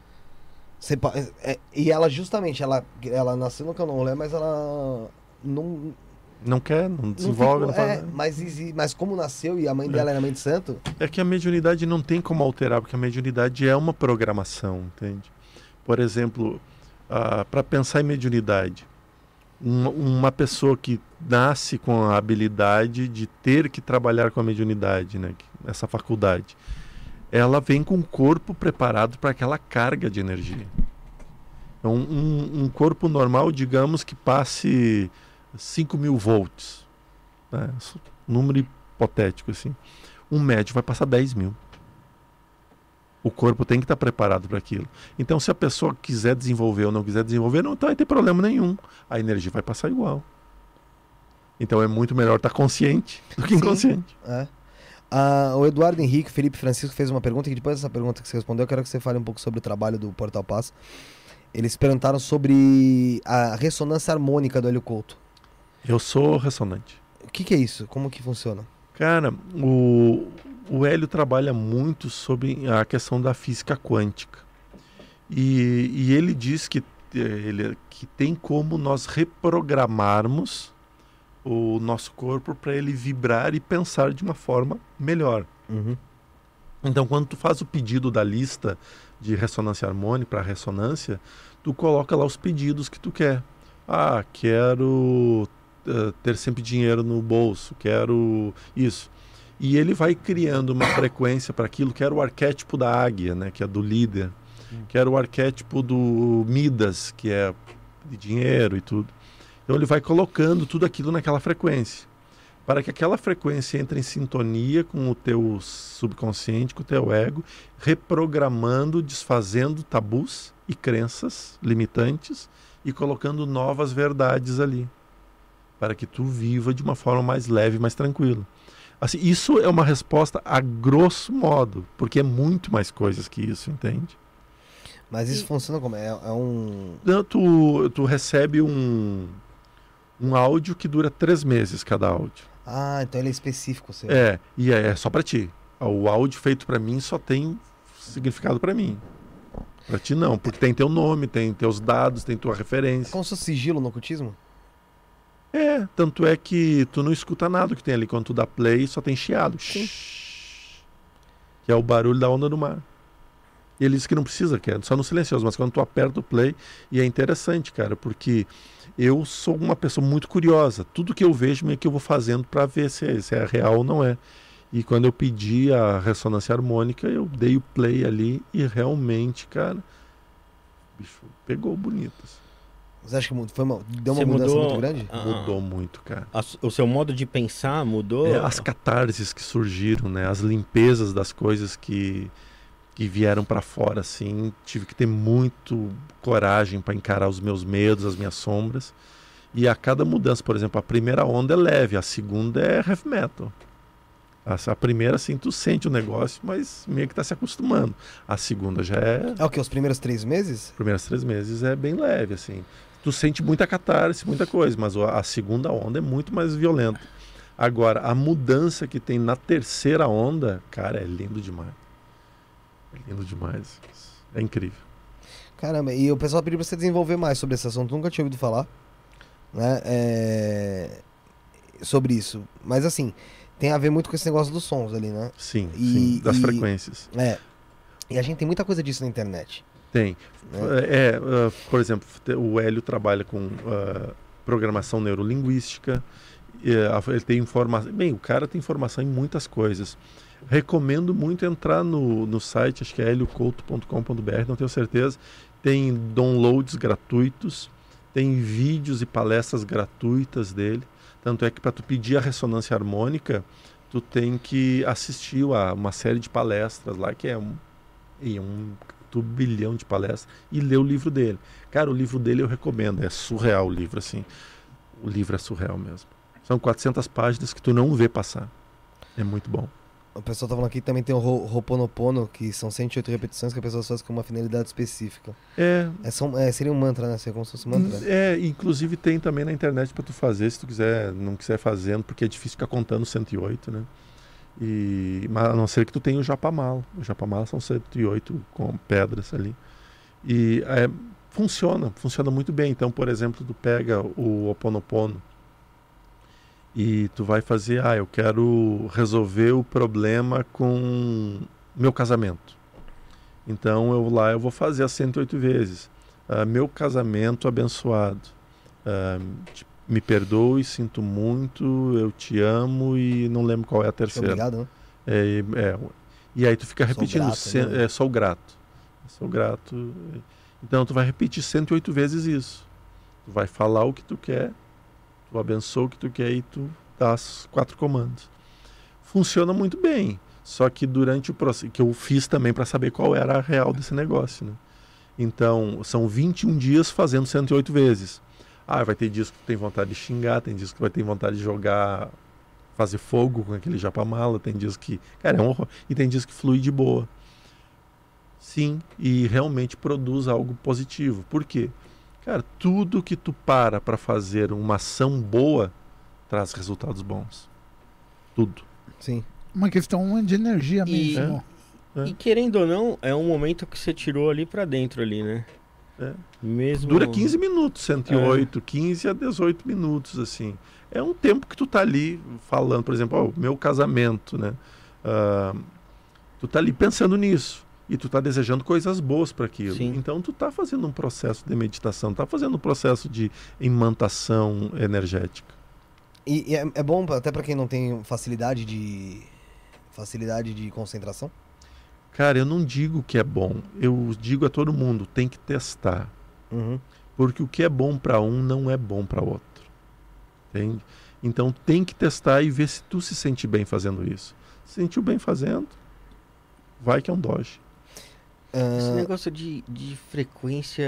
E ela justamente, ela nasceu no Candomblé, mas ela não quer, não desenvolve, não faz nada. Mas como nasceu e a mãe dela era mãe de santo... É que a mediunidade não tem como alterar, porque a mediunidade é uma programação, entende? Por exemplo, para pensar em mediunidade, uma pessoa que nasce com a habilidade de ter que trabalhar com a mediunidade, né, essa faculdade, ela vem com o corpo preparado para aquela carga de energia. Então, um corpo normal, digamos que passe 5.000 volts, né? Número hipotético assim. Um médium vai passar 10.000. O corpo tem que estar preparado para aquilo. Então, se a pessoa quiser desenvolver ou não quiser desenvolver, não vai ter problema nenhum. A energia vai passar igual. Então, é muito melhor estar consciente do que inconsciente. O Eduardo Henrique, Felipe Francisco fez uma pergunta, e depois dessa pergunta que você respondeu, eu quero que você fale um pouco sobre o trabalho do Portal Paz. Eles perguntaram sobre a ressonância harmônica do Hélio Couto. Eu sou ressonante. O que é isso? Como que funciona? Cara, o Hélio trabalha muito sobre a questão da física quântica. E ele diz que tem como nós reprogramarmos o nosso corpo para ele vibrar e pensar de uma forma melhor. Então, quando tu faz o pedido da lista de ressonância harmônica para ressonância, tu coloca lá os pedidos que tu quer. Quero ter sempre dinheiro no bolso, quero isso. E ele vai criando uma frequência para aquilo, que era o arquétipo da águia, né, que é do líder, que era o arquétipo do Midas, que é de dinheiro e tudo. Então ele vai colocando tudo aquilo naquela frequência, para que aquela frequência entre em sintonia com o teu subconsciente, com o teu ego, reprogramando, desfazendo tabus e crenças limitantes e colocando novas verdades ali, para que tu viva de uma forma mais leve, mais tranquila. Assim, isso é uma resposta a grosso modo, porque é muito mais coisas que isso, entende? Mas isso funciona como? É um... Não, tu recebe um áudio que dura 3 meses cada áudio. Ah, então ele é específico, seu. E é só pra ti. O áudio feito pra mim só tem significado pra mim. Pra ti não, porque tem teu nome, tem teus dados, tem tua referência. Como se fosse sigilo no ocultismo? Tanto é que tu não escuta nada que tem ali. Quando tu dá play, só tem chiado. Sim. Que é o barulho da onda do mar. E ele diz que não precisa, que é só no silencioso, mas quando tu aperta o play, e é interessante, cara, porque eu sou uma pessoa muito curiosa. Tudo que eu vejo, meio que eu vou fazendo para ver se é real ou não é. E quando eu pedi a ressonância harmônica, eu dei o play ali e realmente, cara, bicho, pegou bonito. Assim. Você acha que deu uma Você mudança mudou muito grande? Mudou muito, cara. O seu modo de pensar mudou? As catarses que surgiram, né? As limpezas das coisas que vieram para fora, assim. Tive que ter muito coragem para encarar os meus medos, as minhas sombras. E a cada mudança, por exemplo, a primeira onda é leve, a segunda é heavy metal. A primeira, assim, tu sente o negócio, mas meio que tá se acostumando. A segunda já é... É o que? Os primeiros 3 meses? Os primeiros 3 meses é bem leve, assim. Tu sente muita catarse, muita coisa, mas a segunda onda é muito mais violenta. Agora, a mudança que tem na terceira onda, cara, é lindo demais. É lindo demais. É incrível. Caramba, e o pessoal pediu pra você desenvolver mais sobre esse assunto. Nunca tinha ouvido falar, né? Sobre isso. Mas assim, tem a ver muito com esse negócio dos sons ali, né? Sim, sim, das frequências. E a gente tem muita coisa disso na internet. Tem. Por exemplo, o Hélio trabalha com programação neurolinguística. Ele tem informação. Bem, o cara tem informação em muitas coisas. Recomendo muito entrar no site, acho que é heliocouto.com.br, não tenho certeza. Tem downloads gratuitos, tem vídeos e palestras gratuitas dele. Tanto é que para tu pedir a ressonância harmônica, tu tem que assistir a uma série de palestras lá, que é um turbilhão de palestras, e ler o livro dele. Cara, o livro dele eu recomendo, é surreal o livro, assim. O livro é surreal mesmo. São 400 páginas que tu não vê passar. É muito bom. O pessoal tá falando aqui que também tem o Ho'oponopono, que são 108 repetições que a pessoa faz com uma finalidade específica. Seria um mantra, né? Seria como se fosse um mantra. Inclusive tem também na internet para tu fazer, se tu não quiser fazendo, porque é difícil ficar contando 108, né? Mas a não ser que tu tenha o Japamala. O Japamala são 108 com pedras ali. E funciona muito bem. Então, por exemplo, tu pega o Ho'oponopono e tu vai fazer, eu quero resolver o problema com meu casamento. Então eu vou fazer as 108 vezes. Meu casamento abençoado. Me perdoe, sinto muito, eu te amo e não lembro qual é a terceira. Obrigado, né? E aí tu fica repetindo, sou grato. Sou grato. Então tu vai repetir 108 vezes isso. Tu vai falar o que tu quer, tu abençoa o que tu quer e tu dá os 4 comandos. Funciona muito bem, só que durante o processo, que eu fiz também para saber qual era a real desse negócio, né? Então, são 21 dias fazendo 108 vezes. Vai ter dias que tu tem vontade de xingar, tem dias que tu vai ter vontade de jogar, fazer fogo com aquele japamala, tem dias que, cara, é um horror, e tem dias que flui de boa. Sim, e realmente produz algo positivo. Por quê? Cara, tudo que tu para fazer uma ação boa traz resultados bons. Tudo. Sim. Uma questão de energia mesmo. E querendo ou não, é um momento que você tirou ali pra dentro ali, né? Mesmo... Dura 15 minutos, 108, 15 a 18 minutos, assim. É um tempo que tu tá ali falando, por exemplo, meu casamento, né? Tu tá ali pensando nisso. E tu tá desejando coisas boas para aquilo. Sim. Então tu tá fazendo um processo de meditação, tá fazendo um processo de imantação energética. E é bom até para quem não tem facilidade de concentração? Cara, eu não digo que é bom. Eu digo a todo mundo, tem que testar. Uhum. Porque o que é bom para um não é bom para outro. Entende? Então tem que testar e ver se tu se sente bem fazendo isso. Se sentiu bem fazendo, vai que é um doge. Esse negócio de frequência,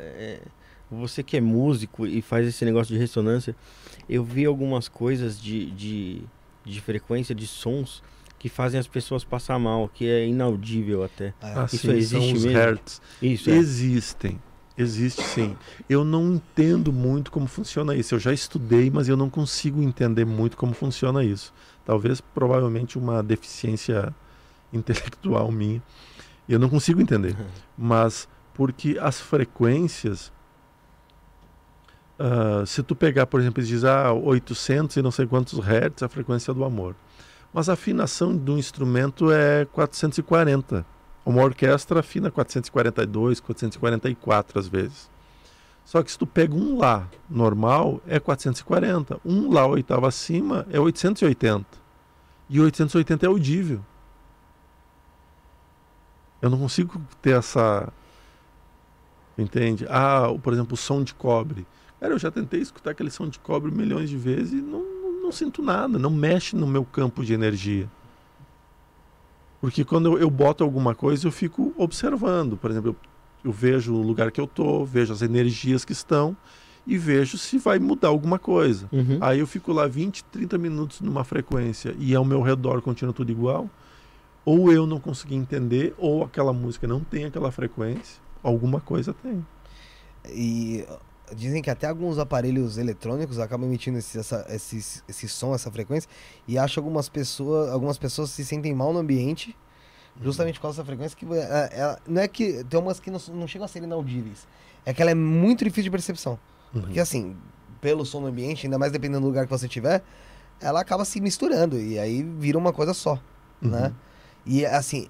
você que é músico e faz esse negócio de ressonância, eu vi algumas coisas de de frequência, de sons que fazem as pessoas passar mal, que é inaudível até. Isso sim, existe são os mesmo? hertz. Isso, Existem. Existe sim. Eu não entendo muito como funciona isso. Eu já estudei, mas eu não consigo entender muito como funciona isso. Talvez, provavelmente, uma deficiência intelectual minha. Eu não consigo entender. Mas porque as frequências... se tu pegar, por exemplo, e diz 800 e não sei quantos hertz, a frequência do amor. Mas a afinação do instrumento é 440. Uma orquestra afina 442, 444 às vezes. Só que se tu pega um Lá normal, é 440. Um Lá oitava acima é 880. E 880 é audível. Eu não consigo ter essa... Entende? Por exemplo, o som de cobre. Cara, eu já tentei escutar aquele som de cobre milhões de vezes e não sinto nada. Não mexe no meu campo de energia. Porque quando eu boto alguma coisa, eu fico observando. Por exemplo, eu vejo o lugar que eu tô, vejo as energias que estão e vejo se vai mudar alguma coisa. Uhum. Aí eu fico lá 20, 30 minutos numa frequência e ao meu redor continua tudo igual. Ou eu não consegui entender, ou aquela música não tem aquela frequência. Alguma coisa tem. E dizem que até alguns aparelhos eletrônicos acabam emitindo esse som, essa frequência, e acho que algumas pessoas se sentem mal no ambiente justamente por causa dessa frequência, que não é que tem umas que não chegam a ser inaudíveis, é que ela é muito difícil de percepção. Porque assim, pelo som no ambiente, ainda mais dependendo do lugar que você tiver, ela acaba se misturando e aí vira uma coisa só, né? E assim,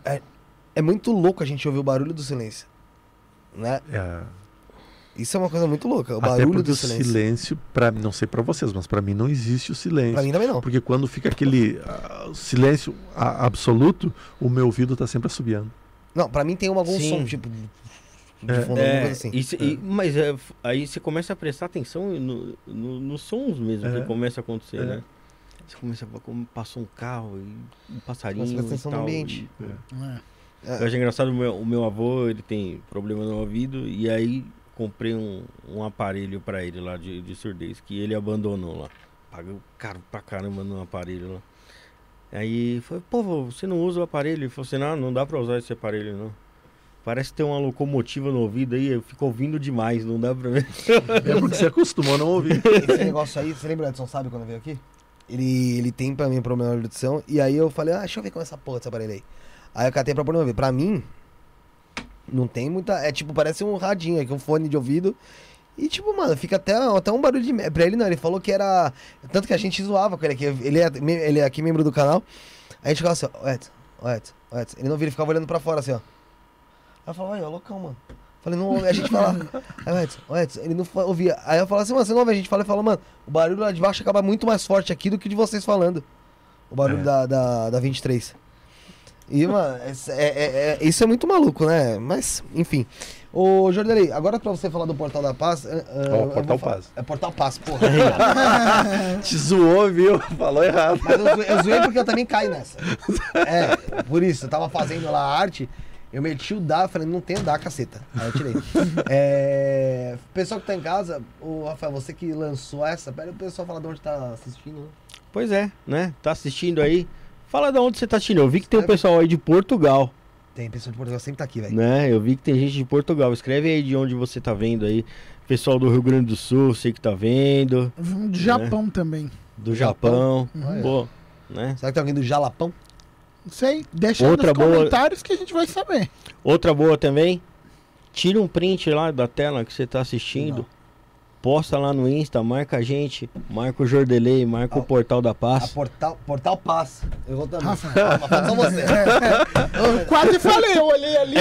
é muito louco a gente ouvir o barulho do silêncio, né? Isso é uma coisa muito louca, o barulho do silêncio. O silêncio, não sei pra vocês, mas pra mim não existe o silêncio. Pra mim também não. Porque quando fica aquele silêncio absoluto, o meu ouvido tá sempre assobiando. Não, pra mim tem algum som, tipo... de fundo, alguma coisa assim. Mas aí você começa a prestar atenção nos sons mesmo que começa a acontecer, né? Você começa a como passou um carro e um passarinho Você presta e atenção tal. no ambiente. Eu acho engraçado, o meu avô, ele tem problema no ouvido, e aí comprei um aparelho pra ele lá de surdez, que ele abandonou lá. Paguei caro pra caramba no aparelho lá. Aí foi, pô, você não usa o aparelho? Ele falou assim, não dá pra usar esse aparelho não. Parece ter uma locomotiva no ouvido aí, eu fico ouvindo demais, não dá pra ver. É porque você acostumou a não ouvir. Esse negócio aí, você lembra, Edson, sabe quando veio aqui? Ele tem pra mim problema de audição, e aí eu falei, deixa eu ver como é essa porra desse aparelho aí. Aí eu catei pra pôr no ouvido. Pra mim, não tem muita... É tipo, parece um radinho aqui, um fone de ouvido. E tipo, mano, fica até um barulho de... Pra ele não, ele falou que era... Tanto que a gente zoava com ele aqui. Ele é aqui membro do canal. Aí a gente ficava assim, ó, Edson. Ele não via, ele ficava olhando pra fora assim, ó. Aí eu falava, ó, loucão, mano. Falei, não ouve, a gente fala. Aí o Edson, ele não ouvia. Aí eu falava assim, mano, você não ouve? A gente fala, mano, o barulho lá de baixo acaba muito mais forte aqui do que de vocês falando. O barulho da 23. E, mano, isso é muito maluco, né? Mas, enfim. Ô, Jordelei, agora pra você falar do Portal da Paz... Portal Paz. É Portal Paz, porra. Te zoou, viu? Falou errado. Mas eu zoei porque eu também caí nessa. Por isso, eu tava fazendo lá a arte, eu meti o dá, falei, não tem dá, caceta. Aí eu tirei. Pessoal que tá em casa, o Rafael, você que lançou essa, pera o pessoal falar de onde tá assistindo, né? Pois é, né? Tá assistindo aí. Fala de onde você tá assistindo. Eu vi que tem um pessoal aí de Portugal. Tem pessoal de Portugal, sempre tá aqui, velho. Né? Eu vi que tem gente de Portugal. Escreve aí de onde você tá vendo aí. Pessoal do Rio Grande do Sul, sei que tá vendo. Do Japão também. Do Japão. Pô, né? Será que tem alguém do Jalapão? Não sei. Deixa Outra nos boa... comentários que a gente vai saber. Outra boa também. Tira um print lá da tela que você tá assistindo. Não. Posta lá no Insta, marca a gente, marca o Jordelei, marca o Portal da Paz. Portal Paz. Eu vou também. Rafa. Só você. Eu quase falei, eu olhei ali.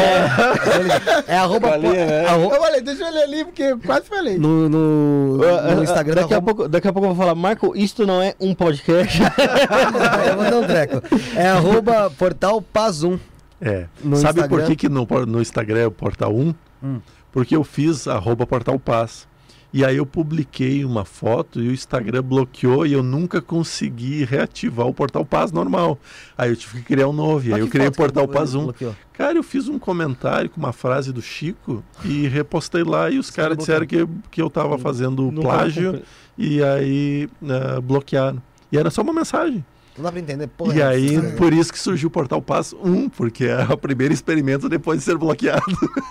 É arroba... Eu falei, deixa eu olhar ali, porque eu quase falei. No Instagram... Daqui a pouco eu vou falar, Marco, isto não é um podcast. Eu vou dar um treco. É arroba Portal Paz 1. Sabe Instagram? por que no Instagram é o Portal 1? Porque eu fiz arroba Portal Paz. E aí eu publiquei uma foto e o Instagram bloqueou e eu nunca consegui reativar o Portal Paz normal. Aí eu tive que criar um novo. E aí eu criei o Portal Paz 1. Bloqueou? Cara, eu fiz um comentário com uma frase do Chico e repostei lá e os caras disseram que eu tava fazendo plágio e aí bloquearam. E era só uma mensagem. Não dá pra entender, porra. E aí, Nossa, por isso que surgiu o Portal Paz 1, porque é o primeiro experimento depois de ser bloqueado.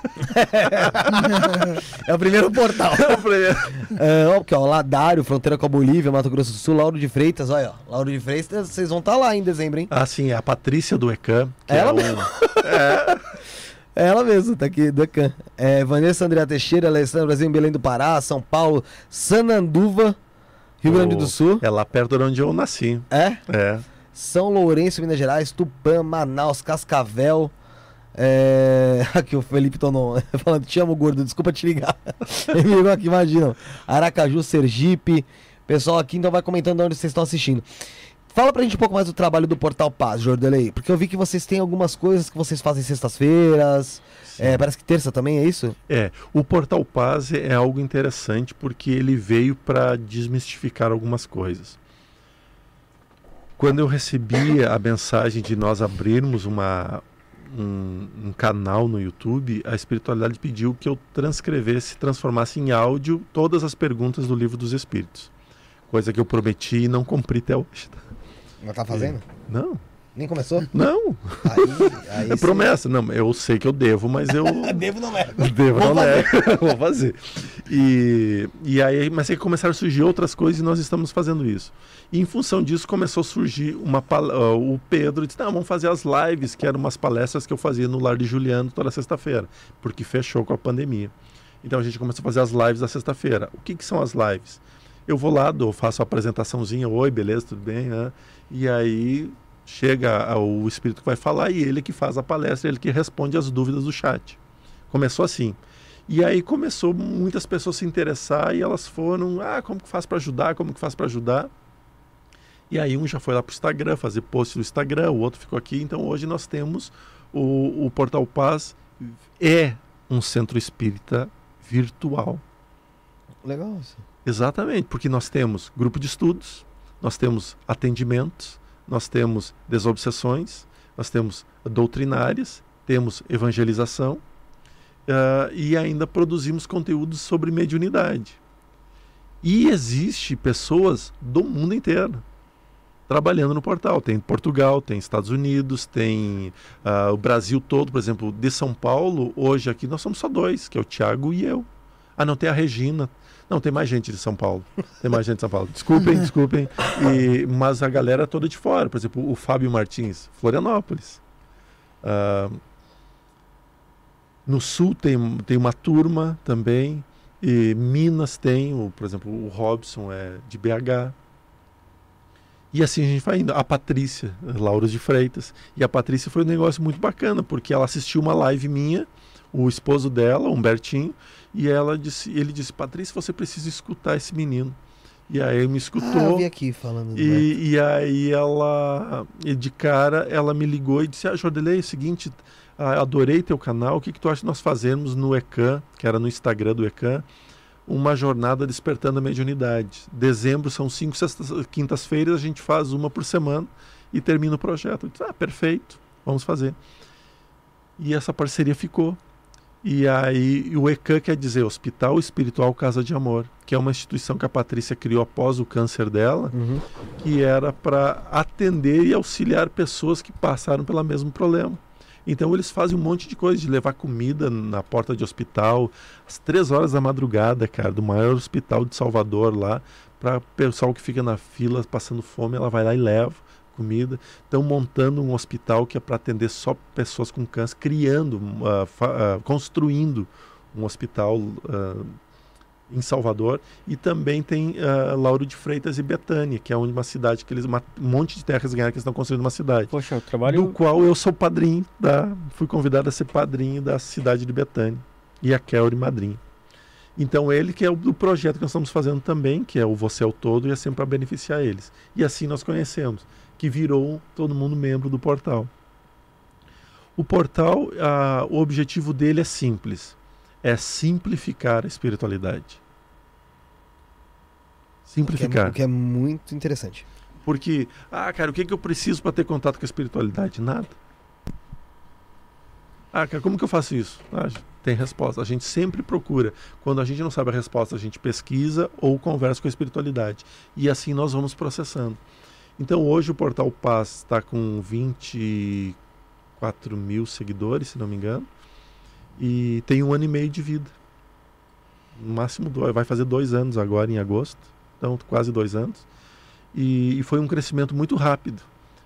é o primeiro portal. É o primeiro. Porque, ó, Ladário, fronteira com a Bolívia, Mato Grosso do Sul, Lauro de Freitas, olha, ó. Lauro de Freitas, vocês vão estar lá em dezembro, hein? Ah, sim, é a Patrícia do ECAM. Ela mesmo. É ela mesmo, tá aqui, do ECAM. Vanessa Andrea Teixeira, Alessandra Brasil, em Belém do Pará, São Paulo, Sananduva, Rio Grande do Sul. É lá perto de onde eu nasci. É? É. São Lourenço, Minas Gerais, Tupã, Manaus, Cascavel. Aqui o Felipe Tonon falando, te amo, gordo, desculpa te ligar. Ele me ligou aqui, imagina. Aracaju, Sergipe. Pessoal aqui então vai comentando onde vocês estão assistindo. Fala pra gente um pouco mais do trabalho do Portal Paz, Jordelei. Porque eu vi que vocês têm algumas coisas que vocês fazem sextas-feiras. Parece que terça também, é isso? O Portal Paz é algo interessante porque ele veio para desmistificar algumas coisas. Quando eu recebi a mensagem de nós abrirmos um canal no YouTube, a espiritualidade pediu que eu transformasse em áudio todas as perguntas do Livro dos Espíritos. Coisa que eu prometi e não cumpri até hoje. Não tá fazendo? Não. Nem começou? Não. Aí É promessa. Não, eu sei que eu devo, mas eu... Devo não nego. Devo não nego. Vou fazer. E aí, mas aí começaram a surgir outras coisas e nós estamos fazendo isso. E em função disso começou a surgir o Pedro disse, vamos fazer as lives, que eram umas palestras que eu fazia no Lar de Juliano toda sexta-feira, porque fechou com a pandemia. Então a gente começou a fazer as lives da sexta-feira. O que são as lives? Eu vou lá, faço a apresentaçãozinha, oi, beleza, tudo bem? E aí chega o espírito que vai falar e ele que faz a palestra, ele que responde as dúvidas do chat. Começou assim. E aí começou muitas pessoas se interessar e elas foram, como que faz para ajudar, como que faz para ajudar? E aí um já foi lá para o Instagram, fazer post no Instagram, o outro ficou aqui. Então hoje nós temos o Portal Paz, é um centro espírita virtual. Legal isso. Exatamente, porque nós temos grupo de estudos, nós temos atendimentos, nós temos desobsessões, nós temos doutrinárias, temos evangelização e ainda produzimos conteúdos sobre mediunidade. E existe pessoas do mundo inteiro trabalhando no portal. Tem Portugal, tem Estados Unidos, tem o Brasil todo. Por exemplo, de São Paulo, hoje aqui nós somos só dois, que é o Thiago e eu. Não, tem a Regina. Não, tem mais gente de São Paulo. Tem mais gente de São Paulo. Desculpem. Mas a galera toda de fora. Por exemplo, o Fábio Martins, Florianópolis. No Sul tem uma turma também. E Minas tem, por exemplo, o Robson é de BH. E assim a gente vai indo. A Patrícia, Laura de Freitas. E a Patrícia foi um negócio muito bacana, porque ela assistiu uma live minha, o esposo dela, Humbertinho, e ele disse, Patrícia, você precisa escutar esse menino. E aí ele me escutou. Eu vi aqui falando. E aí ela, de cara, ela me ligou e disse, Jordelei, é o seguinte, adorei teu canal, o que tu acha de nós fazermos no ECAM, que era no Instagram do ECAM, uma jornada despertando a mediunidade. Dezembro são 5 quintas-feiras, a gente faz uma por semana e termina o projeto. Eu disse, perfeito, vamos fazer. E essa parceria ficou. E aí o ECAM quer dizer Hospital Espiritual Casa de Amor, que é uma instituição que a Patrícia criou após o câncer dela, que era para atender e auxiliar pessoas que passaram pelo mesmo problema. Então eles fazem um monte de coisa, de levar comida na porta de hospital, às 3 horas da madrugada, cara, do maior hospital de Salvador lá, para o pessoal que fica na fila passando fome, ela vai lá e leva comida. Estão montando um hospital que é para atender só pessoas com câncer, construindo um hospital em Salvador. E também tem Lauro de Freitas e Betânia, que é uma cidade que um monte de terras ganharam, que eles estão construindo uma cidade. Poxa, o trabalho... Do qual eu sou padrinho, fui convidado a ser padrinho da cidade de Betânia. E a Kelly madrinha. Então ele que é do projeto que nós estamos fazendo também, que é o Você é o Todo, e é sempre para beneficiar eles. E assim nós conhecemos, que virou todo mundo membro do portal. O portal, o objetivo dele é simples. É simplificar a espiritualidade. Simplificar. O que é muito interessante. Porque, cara, o que eu preciso para ter contato com a espiritualidade? Nada. Cara, como que eu faço isso? Tem resposta. A gente sempre procura. Quando a gente não sabe a resposta, a gente pesquisa ou conversa com a espiritualidade. E assim nós vamos processando. Então hoje o Portal Paz está com 24 mil seguidores, se não me engano, e tem 1 ano e meio de vida. No máximo vai fazer 2 anos agora em agosto, então quase 2 anos. E foi um crescimento muito rápido.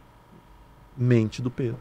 Mente do Pedro.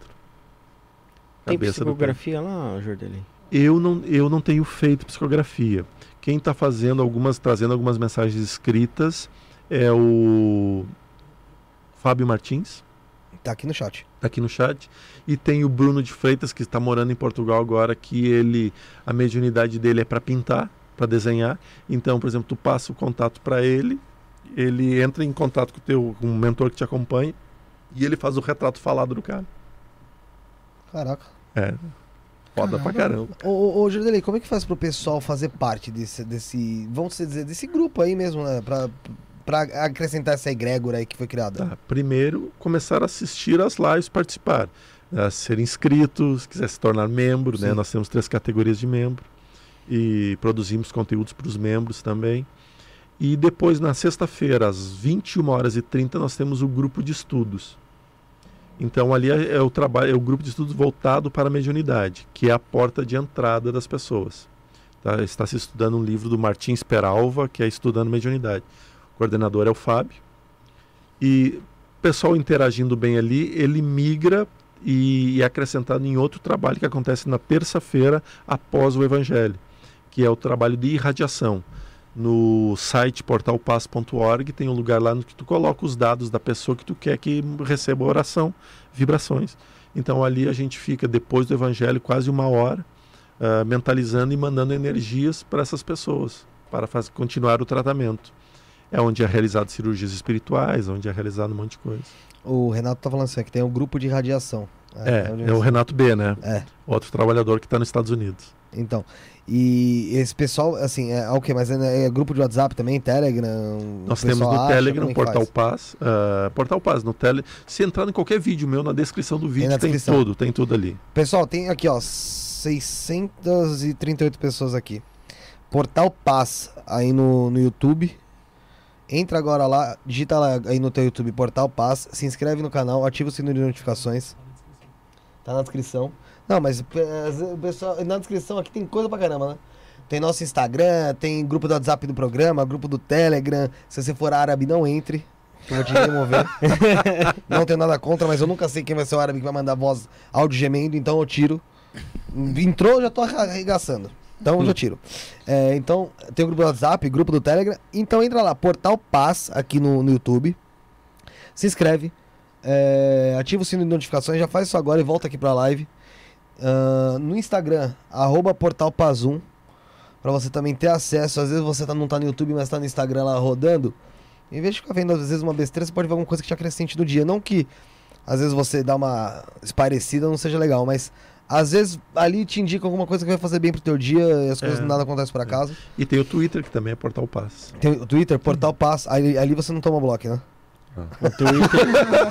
Tem Cabeça do Pedro. psicografia lá, Jordelli? Eu não tenho feito psicografia. Quem está trazendo algumas mensagens escritas é o Fábio Martins. Tá aqui no chat. Tá aqui no chat. E tem o Bruno de Freitas, que está morando em Portugal agora, que a mediunidade dele é para pintar, para desenhar. Então, por exemplo, tu passa o contato para ele, ele entra em contato com o mentor que te acompanha e ele faz o retrato falado do cara. Caraca. É. Foda pra caramba. Ô Jordelei, como é que faz pro pessoal fazer parte vamos dizer, desse grupo aí mesmo, né? Pra acrescentar essa egrégora aí que foi criada? Tá. Primeiro, começar a assistir às lives, participar. Ser inscrito, se quiser se tornar membro, né? Nós temos 3 categorias de membro e produzimos conteúdos para os membros também. E depois, na sexta-feira, às 21h30, nós temos o grupo de estudos. Então ali é o grupo de estudos voltado para a mediunidade, que é a porta de entrada das pessoas. Tá? Está se estudando um livro do Martins Peralva, que é Estudando Mediunidade. O coordenador é o Fábio. E o pessoal interagindo bem ali, ele migra e é acrescentado em outro trabalho que acontece na terça-feira após o Evangelho, que é o trabalho de irradiação. No site portalpaz.org tem um lugar lá no que tu coloca os dados da pessoa que tu quer que receba oração, vibrações. Então ali a gente fica, depois do Evangelho, quase 1 hora, mentalizando e mandando energias para essas pessoas, para continuar o tratamento. É onde é realizado cirurgias espirituais, onde é realizado um monte de coisa. O Renato tá falando assim, que tem um grupo de radiação. É o Renato B, né? Outro trabalhador que está nos Estados Unidos. Então, e esse pessoal, assim, o quê? Mas é grupo de WhatsApp também, Telegram? Nós temos no Telegram, Portal Paz. Portal Paz, no Telegram. Se entrar em qualquer vídeo meu, na descrição do vídeo tem tudo ali. Pessoal, tem aqui, ó, 638 pessoas aqui. Portal Paz, aí no YouTube. Entra agora lá, digita lá aí no teu YouTube, Portal Paz, se inscreve no canal, ativa o sino de notificações. Tá na descrição. Não, mas o pessoal, na descrição aqui tem coisa pra caramba, né? Tem nosso Instagram, tem grupo do WhatsApp do programa, grupo do Telegram. Se você for árabe, não entre, que eu vou te remover. Não tenho nada contra, mas eu nunca sei quem vai ser o árabe que vai mandar voz áudio gemendo, então eu tiro. Entrou, já tô arregaçando. Então eu já tiro. Então, tem o grupo do WhatsApp, grupo do Telegram. Então entra lá, Portal Paz, aqui no YouTube. Se inscreve. Ativa o sino de notificações, já faz isso agora e volta aqui pra live. No Instagram, @portalpazum, pra você também ter acesso. Às vezes você não tá no YouTube, mas tá no Instagram lá rodando. Em vez de ficar vendo às vezes uma besteira, você pode ver alguma coisa que te acrescente no dia. Não que às vezes você dá uma esparecida não seja legal, mas às vezes ali te indica alguma coisa que vai fazer bem pro teu dia e as coisas nada acontecem por acaso. E tem o Twitter, que também é Portal Paz. Tem o Twitter, Portal Paz. Ali você não toma bloco, né? O Twitter.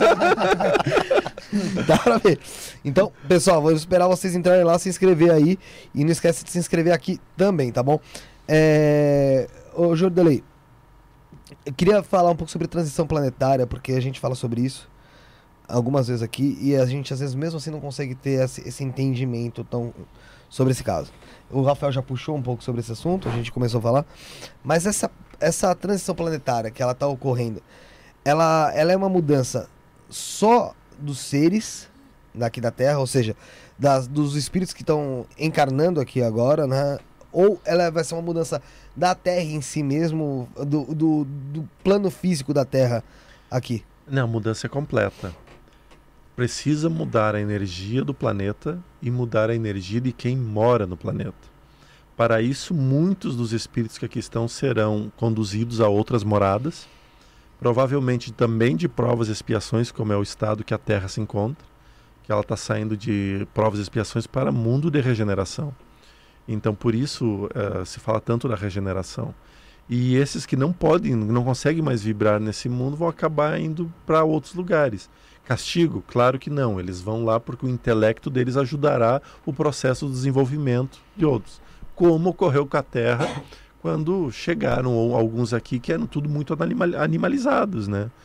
Dá pra ver. Então, pessoal, vou esperar vocês entrarem lá, se inscrever aí. E não esquece de se inscrever aqui também, tá bom? Ô, Jordelei, eu queria falar um pouco sobre transição planetária, porque a gente fala sobre isso algumas vezes aqui, e a gente às vezes mesmo assim não consegue ter esse entendimento sobre esse caso. O Rafael já puxou um pouco sobre esse assunto, a gente começou a falar, mas essa transição planetária que ela tá ocorrendo, ela é uma mudança só dos seres daqui da Terra, ou seja, dos espíritos que estão encarnando aqui agora, né? Ou ela vai ser uma mudança da Terra em si mesmo, do plano físico da Terra aqui? Não, a mudança é completa. Precisa mudar a energia do planeta e mudar a energia de quem mora no planeta. Para isso, muitos dos espíritos que aqui estão serão conduzidos a outras moradas, provavelmente também de provas e expiações, como é o estado que a Terra se encontra, que ela está saindo de provas e expiações para mundo de regeneração. Então, por isso, se fala tanto da regeneração. E esses que não conseguem mais vibrar nesse mundo, vão acabar indo para outros lugares. Castigo? Claro que não. Eles vão lá porque o intelecto deles ajudará o processo de desenvolvimento de outros. Como ocorreu com a Terra, quando chegaram alguns aqui que eram tudo muito animalizados, né?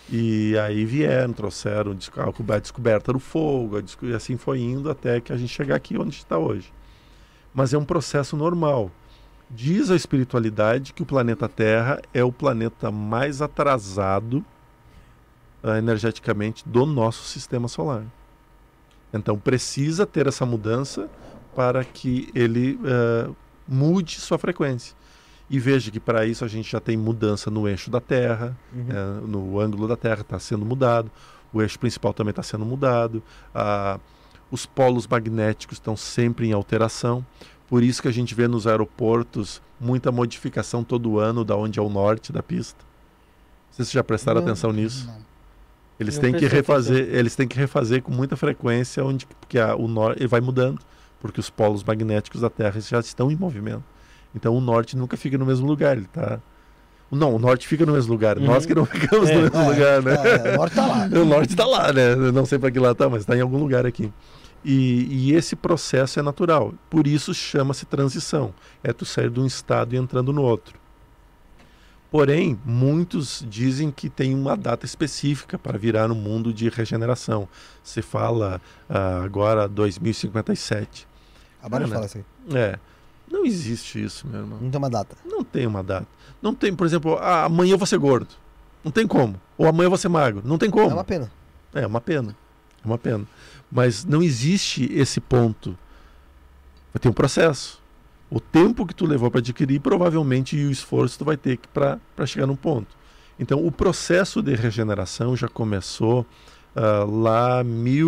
E aí vieram, trouxeram a descoberta do fogo, e assim foi indo até que a gente chegar aqui onde está hoje. Mas é um processo normal. Diz a espiritualidade que o planeta Terra é o planeta mais atrasado energeticamente do nosso sistema solar. Então precisa ter essa mudança para que ele mude sua frequência. E veja que para isso a gente já tem mudança no eixo da Terra, no ângulo da Terra está sendo mudado, o eixo principal também está sendo mudado, os polos magnéticos estão sempre em alteração. Por isso que a gente vê nos aeroportos muita modificação todo ano da onde é o norte da pista. Vocês já prestaram atenção nisso? Não. Eles Não têm que prestei refazer, eles têm que refazer com muita frequência porque o norte vai mudando, porque os polos magnéticos da Terra já estão em movimento. Então o norte nunca fica no mesmo lugar, ele tá. Não, o norte fica no mesmo lugar. Nós que não ficamos no mesmo lugar, né? O norte tá lá. O norte está lá, né? Eu não sei para que lá tá, mas está em algum lugar aqui. E esse processo é natural. Por isso chama-se transição. É tu sair de um estado e entrando no outro. Porém, muitos dizem que tem uma data específica para virar no mundo de regeneração. Se fala agora 2057. Acabaram de falar isso aí. Não existe isso, meu irmão. Não tem uma data. Não tem uma data. Não tem, por exemplo, amanhã eu vou ser gordo. Não tem como. Ou amanhã eu vou ser magro. Não tem como. É uma pena. É uma pena. É uma pena. Mas não existe esse ponto. Vai ter um processo. O tempo que tu levou para adquirir, provavelmente, e o esforço tu vai ter que para chegar num ponto. Então, o processo de regeneração já começou lá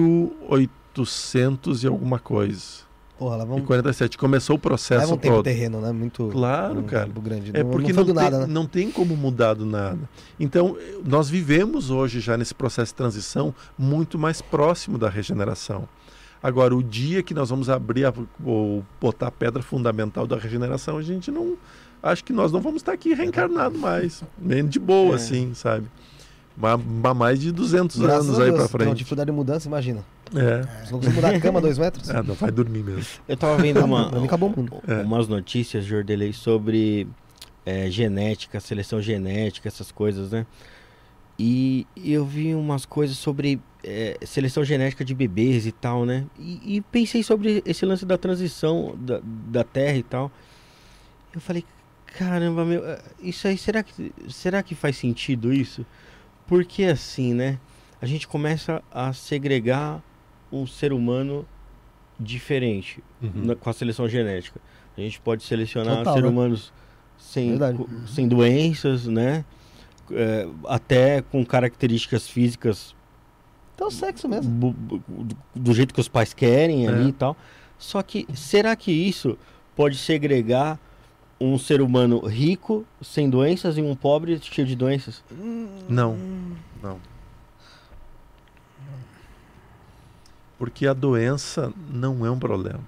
1800 e alguma coisa. Porra, lá vamos... Em 47. Começou o processo Leva um tempo todo. terreno, né? Muito... Claro, cara. Tempo grande. É porque não foi do nada, né? não tem como mudar do nada. Então, nós vivemos hoje já nesse processo de transição muito mais próximo da regeneração. Agora, o dia que nós vamos abrir ou botar a pedra fundamental da regeneração, a gente não... Acho que nós não vamos estar aqui reencarnado mais. Nem de boa, assim, sabe? Mas mais de 200 Graças anos a aí Deus, pra frente. Então, dificuldade de mudança, imagina. É. Se não conseguir mudar a cama 2 metros, Não vai dormir mesmo. Eu tava vendo pra mim acabou o mundo. umas notícias, Jordelei, sobre genética, seleção genética, essas coisas, né? E eu vi umas coisas sobre seleção genética de bebês e tal, né? E pensei sobre esse lance da transição da Terra e tal. Eu falei, caramba, meu, isso aí, será que faz sentido isso? Porque assim, né? A gente começa a segregar um ser humano diferente com a seleção genética. A gente pode selecionar Total, seres né? humanos Verdade. sem doenças, né? Até com características físicas Então é o sexo mesmo. do jeito que os pais querem ali É. e tal. Só que será que isso pode segregar um ser humano rico, sem doenças, e um pobre cheio de doenças? Não. Porque a doença não é um problema.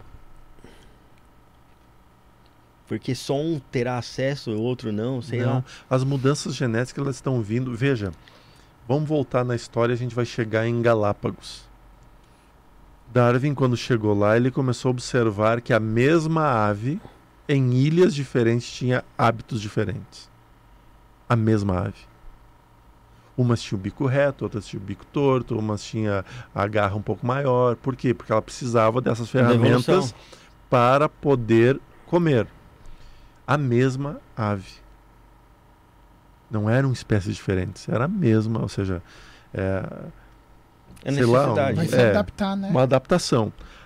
Porque só um terá acesso, o outro não, sei lá. As mudanças genéticas elas estão vindo. Veja, vamos voltar na história, a gente vai chegar em Galápagos. Darwin, quando chegou lá, ele começou a observar que a mesma ave, em ilhas diferentes, tinha hábitos diferentes. A mesma ave. Umas tinham o bico reto, outras tinham o bico torto, umas tinham a garra um pouco maior. Por quê? Porque ela precisava dessas ferramentas evolução. para poder comer. A mesma ave. Não eram espécies diferentes, era a mesma, ou seja, É sei lá, necessidade. Vai se É. adaptar, né? uma adaptação.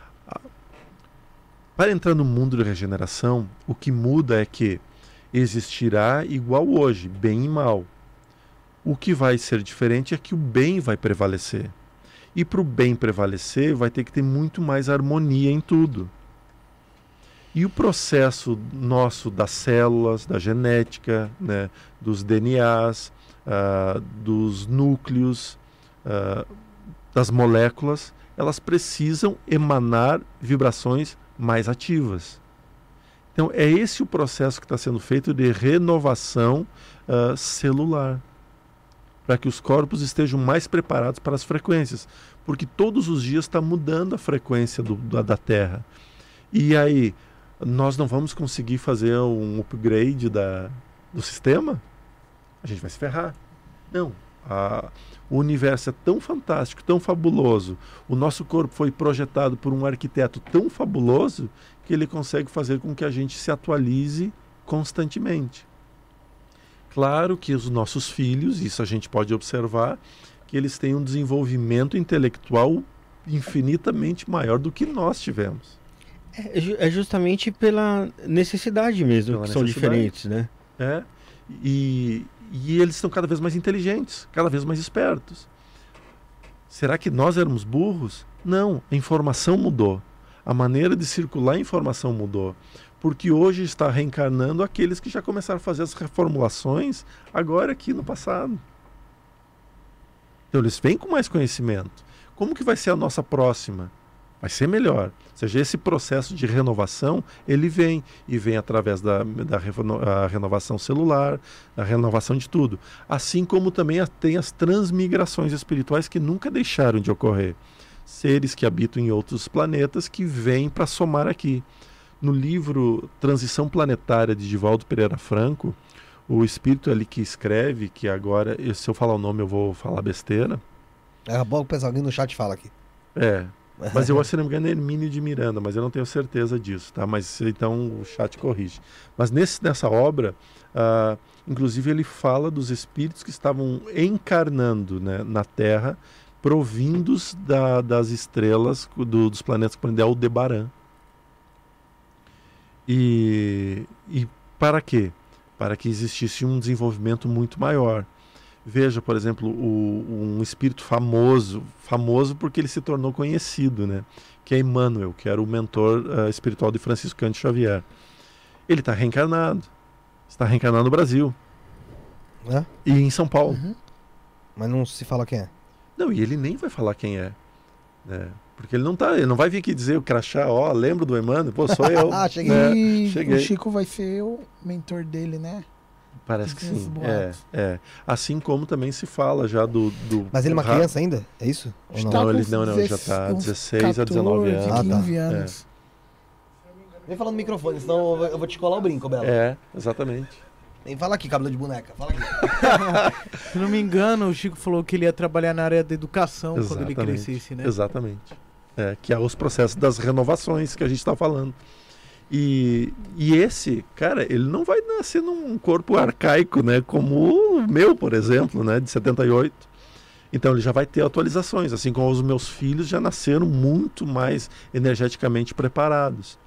Para entrar no mundo de regeneração, o que muda é que existirá igual hoje, bem e mal. O que vai ser diferente é que o bem vai prevalecer. E para o bem prevalecer, vai ter que ter muito mais harmonia em tudo. E o processo nosso das células, da genética, né, dos DNAs, dos núcleos, das moléculas, elas precisam emanar vibrações mais ativas. Então, é esse o processo que está sendo feito de renovação celular, para que os corpos estejam mais preparados para as frequências, porque todos os dias está mudando a frequência da Terra. E aí, nós não vamos conseguir fazer um upgrade do sistema? A gente vai se ferrar. Não. O universo é tão fantástico, tão fabuloso. O nosso corpo foi projetado por um arquiteto tão fabuloso que ele consegue fazer com que a gente se atualize constantemente. Claro que os nossos filhos, isso a gente pode observar, que eles têm um desenvolvimento intelectual infinitamente maior do que nós tivemos. É justamente pela necessidade mesmo, Pela que são necessidade. diferentes, né? E eles estão cada vez mais inteligentes, cada vez mais espertos. Será que nós éramos burros? Não, a informação mudou. A maneira de circular a informação mudou. Porque hoje está reencarnando aqueles que já começaram a fazer as reformulações agora aqui no passado. Então eles vêm com mais conhecimento. Como que vai ser a nossa próxima? Vai ser melhor. Ou seja, esse processo de renovação, ele vem. E vem através da renovação celular, da renovação de tudo. Assim como também tem as transmigrações espirituais que nunca deixaram de ocorrer. Seres que habitam em outros planetas que vêm para somar aqui. No livro Transição Planetária, de Divaldo Pereira Franco, o espírito ali que escreve, que agora, se eu falar o nome eu vou falar besteira. É bom que alguém no chat fala aqui. Mas eu acho, se não me engano, é Hermínio de Miranda, mas eu não tenho certeza disso, tá? Mas então o chat corrige. Mas nessa obra, inclusive ele fala dos espíritos que estavam encarnando, né, na Terra, provindos das estrelas, dos planetas que é Aldebaran. E para quê? Para que existisse um desenvolvimento muito maior. Veja, por exemplo, um espírito famoso porque ele se tornou conhecido, né? Que é Emmanuel, que era o mentor espiritual de Francisco Cândido Xavier. Ele está reencarnado no Brasil. E em São Paulo. Uhum. Mas não se fala quem é. Não, e ele nem vai falar quem é. Porque ele não vai vir aqui dizer o crachá, lembro do Emmanuel, pô, sou eu. Cheguei. Cheguei. O Chico vai ser o mentor dele, né? Parece que sim. Assim como também se fala já do Mas ele é uma criança ainda? É isso? Ou não? Ele já está 16 a 19 anos. 15 anos. Vem falando no microfone, senão eu vou te colar o brinco, Bela. Exatamente. Vem falar aqui, cabelo de boneca. Fala aqui. Se não me engano, o Chico falou que ele ia trabalhar na área da educação quando ele crescesse, né? Exatamente. Que é os processos das renovações que a gente está falando. E esse, cara, ele não vai nascer num corpo arcaico, né? Como o meu, por exemplo, né? De 78. Então ele já vai ter atualizações, assim como os meus filhos já nasceram muito mais energeticamente preparados.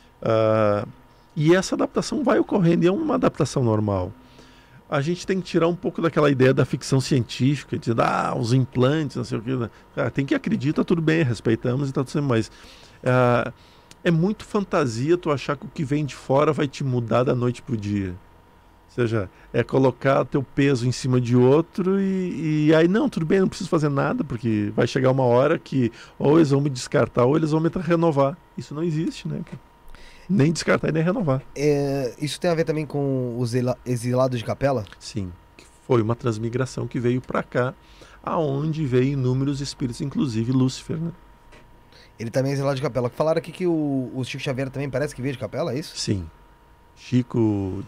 E essa adaptação vai ocorrendo, e é uma adaptação normal. A gente tem que tirar um pouco daquela ideia da ficção científica, de os implantes, não sei o que. Tem que acreditar, tudo bem, respeitamos e tal, mas é muito fantasia tu achar que o que vem de fora vai te mudar da noite pro dia. Ou seja, é colocar teu peso em cima de outro e aí, não, tudo bem, não preciso fazer nada, porque vai chegar uma hora que ou eles vão me descartar ou eles vão me renovar. Isso não existe, né? Nem descartar e nem renovar. Isso tem a ver também com os exilados de capela? Sim, foi uma transmigração que veio para cá, aonde veio inúmeros espíritos, inclusive Lúcifer, né? Ele também é exilado de capela. Falaram aqui que o Chico Xavier também parece que veio de capela, é isso? Sim. Chico,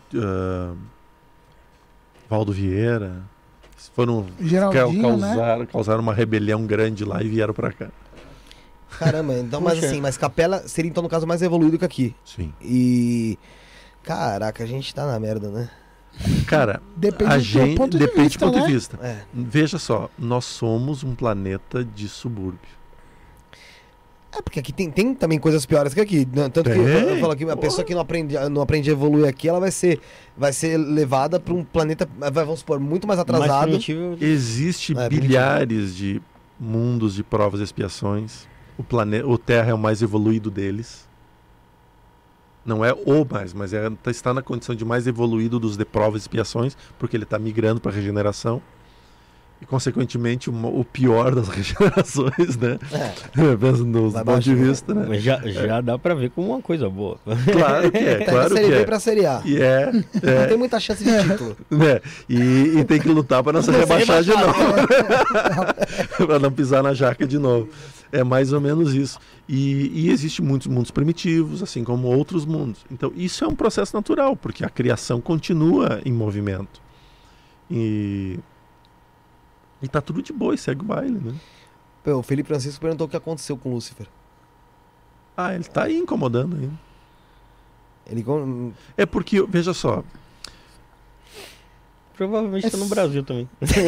Valdo Vieira, foram causaram uma rebelião grande lá e vieram para cá. Caramba, então, mas capela seria então no caso mais evoluído que aqui. Sim. E caraca, a gente tá na merda, né? Cara, depende do ponto de vista. Veja só, nós somos um planeta de subúrbio. Porque aqui tem também coisas piores que aqui. Tanto que eu falo que a pessoa que não aprende a evoluir aqui, ela vai ser levada para um planeta, vamos supor, muito mais atrasado. Existe bilhares de mundos de provas e expiações. O Terra é o mais evoluído deles. Não é o mais, mas está na condição de mais evoluído dos de provas e expiações, porque ele está migrando para a regeneração. E, consequentemente, o pior das regenerações, né? Pensando nos pontos de vista, né? Mas já dá para ver como uma coisa boa. Claro que é, claro que é. Série B para Série A. Não tem muita chance de título. E tem que lutar para não se rebaixar de novo. Para não pisar na jaca de novo. É mais ou menos isso. E existem muitos mundos primitivos, assim como outros mundos. Então, isso é um processo natural, porque a criação continua em movimento. E tá tudo de boa e segue o baile, né? Pô, o Felipe Francisco perguntou o que aconteceu com o Lúcifer. Ah, ele tá aí incomodando ainda. Ele... É porque, veja só... Provavelmente tá no Brasil também.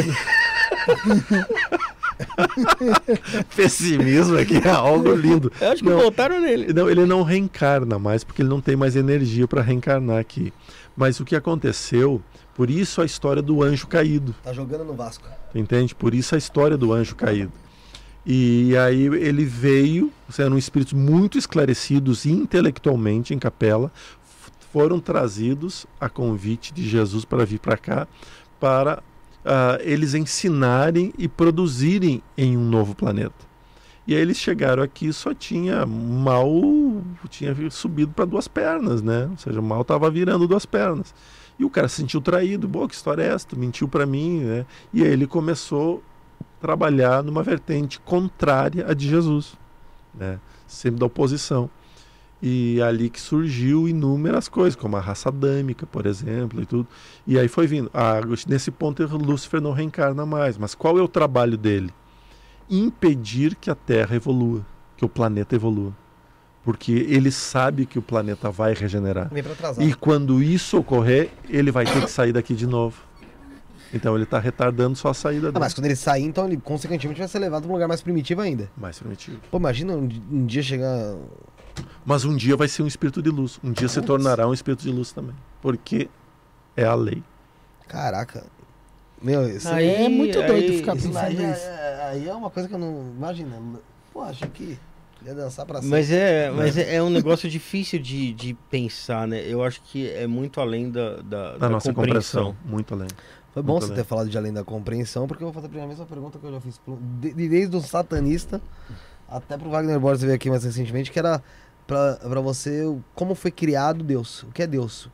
Pessimismo aqui é algo lindo. Eu acho que voltaram nele. Não, ele não reencarna mais, porque ele não tem mais energia para reencarnar aqui. Mas o que aconteceu, por isso a história do anjo caído. Tá jogando no Vasco. Entende? Por isso a história do anjo caído. E aí ele veio, eram espíritos muito esclarecidos intelectualmente em Capela, foram trazidos a convite de Jesus para vir para cá, para eles ensinarem e produzirem em um novo planeta. E aí eles chegaram aqui, só tinha tinha subido para 2 pernas, né? Ou seja, o mal estava virando 2 pernas. E o cara se sentiu traído. Pô, que história é essa? Tu mentiu para mim, né? E aí ele começou a trabalhar numa vertente contrária à de Jesus, né? Sempre da oposição. E ali que surgiu inúmeras coisas, como a raça adâmica, por exemplo, e tudo. E aí foi vindo. Nesse ponto, Lúcifer não reencarna mais. Mas qual é o trabalho dele? Impedir que a Terra evolua, que o planeta evolua. Porque ele sabe que o planeta vai regenerar. Vem pra atrasar. E quando isso ocorrer, ele vai ter que sair daqui de novo. Então ele está retardando só a saída dele. Mas quando ele sair, então ele consequentemente vai ser levado para um lugar mais primitivo ainda. Mais primitivo. Pô, imagina um dia chegar... Mas um dia vai ser um espírito de luz. Um dia se tornará um espírito de luz também. Porque é a lei. Caraca. Meu, isso aí é muito doido ficar isso pensando nisso. Aí é uma coisa que eu não... Imagina. Pô, achei que ia dançar pra cima. Mas é um negócio difícil de pensar, né? Eu acho que é muito além da nossa compreensão. Muito além. Foi bom Muito você além. ter falado de além da compreensão, porque eu vou fazer a mesma pergunta que eu já fiz desde o satanista até pro Wagner Borges veio aqui mais recentemente, que era pra você como foi criado Deus. O que é Deus?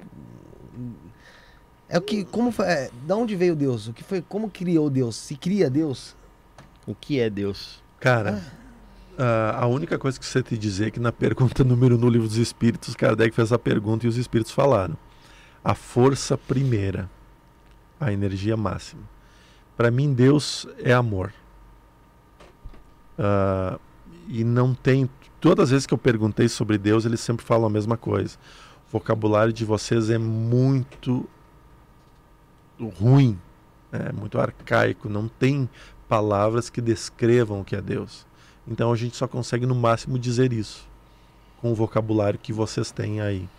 Como foi, da onde veio Deus? O que foi, como criou Deus? Se cria Deus? O que é Deus? Cara, a única coisa que você te dizer é que na pergunta número 1 no Livro dos Espíritos, Kardec fez a pergunta e os Espíritos falaram. A força primeira, a energia máxima. Para mim, Deus é amor. E não tem... Todas as vezes que eu perguntei sobre Deus, eles sempre falam a mesma coisa. O vocabulário de vocês é muito ruim, é muito arcaico, não tem palavras que descrevam o que é Deus. Então a gente só consegue no máximo dizer isso com o vocabulário que vocês têm aí.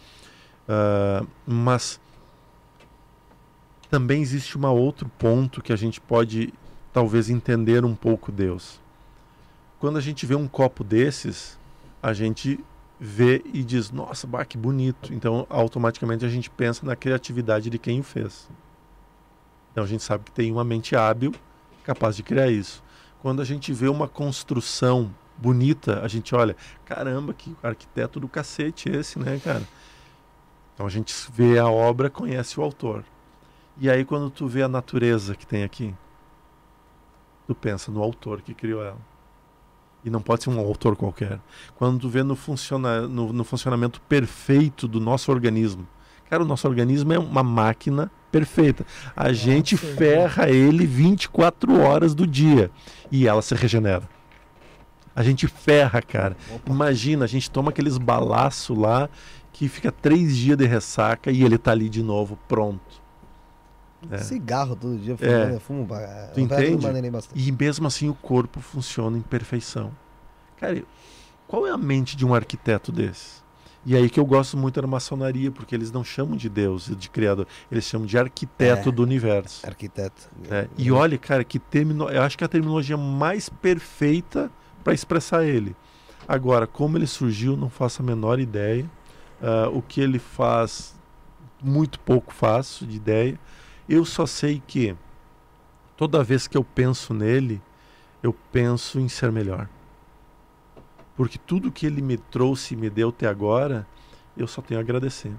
Mas também existe um outro ponto que a gente pode talvez entender um pouco Deus. Quando a gente vê um copo desses, a gente vê e diz, nossa, bah, que bonito. Então automaticamente a gente pensa na criatividade de quem o fez. Então a gente sabe que tem uma mente hábil capaz de criar isso. Quando a gente vê uma construção bonita, a gente olha, caramba, que arquiteto do cacete esse, né, cara? Então a gente vê a obra, conhece o autor. E aí quando tu vê a natureza que tem aqui, tu pensa no autor que criou ela. E não pode ser um autor qualquer. Quando tu vê no funcionamento perfeito do nosso organismo, cara, o nosso organismo é uma máquina perfeita. A gente ferra ele 24 horas do dia e ela se regenera. A gente ferra, cara. Imagina, a gente toma aqueles balaços lá que fica 3 dias de ressaca e ele tá ali de novo, pronto. Cigarro todo dia, fumo, tu entende? E mesmo assim o corpo funciona em perfeição. Cara, qual é a mente de um arquiteto desse? E aí que eu gosto muito da maçonaria, porque eles não chamam de Deus, de criador, eles chamam de arquiteto do universo. Arquiteto. E olha, cara, eu acho que é a terminologia mais perfeita para expressar ele. Agora, como ele surgiu, não faço a menor ideia. O que ele faz, muito pouco faço de ideia. Eu só sei que toda vez que eu penso nele, eu penso em ser melhor. Porque tudo que ele me trouxe e me deu até agora, eu só tenho a agradecer.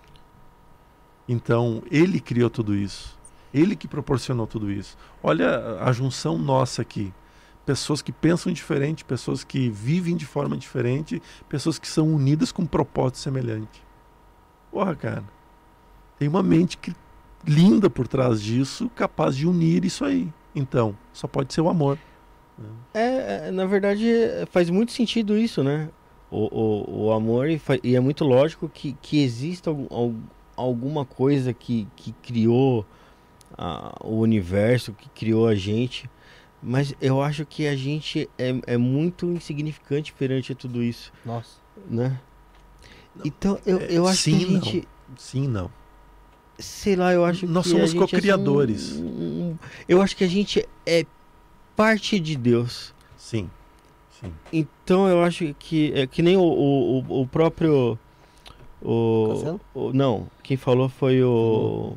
Então, ele criou tudo isso. Ele que proporcionou tudo isso. Olha a junção nossa aqui. Pessoas que pensam diferente, pessoas que vivem de forma diferente, pessoas que são unidas com um propósito semelhante. Porra, cara. Tem uma mente linda por trás disso, capaz de unir isso aí. Então, só pode ser o amor. Na verdade, faz muito sentido isso, né? O amor, e é muito lógico que exista alguma coisa que criou o universo, que criou a gente, mas eu acho que a gente é muito insignificante perante tudo isso. Nossa. Né? Então, eu acho que a gente... Não. Sim, não. Sei lá, eu acho nós que somos co-criadores. Eu acho que a gente é parte de Deus. Sim. Então eu acho que é que nem o próprio não, quem falou foi o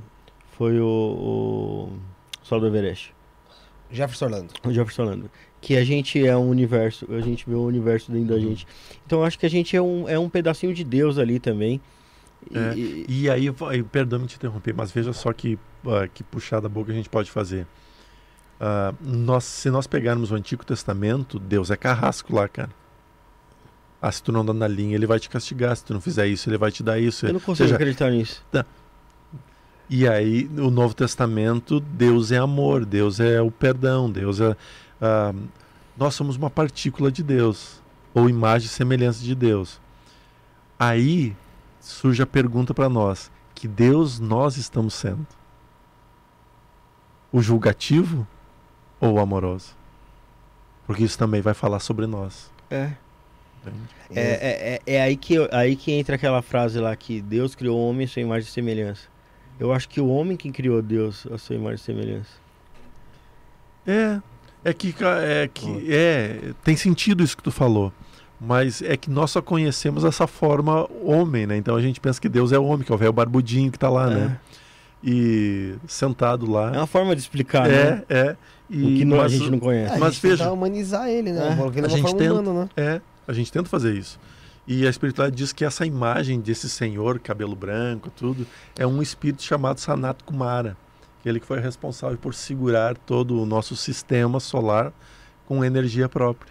Sol do Everest. Jefferson Orlando. O Jefferson Orlando. Que a gente é um universo, a gente vê o universo dentro da gente. Então eu acho que a gente é um pedacinho de Deus ali também. E aí, perdão-me te interromper, mas veja só que puxar da boca a gente pode fazer. Se nós pegarmos o Antigo Testamento, Deus é carrasco lá, cara. Se tu não andar na linha, ele vai te castigar. Se tu não fizer isso, ele vai te dar isso. Eu não consigo acreditar nisso. Tá. E aí, no Novo Testamento, Deus é amor, Deus é o perdão, Deus é... nós somos uma partícula de Deus, ou imagem e semelhança de Deus. Aí surge a pergunta para nós: que Deus nós estamos sendo? O julgativo ou o amoroso? Porque isso também vai falar sobre nós. É aí que entra aquela frase lá que Deus criou o homem à sua imagem e semelhança. Eu acho que o homem que criou Deus à sua imagem e semelhança. Tem sentido isso que tu falou. Mas é que nós só conhecemos essa forma homem, né? Então a gente pensa que Deus é o homem, que é o velho barbudinho que tá lá, né? E sentado lá. É uma forma de explicar, né? E, o que a gente não conhece. Mas tentar humanizar ele, né? Porque ele é uma forma humana, né? A gente tenta fazer isso. E a espiritualidade diz que essa imagem desse senhor, cabelo branco, tudo, é um espírito chamado Sanat Kumara. Ele que foi responsável por segurar todo o nosso sistema solar com energia própria.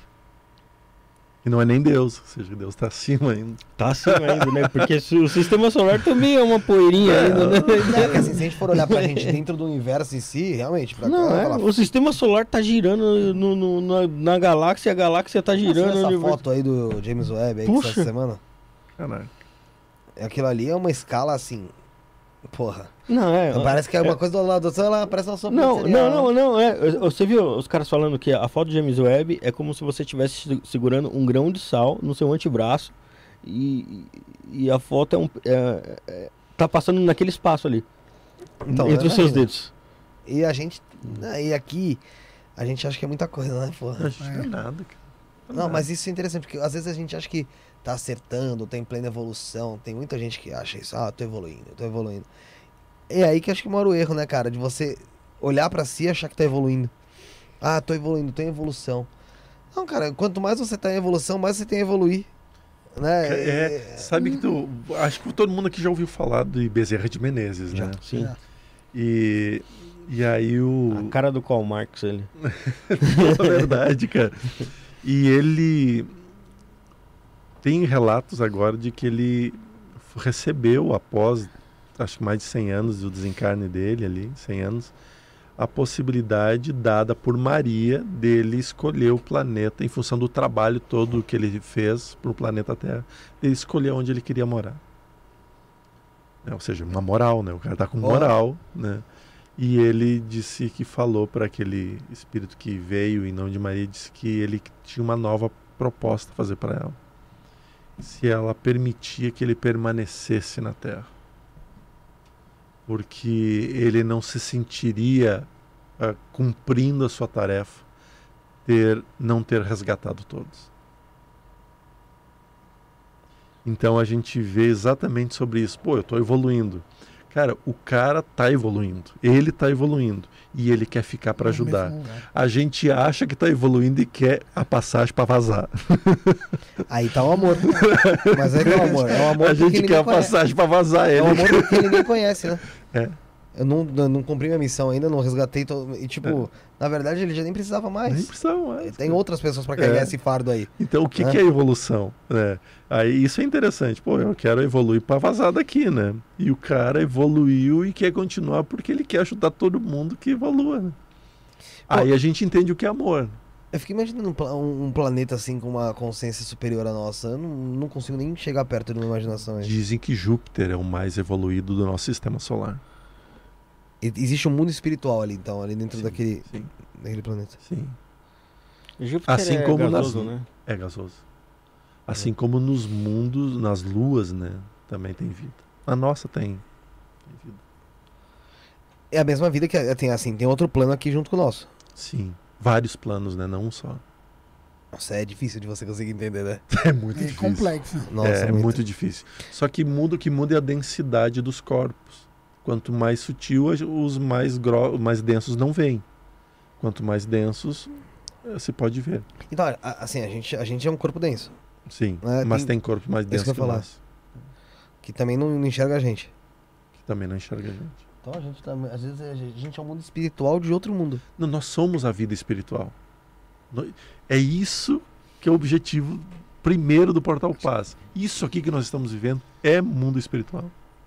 E não é nem Deus, ou seja, Deus está acima ainda. Está acima ainda, né? Porque o sistema solar também é uma poirinha ainda, né? Que assim, se a gente for olhar pra gente dentro do universo em si, realmente... O sistema solar tá girando na galáxia, a galáxia tá girando... Essa foto aí do James Webb aí que saiu essa semana? Caraca. Aquilo ali é uma escala assim... Porra. Não, parece que é uma coisa do lado do céu, ela parece uma sopa. Não. Você viu os caras falando que a foto de James Webb é como se você estivesse segurando um grão de sal no seu antebraço e a foto tá passando naquele espaço ali. Então, entre os seus dedos. E a gente... E aqui, a gente acha que é muita coisa, né, porra? Acho que não é nada, cara. Não, mas isso é interessante, porque às vezes a gente acha que tá acertando, tá em plena evolução. Tem muita gente que acha isso. Tô evoluindo. É aí que acho que mora o erro, né, cara? De você olhar pra si e achar que tá evoluindo. Tô evoluindo, tô em evolução. Não, cara, quanto mais você tá em evolução, mais você tem a evoluir. Né? Sabe que acho que todo mundo aqui já ouviu falar de Bezerra de Menezes, né? Sim. E aí a cara do Karl Marx, ele. É verdade, cara. E ele tem relatos agora de que ele recebeu, após acho que mais de 100 anos do desencarne dele ali, 100 anos, a possibilidade dada por Maria dele escolher o planeta em função do trabalho todo que ele fez para o planeta Terra, ele escolher onde ele queria morar. Ou seja, uma moral, né? O cara tá com moral, né? E ele disse que falou para aquele espírito que veio em nome de Maria, disse que ele tinha uma nova proposta a fazer para ela. Se ela permitia que ele permanecesse na Terra. Porque ele não se sentiria cumprindo a sua tarefa não ter resgatado todos. Então a gente vê exatamente sobre isso. Eu estou evoluindo. Cara, o cara tá evoluindo. Ele tá evoluindo. E ele quer ficar para ajudar. A gente acha que tá evoluindo e quer a passagem para vazar. Aí tá o amor. Mas aí que é o amor. É o amor a gente quer a passagem para vazar. É o amor que ninguém conhece, né? Eu não cumpri minha missão ainda, não resgatei todo. E na verdade ele já nem precisava mais. Nem precisava mais. Tem outras pessoas para carregar esse fardo aí. Então o que é evolução? Aí isso é interessante. Eu quero evoluir para vazar daqui, né? E o cara evoluiu e quer continuar porque ele quer ajudar todo mundo que evolua, né? Aí a gente entende o que é amor. Eu fico imaginando um planeta assim com uma consciência superior à nossa. Eu não consigo nem chegar perto de uma imaginação. Dizem que Júpiter é o mais evoluído do nosso sistema solar. Existe um mundo espiritual ali, então, ali dentro Sim, daquele sim. planeta. Sim. Júpiter Assim é como gasoso, né? É gasoso. Assim como nos mundos, nas luas, né? Também tem vida. A nossa tem vida. É a mesma vida que tem, assim, tem outro plano aqui junto com o nosso. Sim. Vários planos, né? Não um só. Nossa, é difícil de você conseguir entender, né? É muito É difícil. complexo. Nossa, É muito difícil. Só que o que muda é a densidade dos corpos. Quanto mais sutil, os mais densos não vêm. Quanto mais densos, se pode ver. Então, assim, a gente é um corpo denso, Sim, É, mas tem- tem corpo mais isso denso que eu que ia falar. nós, que também não enxerga a gente. que também não enxerga a gente. Então, às vezes, a gente é um mundo espiritual de outro mundo. Não, nós somos a vida espiritual. É isso que é o objetivo primeiro do Portal Paz. Isso aqui que nós estamos vivendo é mundo espiritual.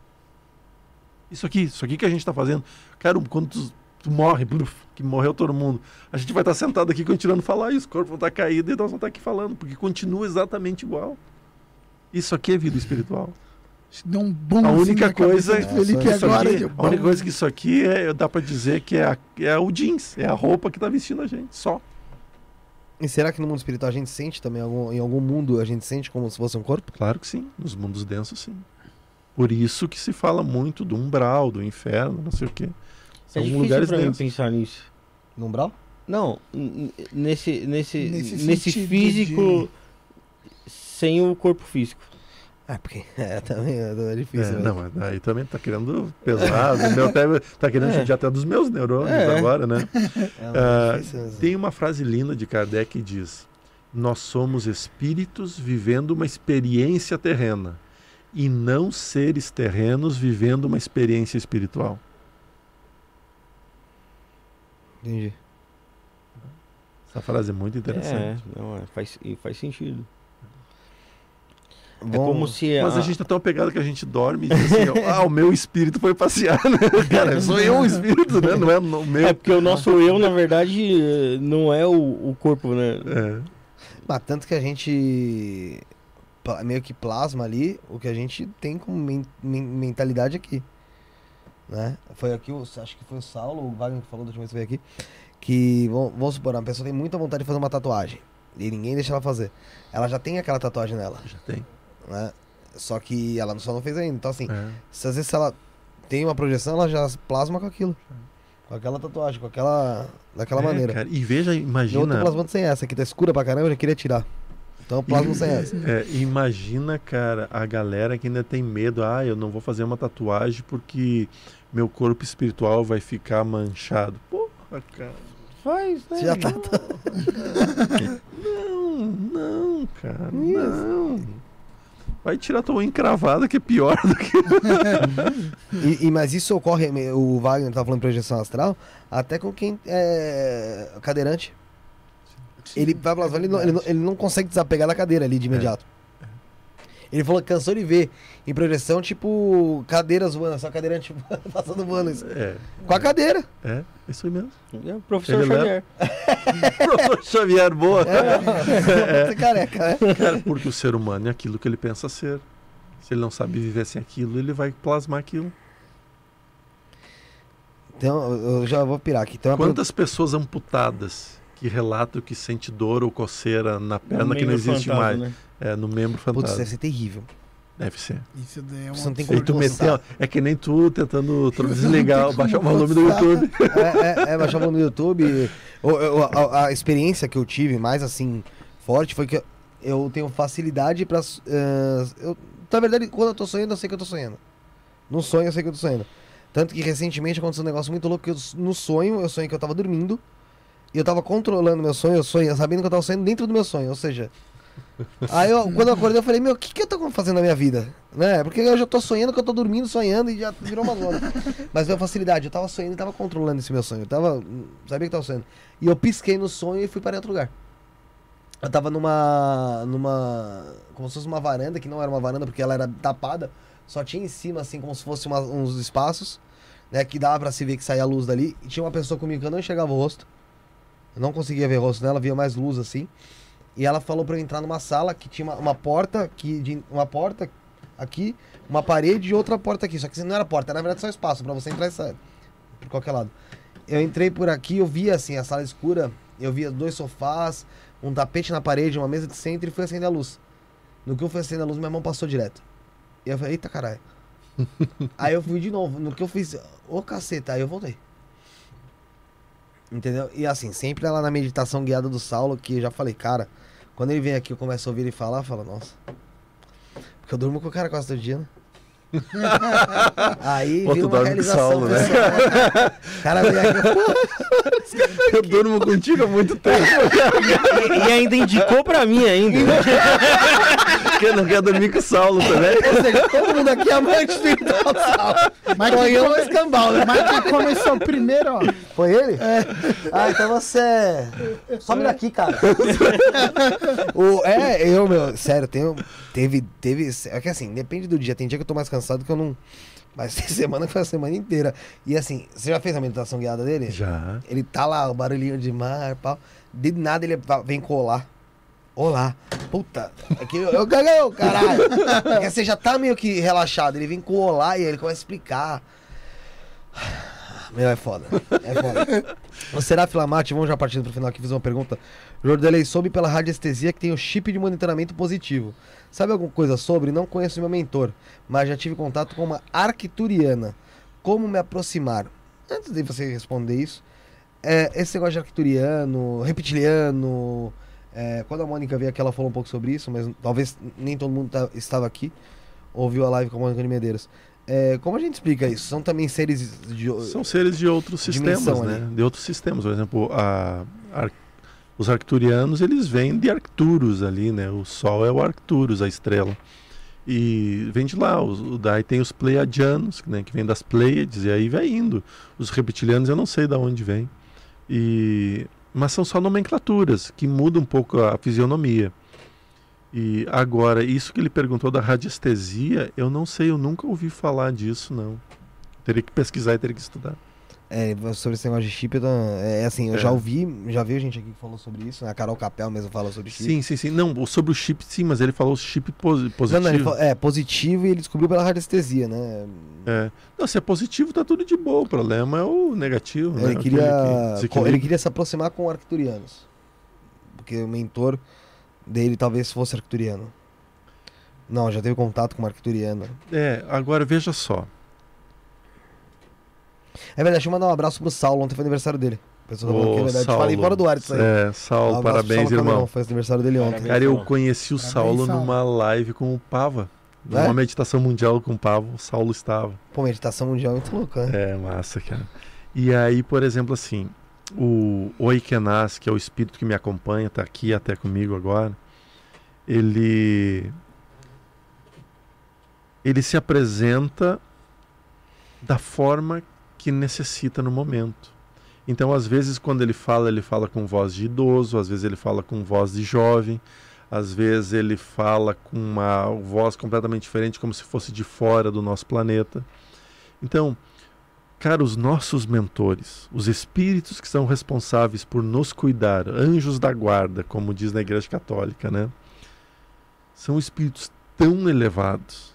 Isso aqui que a gente está fazendo. Cara, quando tu morre, que morreu todo mundo, a gente vai estar sentado aqui continuando a falar e os corpos vão estar caídos e nós vamos estar aqui falando, porque continua exatamente igual. Isso aqui é vida espiritual. Deu um bom A única coisa Felipe isso agora. aqui, a única coisa que isso aqui dá para dizer que é o jeans, é a roupa que está vestindo a gente, só. E será que no mundo espiritual a gente sente também, em algum mundo a gente sente como se fosse um corpo? Claro que sim, nos mundos densos sim. Por isso que se fala muito do umbral, do inferno, não sei o quê. É São difícil lugares pra mim densos. pensar nisso. No umbral? Não, nesse sentido físico sem o corpo físico. Porque também é difícil. né? Não, mas aí também tá querendo pesado. Tá querendo judiar até dos meus neurônios agora, né? É difícil mesmo. Tem uma frase linda de Kardec que diz: nós somos espíritos vivendo uma experiência terrena e não seres terrenos vivendo uma experiência espiritual. Entendi. Essa frase é muito interessante. Faz sentido. Bom, É como se... Mas a gente tá tão apegado que a gente dorme e diz assim, o meu espírito foi passear, né? Cara, sou eu o espírito, né? Não é o meu. É porque o nosso eu, na verdade, não é o corpo, né? É. Mas tanto que a gente meio que plasma ali o que a gente tem como mentalidade aqui. Né? Foi aqui, acho que foi o Saulo, o Wagner que falou da última vez que veio aqui, que, vamos supor, uma pessoa tem muita vontade de fazer uma tatuagem e ninguém deixa ela fazer. Ela já tem aquela tatuagem nela. Já tem. Né? Só que ela só não fez ainda. Então, assim, É. se às vezes ela tem uma projeção, ela já plasma com aquilo. Com aquela tatuagem, daquela maneira. Cara, e veja, Eu tô imagina. plasmando sem essa, aqui tá escura pra caramba, eu já queria tirar. Então eu plasmo sem essa. Imagina, cara, a galera que ainda tem medo. Eu não vou fazer uma tatuagem porque meu corpo espiritual vai ficar manchado. Porra, cara. Faz, né? Você já tá. Não, cara, não. Vai tirar tua unha encravada, que é pior do que... Mas isso ocorre, o Wagner tava falando em projeção astral, até com quem é cadeirante. Ele vai plasmar, ele não consegue desapegar da cadeira ali de imediato. Ele falou que cansou de ver em projeção, tipo, cadeiras voando, só cadeirante passando voando isso. Com a cadeira. É isso aí mesmo. É o professor Ele Xavier. Professor Xavier, boa. Você careca, né? Cara, porque o ser humano é aquilo que ele pensa ser. Se ele não sabe viver sem aquilo, ele vai plasmar aquilo. Então, eu já vou pirar aqui. Então, Quantas pessoas amputadas que relatam que sente dor ou coceira na perna que não existe mais? Né? No membro Putz, fantasma. deve ser terrível. Deve ser. Isso daí é Você não tem E como tu gostar. meteu, é que nem tu tentando desligar, baixar o volume do YouTube. Baixar o volume do YouTube. A experiência que eu tive mais assim, forte, foi que eu tenho facilidade pra. Na verdade, quando eu tô sonhando, eu sei que eu tô sonhando. No sonho, eu sei que eu tô sonhando. Tanto que recentemente aconteceu um negócio muito louco, que no sonho, eu sonhei que eu tava dormindo. E eu tava controlando meu sonho, sabendo que eu tava sonhando dentro do meu sonho, ou seja... Aí, quando eu acordei, eu falei, o que eu tô fazendo na minha vida? Né? Porque eu já tô sonhando que eu tô dormindo, sonhando, e já virou uma zona. Mas veio facilidade, eu tava sonhando e tava controlando esse meu sonho. Sabia que tava sonhando. E eu pisquei no sonho e fui para outro lugar. Eu tava numa... Como se fosse uma varanda, que não era uma varanda, porque ela era tapada. Só tinha em cima, assim, como se fosse uns espaços, né? Que dava pra se ver que saía a luz dali. E tinha uma pessoa comigo que eu não enxergava o rosto. Eu não conseguia ver o rosto dela, via mais luz assim. E ela falou pra eu entrar numa sala que tinha uma porta, uma porta aqui, uma parede e outra porta aqui. Só que não era porta, era na verdade só espaço pra você entrar e sair por qualquer lado. Eu entrei por aqui, eu via assim a sala escura, eu via 2 sofás, um tapete na parede, uma mesa de centro e fui acender a luz. No que eu fui acender a luz, minha mão passou direto. E eu falei, eita caralho. Aí eu fui de novo, no que eu fiz, ô caceta, aí eu voltei. Entendeu? E assim, sempre lá na meditação guiada do Saulo, que eu já falei, cara, quando ele vem aqui eu começo a ouvir ele falar, eu falo, nossa. Porque eu durmo com o cara quase todo dia, né? Aí viu uma realização, Saulo, né? O cara veio aqui, eu durmo contigo há muito tempo. E ainda indicou pra mim ainda. Porque não quer dormir com o Saulo também. ou seja, todo mundo aqui é amante do Saulo. Mas Sonhou um escambau, né? Mas quem começou primeiro, ó. Foi ele? É. Ah, então você... Sobe daqui, cara. Sério, teve... É que assim, depende do dia. Tem dia que eu tô mais cansado que eu não... Mas tem semana que foi a semana inteira. E assim, você já fez a meditação guiada dele? Já. Ele tá lá, o barulhinho de mar, pau. De nada ele vem colar. Olá. Puta. Aqui eu ganhei, caralho. Porque você já tá meio que relaxado. Ele vem com o olá e aí ele começa a explicar. Meu, é foda. É foda. O Seraf Lamate, vamos já partindo pro final aqui, fiz uma pergunta. Jordelei, soube pela radiestesia que tem o chip de monitoramento positivo. Sabe alguma coisa sobre? Não conheço meu mentor, mas já tive contato com uma arcturiana. Como me aproximar? Antes de você responder isso, esse negócio de arcturiano, reptiliano... quando a Mônica veio aqui, ela falou um pouco sobre isso, mas talvez nem todo mundo estava aqui, ouviu a live com a Mônica de Medeiros. Como a gente explica isso? São também seres São seres de outros sistemas, né? Ali. De outros sistemas. Por exemplo, os arcturianos, eles vêm de Arcturus ali, né? O Sol é o Arcturus, a estrela. E vem de lá. Daí tem os Pleiadianos, né? Que vem das Pleiades, e aí vai indo. Os reptilianos eu não sei de onde vem. Mas são só nomenclaturas, que mudam um pouco a fisionomia. E agora, isso que ele perguntou da radiestesia, eu não sei, eu nunca ouvi falar disso, não. Teria que pesquisar e teria que estudar. Sobre esse negócio de chip, eu já vi gente aqui que falou sobre isso, né? A Carol Capel mesmo falou sobre chip. Sim. Não, sobre o chip, sim, mas ele falou chip positivo. Não, ele falou, positivo e ele descobriu pela radiestesia, né? Não, se é positivo, tá tudo de boa. O problema é o negativo, né? Ele queria se aproximar com arcturianos. Porque o mentor dele talvez fosse arcturiano. Não, já teve contato com uma arcturiana. Agora veja só. É verdade, deixa eu mandar um abraço pro Saulo, ontem foi aniversário dele. A pessoa falou que é verdade. Saulo. Falei fora do ar isso aí. Saulo, parabéns, irmão. Camerão, foi aniversário dele ontem. Cara, eu conheci o Saulo numa live com o Pava. Numa meditação mundial com o Pava, o Saulo estava. Pô, meditação mundial é muito louca, né? Massa, cara. E aí, por exemplo, assim, o Oikenas, que é o espírito que me acompanha, tá aqui até comigo agora, ele se apresenta da forma que necessita no momento. Então, às vezes, quando ele fala com voz de idoso, às vezes ele fala com voz de jovem, às vezes ele fala com uma voz completamente diferente, como se fosse de fora do nosso planeta. Então, cara, os nossos mentores, os espíritos que são responsáveis por nos cuidar, anjos da guarda, como diz na Igreja Católica, né? São espíritos tão elevados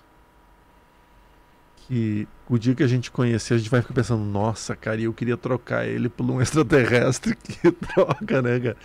que o dia que a gente conhecer, a gente vai ficar pensando, nossa, cara, eu queria trocar ele por um extraterrestre. Que troca, né, cara?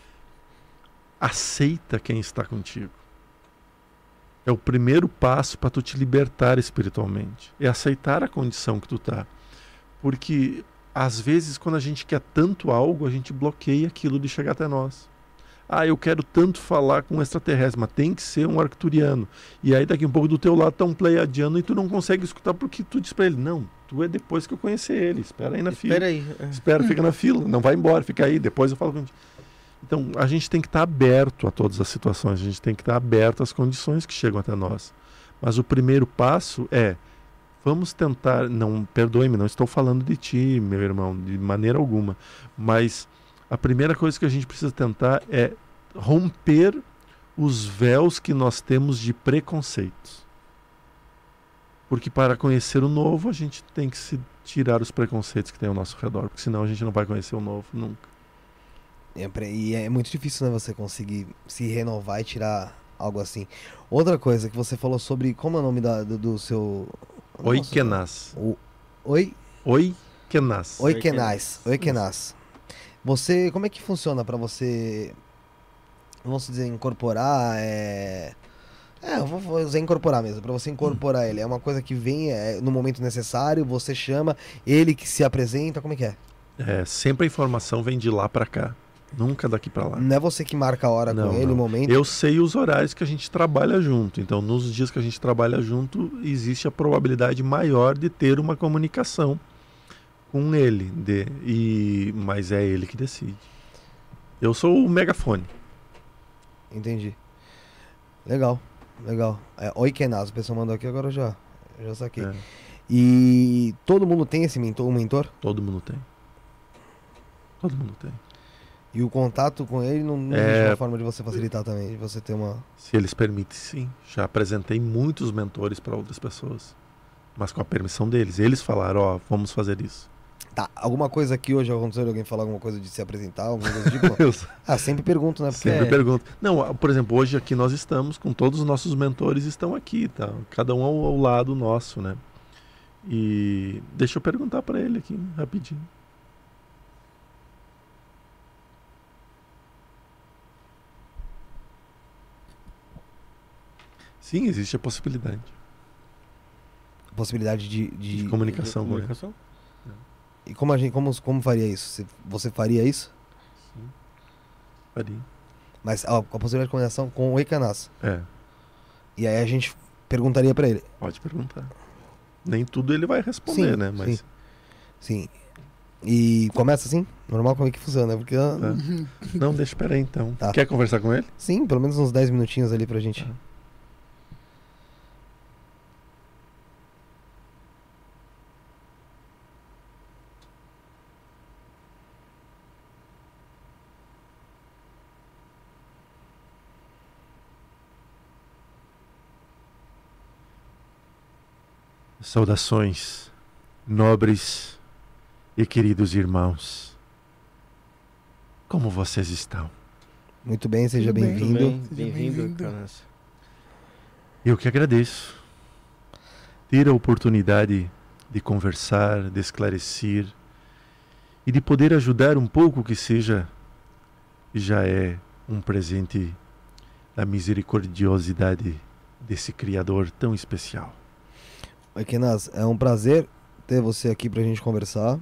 Aceita quem está contigo. É o primeiro passo para tu te libertar espiritualmente. É aceitar a condição que tu tá. Porque, às vezes, quando a gente quer tanto algo, a gente bloqueia aquilo de chegar até nós. Eu quero tanto falar com um extraterrestre, mas tem que ser um arcturiano. E aí daqui um pouco do teu lado tá um pleiadiano e tu não consegue escutar porque tu diz pra ele, não, tu é depois que eu conhecer ele, espera aí na fila. Espera, fica na fila, não vai embora, fica aí, depois eu falo contigo. Então a gente tem que estar aberto a todas as situações, a gente tem que estar aberto às condições que chegam até nós. Mas o primeiro passo vamos tentar, não, perdoe-me, não estou falando de ti, meu irmão, de maneira alguma, mas a primeira coisa que a gente precisa tentar é romper os véus que nós temos de preconceitos. Porque para conhecer o novo, a gente tem que se tirar os preconceitos que tem ao nosso redor, porque senão a gente não vai conhecer o novo nunca. E é muito difícil, né, você conseguir se renovar e tirar algo assim. Outra coisa que você falou sobre... Como é o nome do seu... Oikenaz. Oi? Oikenaz. Oikenaz. Você... Como é que funciona pra você... Vamos dizer, incorporar... eu vou usar incorporar mesmo. Pra você incorporar ele. É uma coisa que vem no momento necessário, você chama, ele que se apresenta, como é que é? Sempre a informação vem de lá pra cá. Nunca daqui pra lá. Não é você que marca a hora com ele, o momento? Eu sei os horários que a gente trabalha junto. Então, nos dias que a gente trabalha junto, existe a probabilidade maior de ter uma comunicação com ele. Mas é ele que decide. Eu sou o megafone. Entendi. Legal. Oikenaz, o pessoal mandou aqui, agora eu já saquei. E todo mundo tem esse mentor? Todo mundo tem. E o contato com ele não existe uma forma de você facilitar também, de você ter uma... Se eles permitem, sim. Já apresentei muitos mentores para outras pessoas, mas com a permissão deles. Eles falaram, vamos fazer isso. Tá, alguma coisa aqui hoje aconteceu de alguém falar alguma coisa de se apresentar, alguma coisa tipo? Sempre pergunto, né? Sempre pergunto. Não, por exemplo, hoje aqui nós estamos com todos os nossos mentores estão aqui, tá? Cada um ao lado nosso, né? E deixa eu perguntar para ele aqui, rapidinho. Sim, existe a possibilidade. Possibilidade de comunicação. E como faria isso? Você faria isso? Sim, faria. Mas a possibilidade de comunicação com o Oikenaz. E aí a gente perguntaria pra ele. Pode perguntar. Nem tudo ele vai responder, sim, né? Mas... Sim. E começa assim? Normal, como é que funciona? Porque... Não, deixa, peraí então. Tá. Quer conversar com ele? Sim, pelo menos uns 10 minutinhos ali pra gente... Saudações, nobres e queridos irmãos. Como vocês estão? Muito bem, seja bem-vindo. Bem-vindo, Canas. Eu que agradeço. Ter a oportunidade de conversar, de esclarecer e de poder ajudar um pouco que seja, já é um presente da misericordiosidade desse Criador tão especial. Oikenaz, é um prazer ter você aqui pra gente conversar.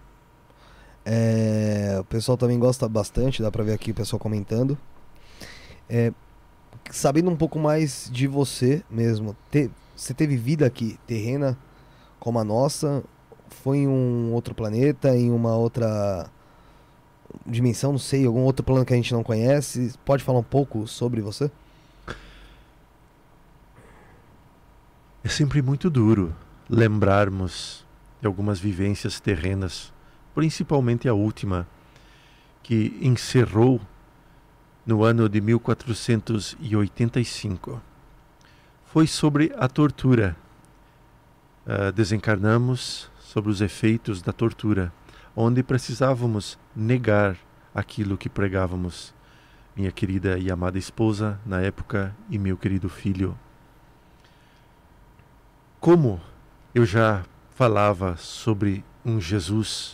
O pessoal também gosta bastante, dá pra ver aqui o pessoal comentando. Sabendo um pouco mais de você mesmo, você teve vida aqui, terrena como a nossa? Foi em um outro planeta, em uma outra dimensão, não sei, algum outro plano que a gente não conhece? Pode falar um pouco sobre você? É sempre muito duro lembrarmos de algumas vivências terrenas, principalmente a última, que encerrou no ano de 1485. Foi sobre a tortura. Desencarnamos sobre os efeitos da tortura, onde precisávamos negar aquilo que pregávamos. Minha querida e amada esposa, na época, e meu querido filho. Como eu já falava sobre um Jesus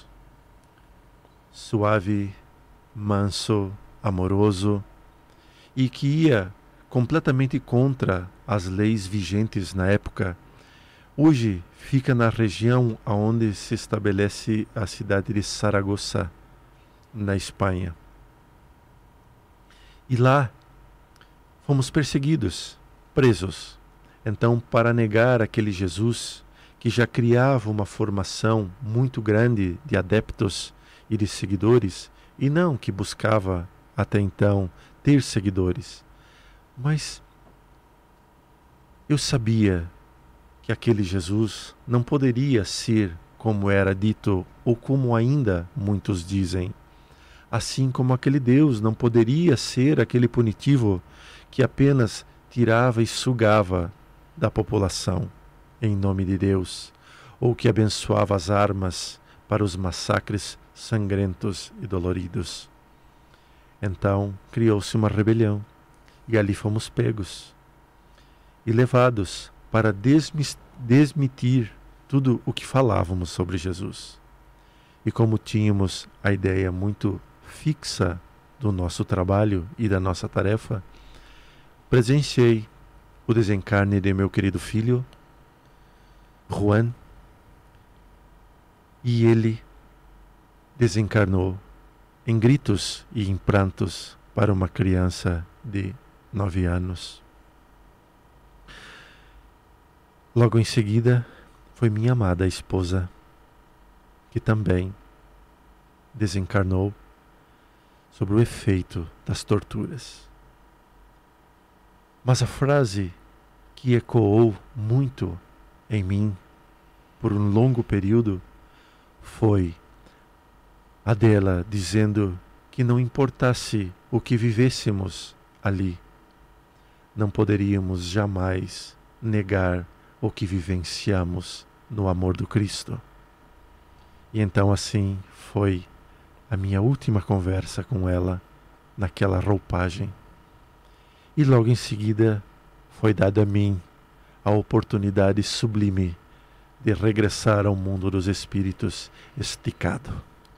suave, manso, amoroso e que ia completamente contra as leis vigentes na época, hoje fica na região onde se estabelece a cidade de Saragoça, na Espanha. E lá fomos perseguidos, presos. Então, para negar aquele Jesus que já criava uma formação muito grande de adeptos e de seguidores, e não que buscava até então ter seguidores, mas eu sabia que aquele Jesus não poderia ser como era dito ou como ainda muitos dizem, assim como aquele Deus não poderia ser aquele punitivo que apenas tirava e sugava da população em nome de Deus, ou que abençoava as armas para os massacres sangrentos e doloridos. Então criou-se uma rebelião e ali fomos pegos e levados para desmitir tudo o que falávamos sobre Jesus. E como tínhamos a ideia muito fixa do nosso trabalho e da nossa tarefa, presenciei o desencarne de meu querido filho, Juan, e ele desencarnou em gritos e em prantos para uma criança de 9 anos. Logo em seguida, foi minha amada esposa, que também desencarnou sob o efeito das torturas. Mas a frase que ecoou muito em mim por um longo período foi a dela dizendo que não importasse o que vivêssemos ali, não poderíamos jamais negar o que vivenciamos no amor do Cristo. E então assim foi a minha última conversa com ela naquela roupagem. E logo em seguida foi dada a mim a oportunidade sublime de regressar ao mundo dos espíritos esticado.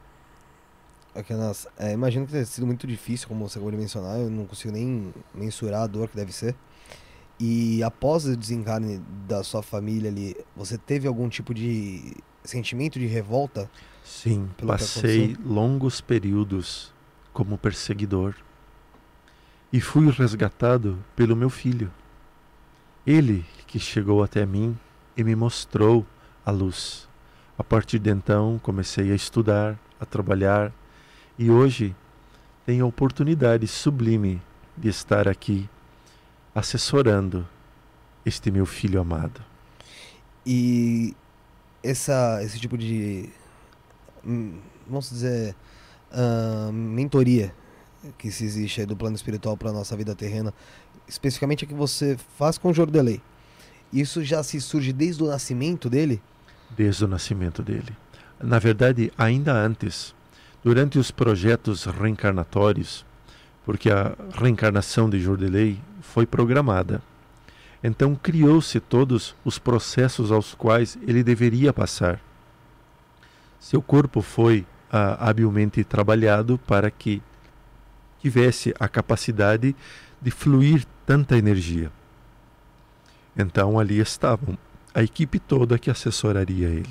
Imagino que tenha sido muito difícil, como você acabou de mencionar, eu não consigo nem mensurar a dor que deve ser. E após o desencarne da sua família ali, você teve algum tipo de sentimento de revolta? Sim, passei longos períodos como perseguidor e fui resgatado pelo meu filho. Ele que chegou até mim e me mostrou a luz. A partir de então comecei a estudar, a trabalhar e hoje tenho a oportunidade sublime de estar aqui assessorando este meu filho amado. E esse tipo de, vamos dizer, mentoria que se existe aí do plano espiritual para a nossa vida terrena, especificamente a que você faz com o Jordelei, isso já se surge desde o nascimento dele? Desde o nascimento dele. Na verdade, ainda antes, durante os projetos reencarnatórios, porque a reencarnação de Jordelei foi programada. Então criou-se todos os processos aos quais ele deveria passar. Seu corpo foi habilmente trabalhado para que tivesse a capacidade de fluir tanta energia. Então ali estavam a equipe toda que assessoraria ele.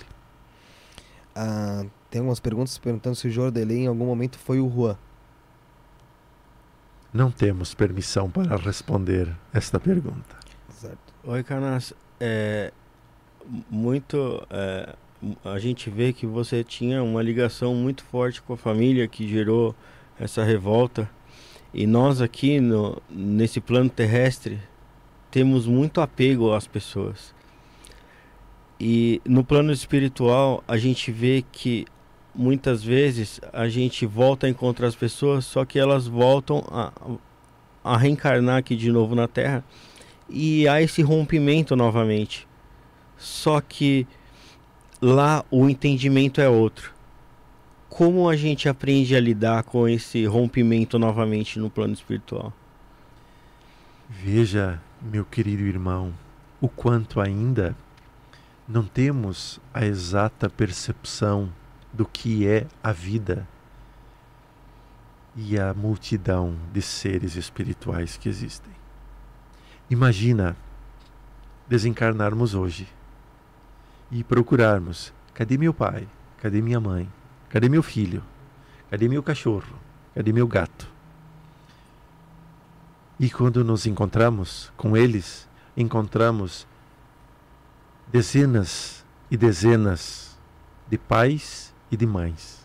Tem algumas perguntas perguntando se o Jordelei em algum momento foi o Juan. Não temos permissão para responder esta pergunta. Certo. Oi, Canas. A gente vê que você tinha uma ligação muito forte com a família que gerou essa revolta. E nós aqui nesse plano terrestre temos muito apego às pessoas. E no plano espiritual a gente vê que muitas vezes a gente volta a encontrar as pessoas, só que elas voltam a reencarnar aqui de novo na Terra e há esse rompimento novamente. Só que lá o entendimento é outro. Como a gente aprende a lidar com esse rompimento novamente no plano espiritual? Veja, meu querido irmão, o quanto ainda não temos a exata percepção do que é a vida e a multidão de seres espirituais que existem. Imagina desencarnarmos hoje e procurarmos: cadê meu pai? Cadê minha mãe? Cadê meu filho? Cadê meu cachorro? Cadê meu gato? E quando nos encontramos com eles, encontramos dezenas e dezenas de pais e de mães.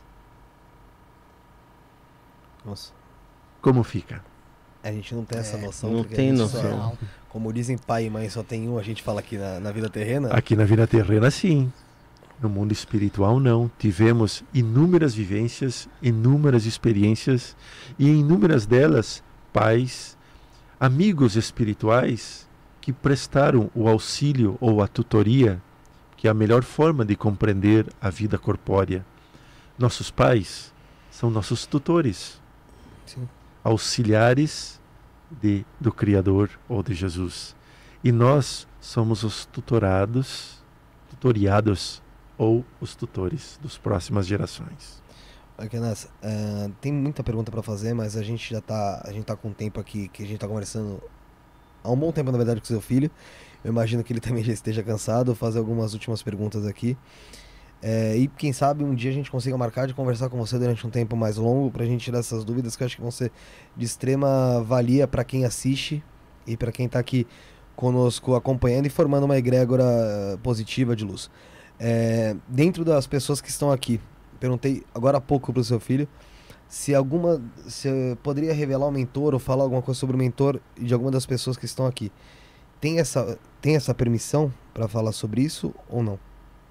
Nossa. Como fica? A gente não tem essa noção. Não tem noção. Como dizem, pai e mãe só tem um, a gente fala aqui na vida terrena. Aqui na vida terrena, sim. No mundo espiritual, não. Tivemos inúmeras vivências, inúmeras experiências, e em inúmeras delas, pais, amigos espirituais que prestaram o auxílio ou a tutoria, que é a melhor forma de compreender a vida corpórea. Nossos pais são nossos tutores. Sim. auxiliares do Criador ou de Jesus. E nós somos os tutoriados ou os tutores das próximas gerações. Kenas, tem muita pergunta para fazer, mas a gente tá com um tempo aqui que a gente tá conversando há um bom tempo, na verdade, com seu filho. Eu imagino que ele também já esteja cansado. Vou fazer algumas últimas perguntas aqui. E quem sabe um dia a gente consiga marcar de conversar com você durante um tempo mais longo pra gente tirar essas dúvidas que eu acho que vão ser de extrema valia para quem assiste e para quem tá aqui conosco acompanhando e formando uma egrégora positiva de luz. Dentro das pessoas que estão aqui, perguntei agora há pouco pro seu filho se poderia revelar um mentor ou falar alguma coisa sobre o mentor de alguma das pessoas que estão aqui. Tem essa permissão para falar sobre isso ou não?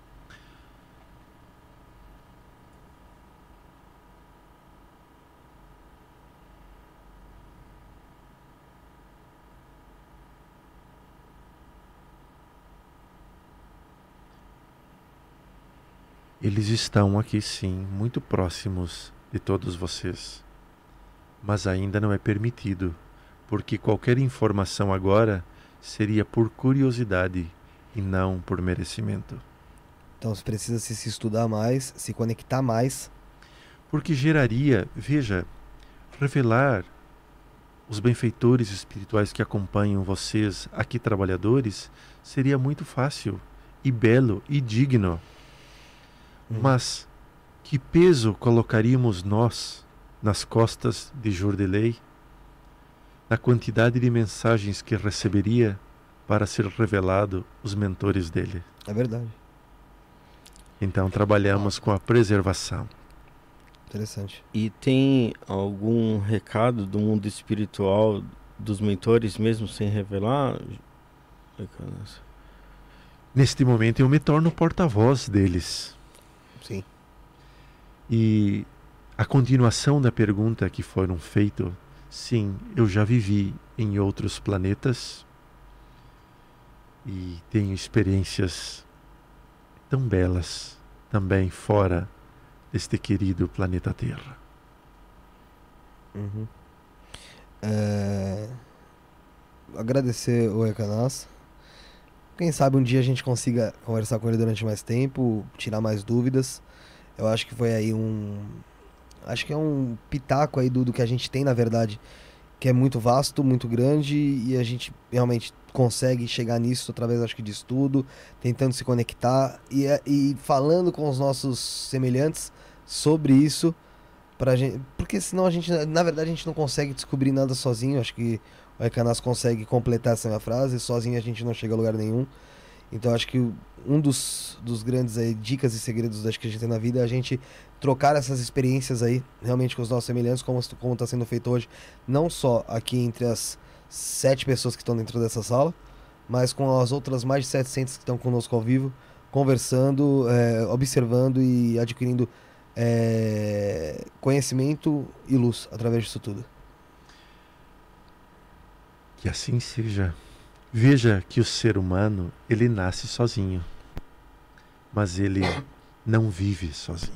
Eles estão aqui sim, muito próximos de todos vocês. Mas ainda não é permitido, porque qualquer informação agora seria por curiosidade e não por merecimento. Então precisa se estudar mais, se conectar mais. Porque geraria, veja, revelar os benfeitores espirituais que acompanham vocês aqui, trabalhadores, seria muito fácil e belo e digno. Mas que peso colocaríamos nós nas costas de Jordelei, na quantidade de mensagens que receberia para ser revelado os mentores dele? É verdade. Então trabalhamos com a preservação. Interessante. E tem algum recado do mundo espiritual dos mentores mesmo sem revelar? Neste momento eu me torno porta-voz deles. Sim. E a continuação da pergunta que foram feitas, sim, eu já vivi em outros planetas e tenho experiências tão belas também fora deste querido planeta Terra. Uhum. Agradecer o Ecanas. Quem sabe um dia a gente consiga conversar com ele durante mais tempo, tirar mais dúvidas. Eu acho que foi aí acho que é um pitaco aí do que a gente tem, na verdade, que é muito vasto, muito grande, e a gente realmente consegue chegar nisso através, acho que, de estudo, tentando se conectar e falando com os nossos semelhantes sobre isso, pra gente, porque senão a gente, na verdade, a gente não consegue descobrir nada sozinho. Acho que o Ecanas consegue completar essa minha frase, sozinho a gente não chega a lugar nenhum. Então acho que um dos grandes aí, dicas e segredos acho que a gente tem na vida é a gente trocar essas experiências aí realmente com os nossos semelhantes, como está sendo feito hoje, não só aqui entre as 7 pessoas que estão dentro dessa sala, mas com as outras mais de 700 que estão conosco ao vivo, conversando, observando e adquirindo conhecimento e luz através disso tudo. Que assim seja. Veja que o ser humano, ele nasce sozinho, mas ele não vive sozinho.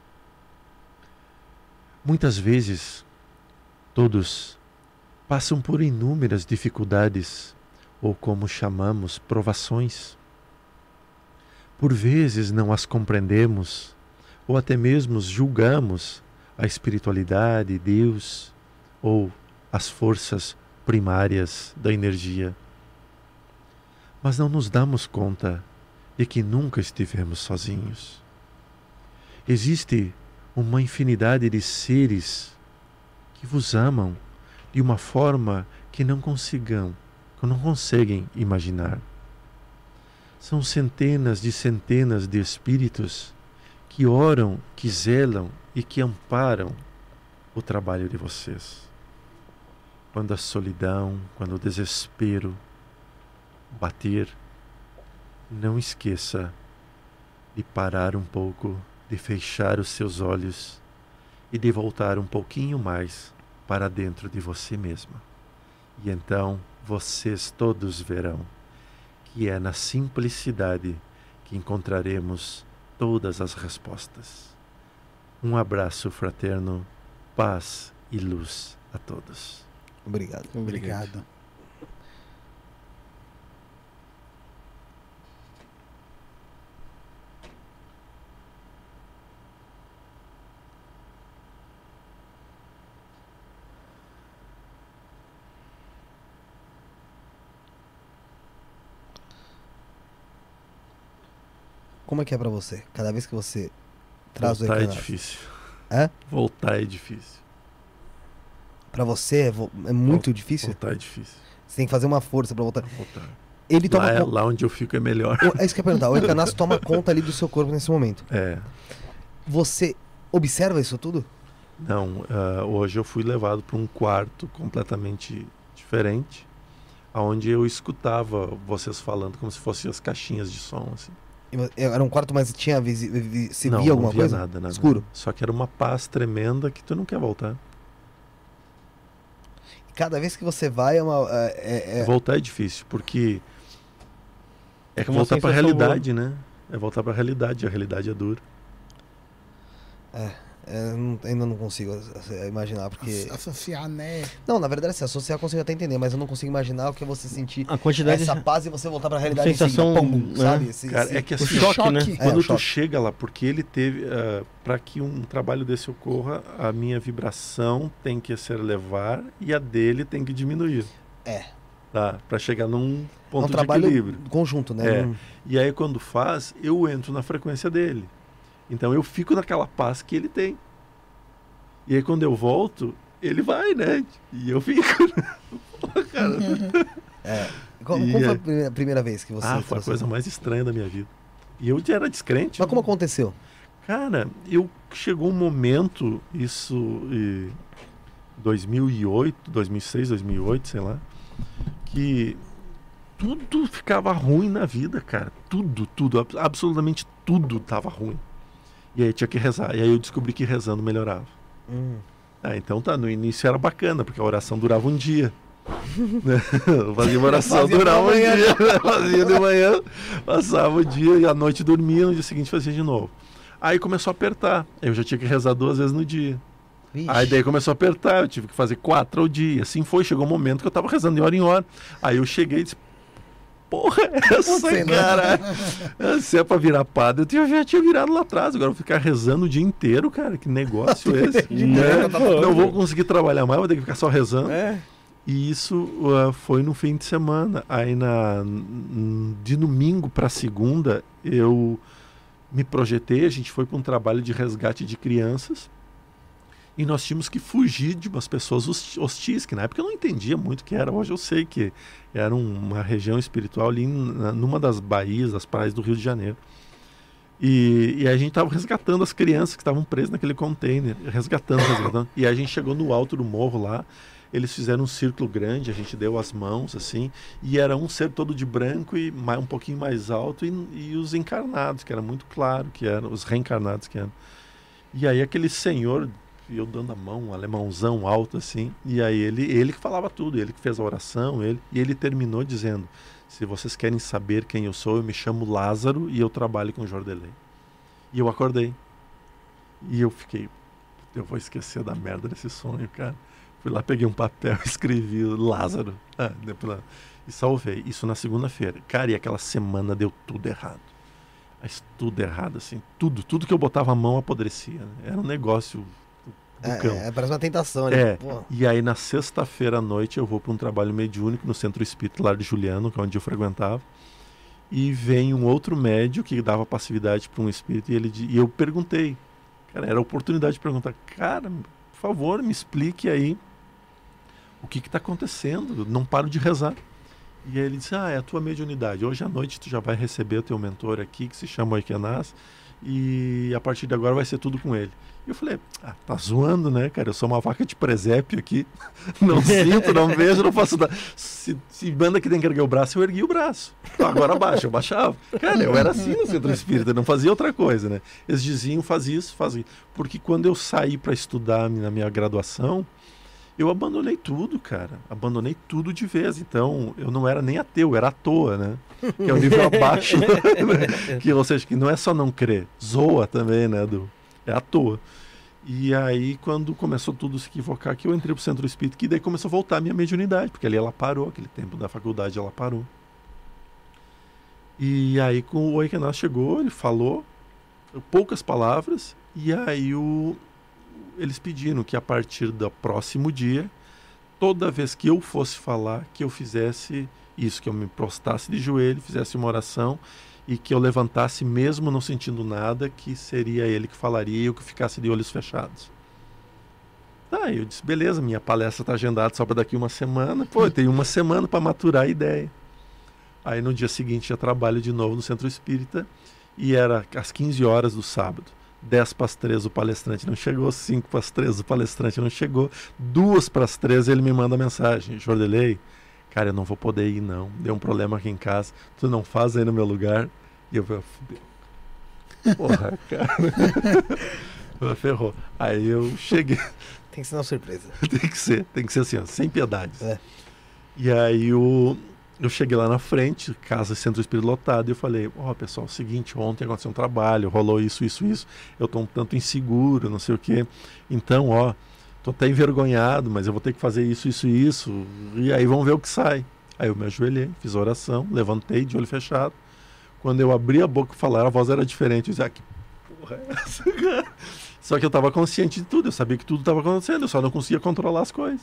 Muitas vezes, todos passam por inúmeras dificuldades, ou como chamamos, provações. Por vezes não as compreendemos, ou até mesmo julgamos a espiritualidade, Deus, ou as forças primárias da energia. Mas não nos damos conta de que nunca estivemos sozinhos. Existe uma infinidade de seres que vos amam de uma forma que não conseguem imaginar. São centenas de espíritos que oram, que zelam e que amparam o trabalho de vocês. Quando a solidão, quando o desespero bater, não esqueça de parar um pouco, de fechar os seus olhos e de voltar um pouquinho mais para dentro de você mesma. E então vocês todos verão que é na simplicidade que encontraremos todas as respostas. Um abraço fraterno, paz e luz a todos. Obrigado. Obrigado. Como é que é pra você? Cada vez que você traz Voltar o é Equinócio. difícil. É? Voltar é difícil. Pra você é muito difícil? Voltar é difícil. Você tem que fazer uma força pra voltar. Voltar. Ele toma Lá onde eu fico é melhor. É isso que eu ia perguntar. O Equinócio toma conta ali do seu corpo nesse momento. É. Você observa isso tudo? Não, hoje eu fui levado para um quarto completamente diferente, onde eu escutava vocês falando como se fossem as caixinhas de som, assim. Era um quarto, mas tinha se Não, via alguma não via coisa? nada. Escuro? Só que era uma paz tremenda que tu não quer voltar. Cada vez que você vai Voltar é difícil, porque é uma voltar para a sensação realidade, né? É voltar para a realidade é dura. ainda não consigo imaginar, porque... Associar, né? Não, na verdade, assim, associar eu consigo até entender, mas eu não consigo imaginar o que é você sentir A quantidade essa paz e você voltar pra realidade sensação, em seguida, pum, né? sabe? Cara, é que assim, choque, né? quando o tu choque. chega lá, porque ele teve, para que um trabalho desse ocorra, a minha vibração tem que se elevar e a dele tem que diminuir. Tá? Para chegar num ponto de trabalho equilíbrio. conjunto, né? É. E aí quando faz, eu entro na frequência dele. Então eu fico naquela paz que ele tem. E aí quando eu volto, ele vai, né? E eu fico. Pô, cara. Como foi a primeira vez que você Foi a trouxe? coisa mais estranha da minha vida. E eu já era descrente. Mas como aconteceu? Cara, chegou um momento, isso em 2008, 2006, 2008, sei lá, que tudo ficava ruim na vida, cara. Tudo, absolutamente tudo estava ruim. E aí tinha que rezar. E aí eu descobri que rezando melhorava. Então tá, no início era bacana, porque a oração durava um dia. Eu fazia uma oração, durava um dia. Fazia de manhã, passava o dia e à noite dormia, no dia seguinte fazia de novo. Aí começou a apertar. Eu já tinha que rezar 2 vezes no dia. Vixe. Aí daí começou a apertar, eu tive que fazer 4 ao dia. Assim foi, chegou um momento que eu tava rezando de hora em hora. Aí eu cheguei e disse, porra, essa, cara. Se é pra virar padre, eu já tinha virado lá atrás. Agora eu vou ficar rezando o dia inteiro, cara. Que negócio esse? Não vou conseguir trabalhar mais, vou ter que ficar só rezando. E isso foi no fim de semana. Aí de domingo para segunda, eu me projetei. A gente foi para um trabalho de resgate de crianças. E nós tínhamos que fugir de umas pessoas hostis, que na época eu não entendia muito o que era. Hoje eu sei que era uma região espiritual ali numa das baías, das praias do Rio de Janeiro. E a gente estava resgatando as crianças que estavam presas naquele container. Resgatando. E a gente chegou no alto do morro lá. Eles fizeram um círculo grande, a gente deu as mãos, assim. E era um ser todo de branco e um pouquinho mais alto. E os encarnados, que era muito claro que eram, os reencarnados que eram. E aí aquele senhor... E eu dando a mão, um alemãozão alto assim. E aí ele que falava tudo, ele que fez a oração, e ele terminou dizendo: se vocês querem saber quem eu sou, eu me chamo Lázaro e eu trabalho com o Jordelei. E eu acordei. E eu fiquei, eu vou esquecer da merda desse sonho, cara. Fui lá, peguei um papel, escrevi Lázaro. E salvei. Isso na segunda-feira. Cara, e aquela semana deu tudo errado. Mas tudo errado, assim. Tudo que eu botava a mão apodrecia. Né? Era um negócio... parece uma tentação, né? E aí na sexta-feira à noite eu vou para um trabalho mediúnico no Centro Espírita Lar de Juliano, que é onde eu frequentava, e vem um outro médio que dava passividade para um espírito e eu perguntei, cara, era a oportunidade de perguntar, cara, por favor, me explique aí o que está acontecendo, não paro de rezar. E aí ele disse, é a tua mediunidade, hoje à noite tu já vai receber o teu mentor aqui, que se chama Oikenaz, e a partir de agora vai ser tudo com ele. E eu falei, tá zoando, né, cara? Eu sou uma vaca de presépio aqui. Não sinto, não vejo, não faço nada. Se banda que tem que erguer o braço, eu ergui o braço. Agora abaixa, eu baixava. Cara, eu era assim no Centro Espírita, não fazia outra coisa, né? Eles diziam, faz isso, faz isso. Porque quando eu saí para estudar na minha graduação, eu abandonei tudo, cara. Abandonei tudo de vez. Então, eu não era nem ateu, eu era à toa, né? Que é o nível abaixo. Né? Ou seja, que não é só não crer, zoa também, né? É à toa. E aí, quando começou tudo a se equivocar, que eu entrei pro Centro Espírita, que daí começou a voltar a minha mediunidade, porque ali ela parou, aquele tempo da faculdade ela parou. E aí, com o Oikenaz chegou, ele falou poucas palavras, e aí eles pediram que a partir do próximo dia, toda vez que eu fosse falar, que eu fizesse isso, que eu me prostrasse de joelho, fizesse uma oração, e que eu levantasse mesmo não sentindo nada, que seria ele que falaria e eu que ficasse de olhos fechados. Aí eu disse, beleza, minha palestra está agendada só para daqui uma semana. Pô, eu tenho uma semana para maturar a ideia. Aí no dia seguinte eu trabalho de novo no Centro Espírita e era às 15 horas do sábado. 10 para as 3 o palestrante não chegou, 5 para as 3 o palestrante não chegou, 2 para as 3 ele me manda mensagem, Jordelei, cara, eu não vou poder ir não, deu um problema aqui em casa, tu não faz aí no meu lugar? E eu falei, porra, cara, ferrou. Aí eu cheguei. Tem que ser uma surpresa. Tem que ser assim, ó, sem piedades. E aí eu cheguei lá na frente, casa Centro Espírita lotado, e eu falei, pessoal, é o seguinte, ontem aconteceu um trabalho, rolou isso, eu tô um tanto inseguro, não sei o quê, então, tô até envergonhado, mas eu vou ter que fazer isso, e aí vamos ver o que sai. Aí eu me ajoelhei, fiz a oração, levantei de olho fechado, quando eu abri a boca e falar, a voz era diferente, eu disse, que porra é essa, cara? Só que eu estava consciente de tudo, eu sabia que tudo estava acontecendo, eu só não conseguia controlar as coisas.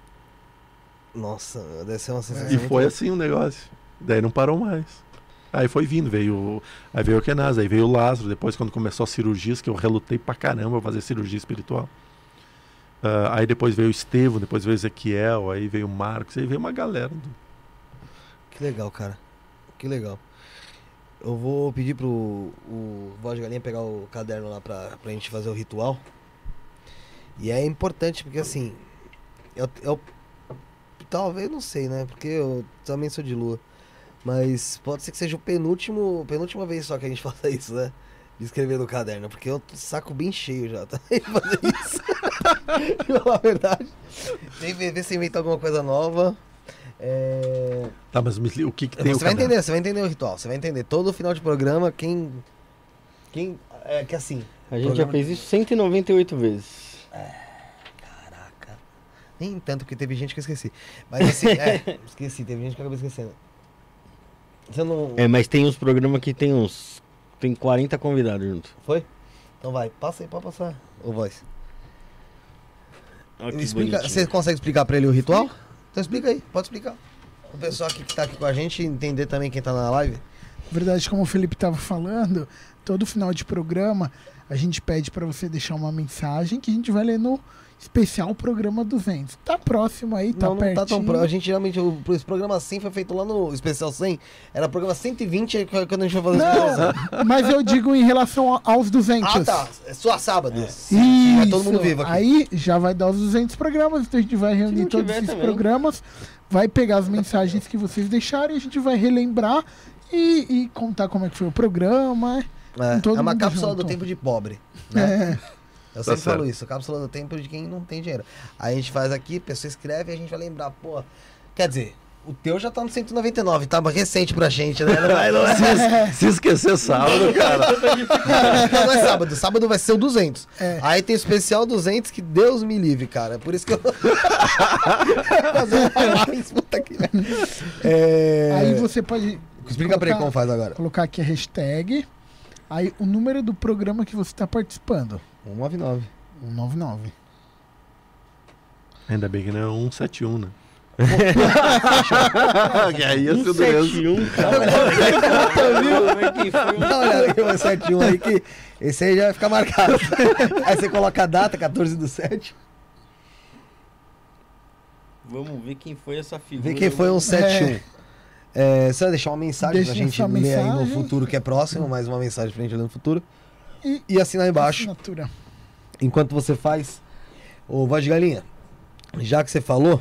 Nossa, deve ser uma sensação. E foi assim o negócio. Daí não parou mais. Aí foi vindo, aí veio o Oikenaz, aí veio o Lázaro, depois quando começou as cirurgias, que eu relutei pra caramba pra fazer cirurgia espiritual. Aí depois veio o Estevão, depois veio o Ezequiel, aí veio o Marcos, aí veio uma galera. Que legal, cara. Que legal. Eu vou pedir pro Voz de Galinha pegar o caderno lá pra gente fazer o ritual. E é importante, porque assim, eu talvez, não sei, né? Porque eu também sou de lua. Mas pode ser que seja penúltima vez só que a gente faça isso, né? De escrever no caderno. Porque eu tô saco bem cheio já, tá? De fazer isso. Na verdade. Tem que ver se inventa alguma coisa nova. Tá, mas o que tem você vai entender o ritual. Você vai entender todo final de programa que assim... A gente já fez isso 198 vezes. Caraca. Nem tanto, porque teve gente que eu esqueci. Mas assim, esqueci, teve gente que eu acabei esquecendo. Você não... mas tem uns programas que tem 40 convidados junto. Foi? Então vai, passa aí, pode passar. Ô, Voz. Explica, você consegue explicar pra ele o ritual? Então explica aí, pode explicar. O pessoal aqui que tá aqui com a gente entender também quem tá na live. Na verdade, como o Felipe tava falando, todo final de programa a gente pede pra você deixar uma mensagem que a gente vai ler no especial programa 200. Tá próximo aí, tá pertinho. Não tá tão próximo. A gente geralmente, esse programa 100 foi feito lá no especial 100. Era programa 120 quando a gente foi fazer Não, mas eu digo em relação aos 200. Ah, tá. É só sábado. Isso. É todo mundo vivo aqui. Aí já vai dar os 200 programas, então a gente vai reunir todos esses programas, vai pegar as mensagens que vocês deixaram e a gente vai relembrar e contar como é que foi o programa. É uma cápsula do tempo de pobre, né? Eu sempre falo isso, cápsula do tempo de quem não tem dinheiro. Aí a gente faz aqui, a pessoa escreve e a gente vai lembrar, pô. Quer dizer, o teu já tá no 199, tá recente pra gente, né? Não é. Se esquecer sábado, cara. Não é sábado, sábado vai ser o 200. Aí tem o especial 200 que Deus me livre, cara. Por isso que eu... Puta que... Aí você pode... Explica pra ele como faz agora. Colocar aqui a hashtag, aí o número do programa que você tá participando. 199. 199. Ainda bem que não é 171, né? Que aí ia ser 171, cara. Dá uma olhada aqui, 171 aí, que esse aí já vai ficar marcado. Aí você coloca a data, 14/7. Vamos ver quem foi essa figura. Vê quem foi 171. Você vai deixar uma mensagem pra gente ler aí no futuro, que é próximo, mais uma mensagem pra gente ler no futuro. E assinar embaixo. Assinatura. Enquanto você faz, ô Voz de Galinha, já que você falou,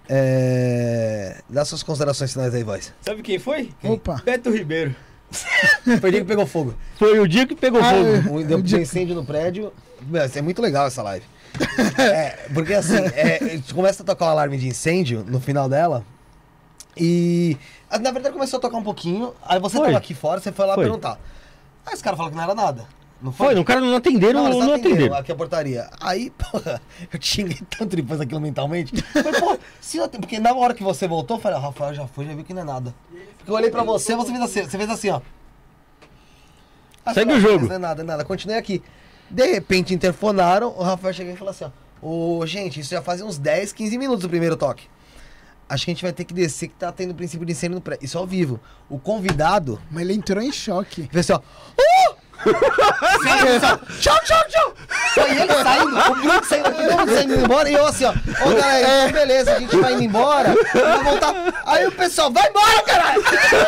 dá suas considerações finais aí, Voz. Sabe quem foi? Opa. Beto Ribeiro. Foi o dia que pegou fogo. Foi o dia que pegou fogo. Deu incêndio no prédio. É muito legal essa live. Porque assim, começa a tocar o alarme de incêndio no final dela. E na verdade começou a tocar um pouquinho. Aí você tava aqui fora, você foi lá perguntar. Aí esse cara falou que não era nada. Não foi? Foi, o cara não atenderam ou não atenderam. Aqui a portaria. Aí, porra, eu xinguei tanto depois daquilo mentalmente. Falei, pô, se eu, porque na hora que você voltou, eu falei, Rafael já foi, já viu que não é nada. Porque eu olhei pra você fez assim, ó. Segue o jogo. Não é nada, continuei aqui. De repente interfonaram, o Rafael chegou e falou assim, ó. Ô, gente, isso já fazia uns 10, 15 minutos o primeiro toque. Acho que a gente vai ter que descer, que tá tendo o princípio de incêndio no prédio. Isso ao vivo. O convidado... Mas ele entrou em choque. Fez assim, ó. Tchau, tchau, tchau. Aí ele saindo, o Bruno saindo aqui, todo mundo saindo embora. E eu assim, ó. Ô, galera, então beleza, a gente vai indo embora. Vai voltar. Aí o pessoal, vai embora, caralho.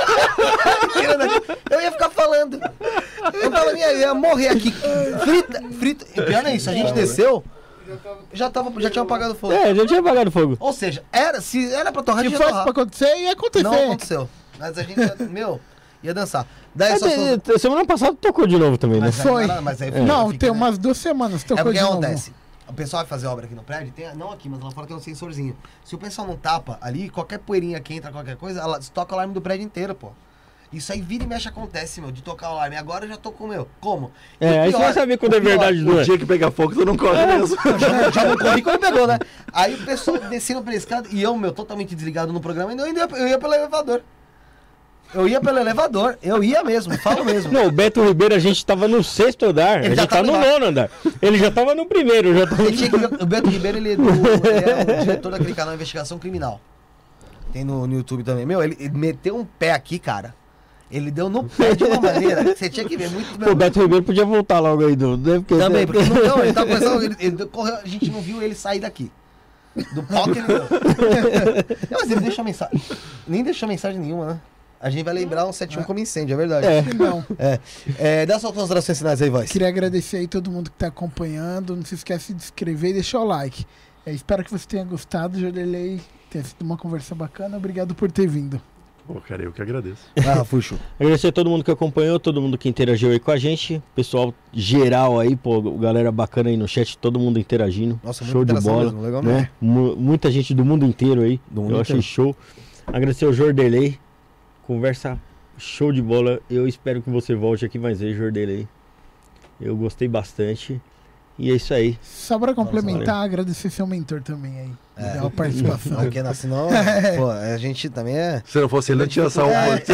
Eu ia ficar falando. Eu ia morrer aqui. Frita. E pior não é isso, a gente desceu. Já tinha apagado o fogo. Já tinha apagado o fogo. Ou seja, se era pra torrar, Se fosse pra acontecer, ia acontecer. Não aconteceu. Mas a gente, ia dançar. Daí Semana passada tocou de novo também, né? Mas Foi. Mas aí Não, fica, tem né? umas 2 semanas. Tocou Porque de novo. acontece. O pessoal vai fazer obra aqui no prédio, não aqui, mas lá fora tem um sensorzinho. Se o pessoal não tapa ali, qualquer poeirinha que entra, qualquer coisa, ela toca o alarme do prédio inteiro, pô. Isso aí vira e mexe acontece, de tocar o alarme. Agora eu já tô com o meu. Como? Aí você vai saber quando é verdade do O dia que pegar fogo, você não corre mesmo. Já não corri quando pegou, né? Aí o pessoal descendo pela escada e eu, totalmente desligado no programa, eu ia pelo elevador. Eu ia mesmo, falo mesmo. Não, o Beto Ribeiro, a gente tava no 6º andar, Ele a já gente tá tava no embaixo. 9º andar. Ele já tava no primeiro, O Beto Ribeiro, ele é o diretor daquele canal Investigação Criminal. Tem no YouTube também. Ele meteu um pé aqui, cara. Ele deu no pé de uma maneira que você tinha que ver muito. O Beto Ribeiro podia voltar logo aí, Também, porque não, ele tava começando, ele correu, a gente não viu ele sair daqui. Do pau que ele deu. Não, mas ele deixou mensagem. Nem deixou mensagem nenhuma, né? A gente vai lembrar um 71 como incêndio, é verdade. Não. Dá suas considerações finais aí, voz. Queria agradecer aí todo mundo que tá acompanhando. Não se esquece de se inscrever e deixar o like. Espero que você tenha gostado, Jordelei. Tenha sido uma conversa bacana. Obrigado por ter vindo. Pô, cara, eu que agradeço. Fuxo. Agradecer a todo mundo que acompanhou, todo mundo que interagiu aí com a gente. Pessoal geral aí, pô, galera bacana aí no chat, todo mundo interagindo. Nossa, show de bola. Mesmo, legal né? Muita gente do mundo inteiro aí. Achei show. Agradecer ao Jordelei. Conversa show de bola. Eu espero que você volte aqui mais vezes, Jordelei. Eu gostei bastante. E é isso aí. Só pra complementar, agradecer seu mentor também aí. Deu uma participação. Porque senão, pô, a gente também é. Se não fosse ele, não tinha salvou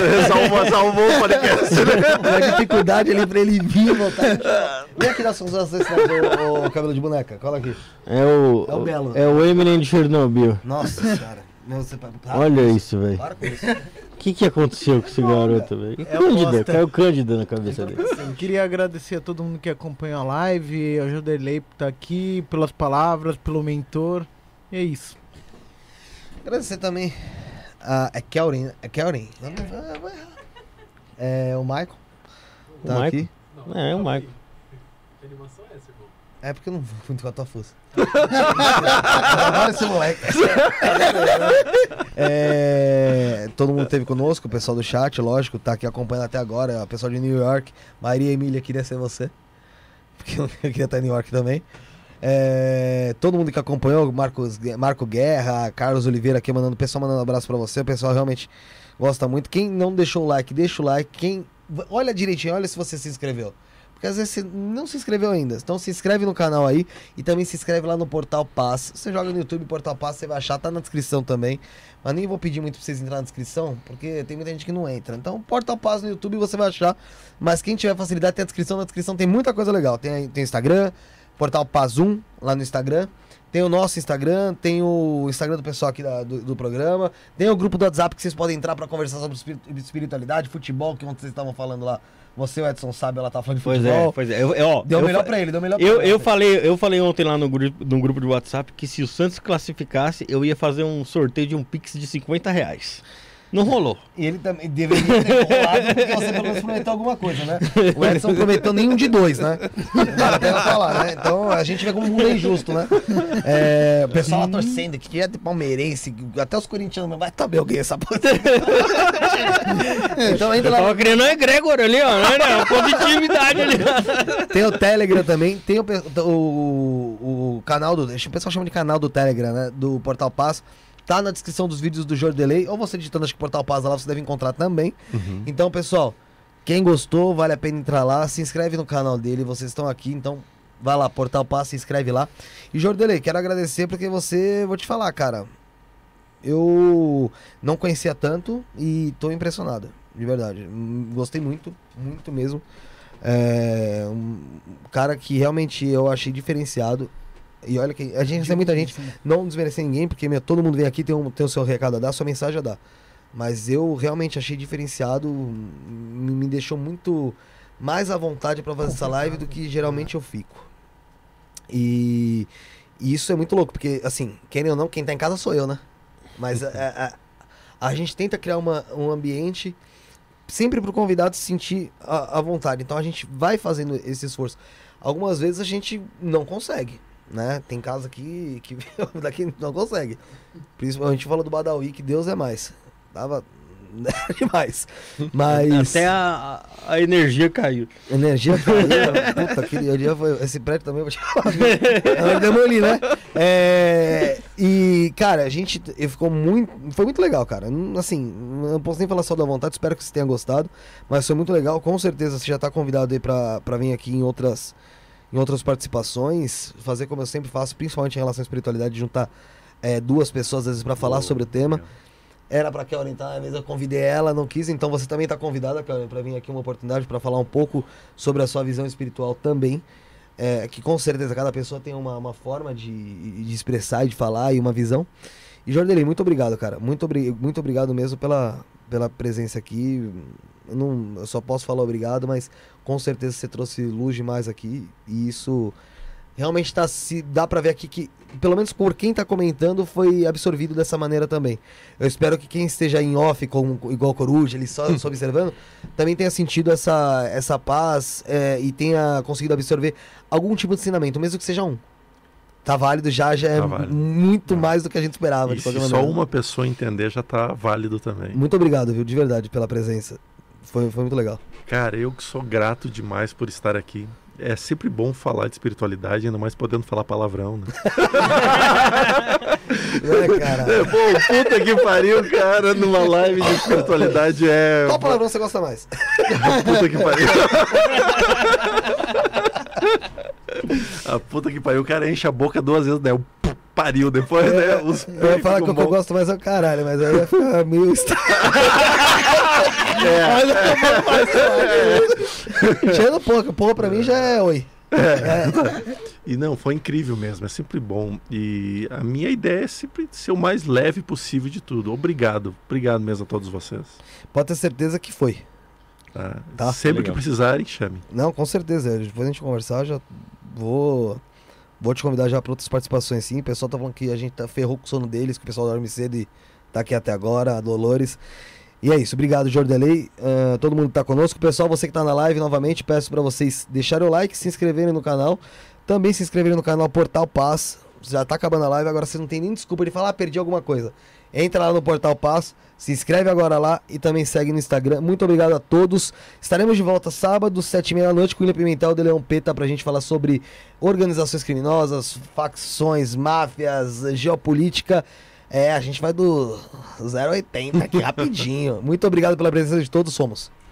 o podcast. Uma dificuldade ali pra ele vir e voltar. Vem aqui nas considerações o cabelo de boneca. Cola aqui. É o Belo. É o Eminem de Chernobyl. Nossa, cara. Olha isso, velho. Para com isso. O que aconteceu com esse garoto, velho? Caiu Cândida na cabeça dele. Queria agradecer a todo mundo que acompanhou a live, ao Jordelei por estar aqui, pelas palavras, pelo mentor. E é isso. Agradecer também a Kelrin. O Michael. O Tá Michael? aqui. É o Michael. Que animação é essa, irmão? É porque eu não vou muito com a tua força. Agora esse moleque. Todo mundo esteve conosco, o pessoal do chat, lógico, tá aqui acompanhando até agora. O pessoal de New York. Maria Emília queria ser você. Porque eu queria estar em New York também. Todo mundo que acompanhou, Marco Guerra, Carlos Oliveira aqui mandando, o pessoal mandando um abraço pra você. O pessoal realmente gosta muito. Quem não deixou o like, deixa o like. Olha direitinho, olha se você se inscreveu. Porque às vezes você não se inscreveu ainda. Então se inscreve no canal aí e também se inscreve lá no Portal Paz. Você joga no YouTube Portal Paz, você vai achar, tá na descrição também. Mas nem vou pedir muito pra vocês entrarem na descrição, porque tem muita gente que não entra. Então Portal Paz no YouTube você vai achar. Mas quem tiver facilidade tem a descrição. Na descrição tem muita coisa legal. Tem Instagram, Portal Paz 1 lá no Instagram. Tem o nosso Instagram, tem o Instagram do pessoal aqui do programa. Tem o grupo do WhatsApp que vocês podem entrar pra conversar sobre espiritualidade, futebol, que ontem vocês estavam falando lá. Você, o Edson, sabe, ela tá falando de futebol. Pois é. Deu melhor pra ele, Eu falei ontem lá no grupo de WhatsApp que se o Santos classificasse, eu ia fazer um sorteio de um Pix de R$50. Não rolou. E ele também deveria ter rolado, porque você pelo menos prometeu alguma coisa, né? O Edson não prometeu nenhum de dois, né? Até eu falar, né? Então a gente vê como um mundo é injusto, né? O pessoal lá torcendo, que é de palmeirense, até os corintianos, vai saber alguém essa porra. Então ainda lá. Eu tava criando um egrégor ali, ó. Né? Positividade ali. Tem o Telegram também, tem o canal do. O pessoal chama de canal do Telegram, né? Do Portal Paz. Tá na descrição dos vídeos do Jordelei, ou você digitando, acho que Portal Paz lá, você deve encontrar também. Então, pessoal, Quem gostou, vale a pena entrar lá, se inscreve no canal dele, vocês estão aqui, então vai lá, Portal Pass, se inscreve lá. E Jordelei, quero agradecer porque vou te falar, cara, eu não conhecia tanto e tô impressionado, de verdade. Gostei muito, muito mesmo. Um cara que realmente eu achei diferenciado. E olha que a gente tem muita gente, não desmerecer ninguém, porque todo mundo vem aqui, tem o seu recado a dar, sua mensagem a dar. Mas eu realmente achei diferenciado, me deixou muito mais à vontade para fazer essa live do que geralmente eu fico. E isso é muito louco, porque assim, querendo ou não, quem tá em casa sou eu, né? Mas a gente tenta criar um ambiente sempre pro convidado se sentir à vontade. Então a gente vai fazendo esse esforço. Algumas vezes a gente não consegue, né? Tem casa que daqui não consegue. Principalmente a gente fala do Badawi, que Deus é mais. Tava demais. Mas Até a energia caiu. energia caiu. Puta, aquele dia foi. Esse prédio também, eu vou te falar. Eu demoli, né? E, cara, a gente ficou muito. Foi muito legal, cara. Assim, não posso nem falar só da vontade, espero que você tenha gostado. Mas foi muito legal. Com certeza você já tá convidado aí pra vir aqui em outras participações. Fazer como eu sempre faço, principalmente em relação à espiritualidade, juntar duas pessoas às vezes pra falar sobre o tema. Era pra Kelly entrar, às vezes eu convidei ela, não quis, então você também tá convidada, Kelly, pra vir aqui uma oportunidade pra falar um pouco sobre a sua visão espiritual também. Que com certeza cada pessoa tem uma forma de expressar e de falar e uma visão. E Jordelei, muito obrigado, cara. Muito obrigado mesmo pela presença aqui. Eu só posso falar obrigado, mas com certeza você trouxe luz demais aqui. E isso realmente dá pra ver aqui que, pelo menos por quem tá comentando, foi absorvido dessa maneira também. Eu espero que quem esteja em off, igual Coruja, ele só observando, também tenha sentido essa paz e tenha conseguido absorver algum tipo de ensinamento, mesmo que seja um. Tá válido, já é válido. Muito mais do que a gente esperava. E de se qualquer só maneira. uma pessoa entender, já tá válido também. Muito obrigado, viu, de verdade, pela presença. Foi muito legal. Cara, eu que sou grato demais por estar aqui. É sempre bom falar de espiritualidade, ainda mais podendo falar palavrão, né? Cara. Pô, puta que pariu, cara, numa live de espiritualidade Qual palavrão você gosta mais? Puta que pariu. A puta que pariu, o cara enche a boca 2 vezes, né? O pariu depois, né? Eu ia falar que o que eu gosto mais é o caralho, mas aí ia ficar meio Tirando porra pra mim já é oi. E não, foi incrível mesmo, é sempre bom. E a minha ideia é sempre ser o mais leve possível de tudo. Obrigado mesmo a todos vocês. Pode ter certeza que foi. Tá? Sempre legal. que precisarem, chame. Não, com certeza. Depois a gente conversar, já vou te convidar já para outras participações, sim. O pessoal tá falando que a gente ferrou com o sono deles, que o pessoal dorme cedo e tá aqui até agora, a Dolores. E é isso, obrigado, Jordelei. Todo mundo que tá conosco. Pessoal, você que tá na live, novamente, peço para vocês deixarem o like, se inscreverem no canal. Também se inscreverem no canal Portal Pass. Já tá acabando a live, agora você não tem nem desculpa de falar, perdi alguma coisa. Entra lá no Portal Pass, se inscreve agora lá e também segue no Instagram. Muito obrigado a todos. Estaremos de volta sábado, 7h30 da noite, com o William Pimentel de Leão Peta, pra gente falar sobre organizações criminosas, facções, máfias, geopolítica. A gente vai do 0 a 80 aqui rapidinho. Muito obrigado pela presença de todos, somos.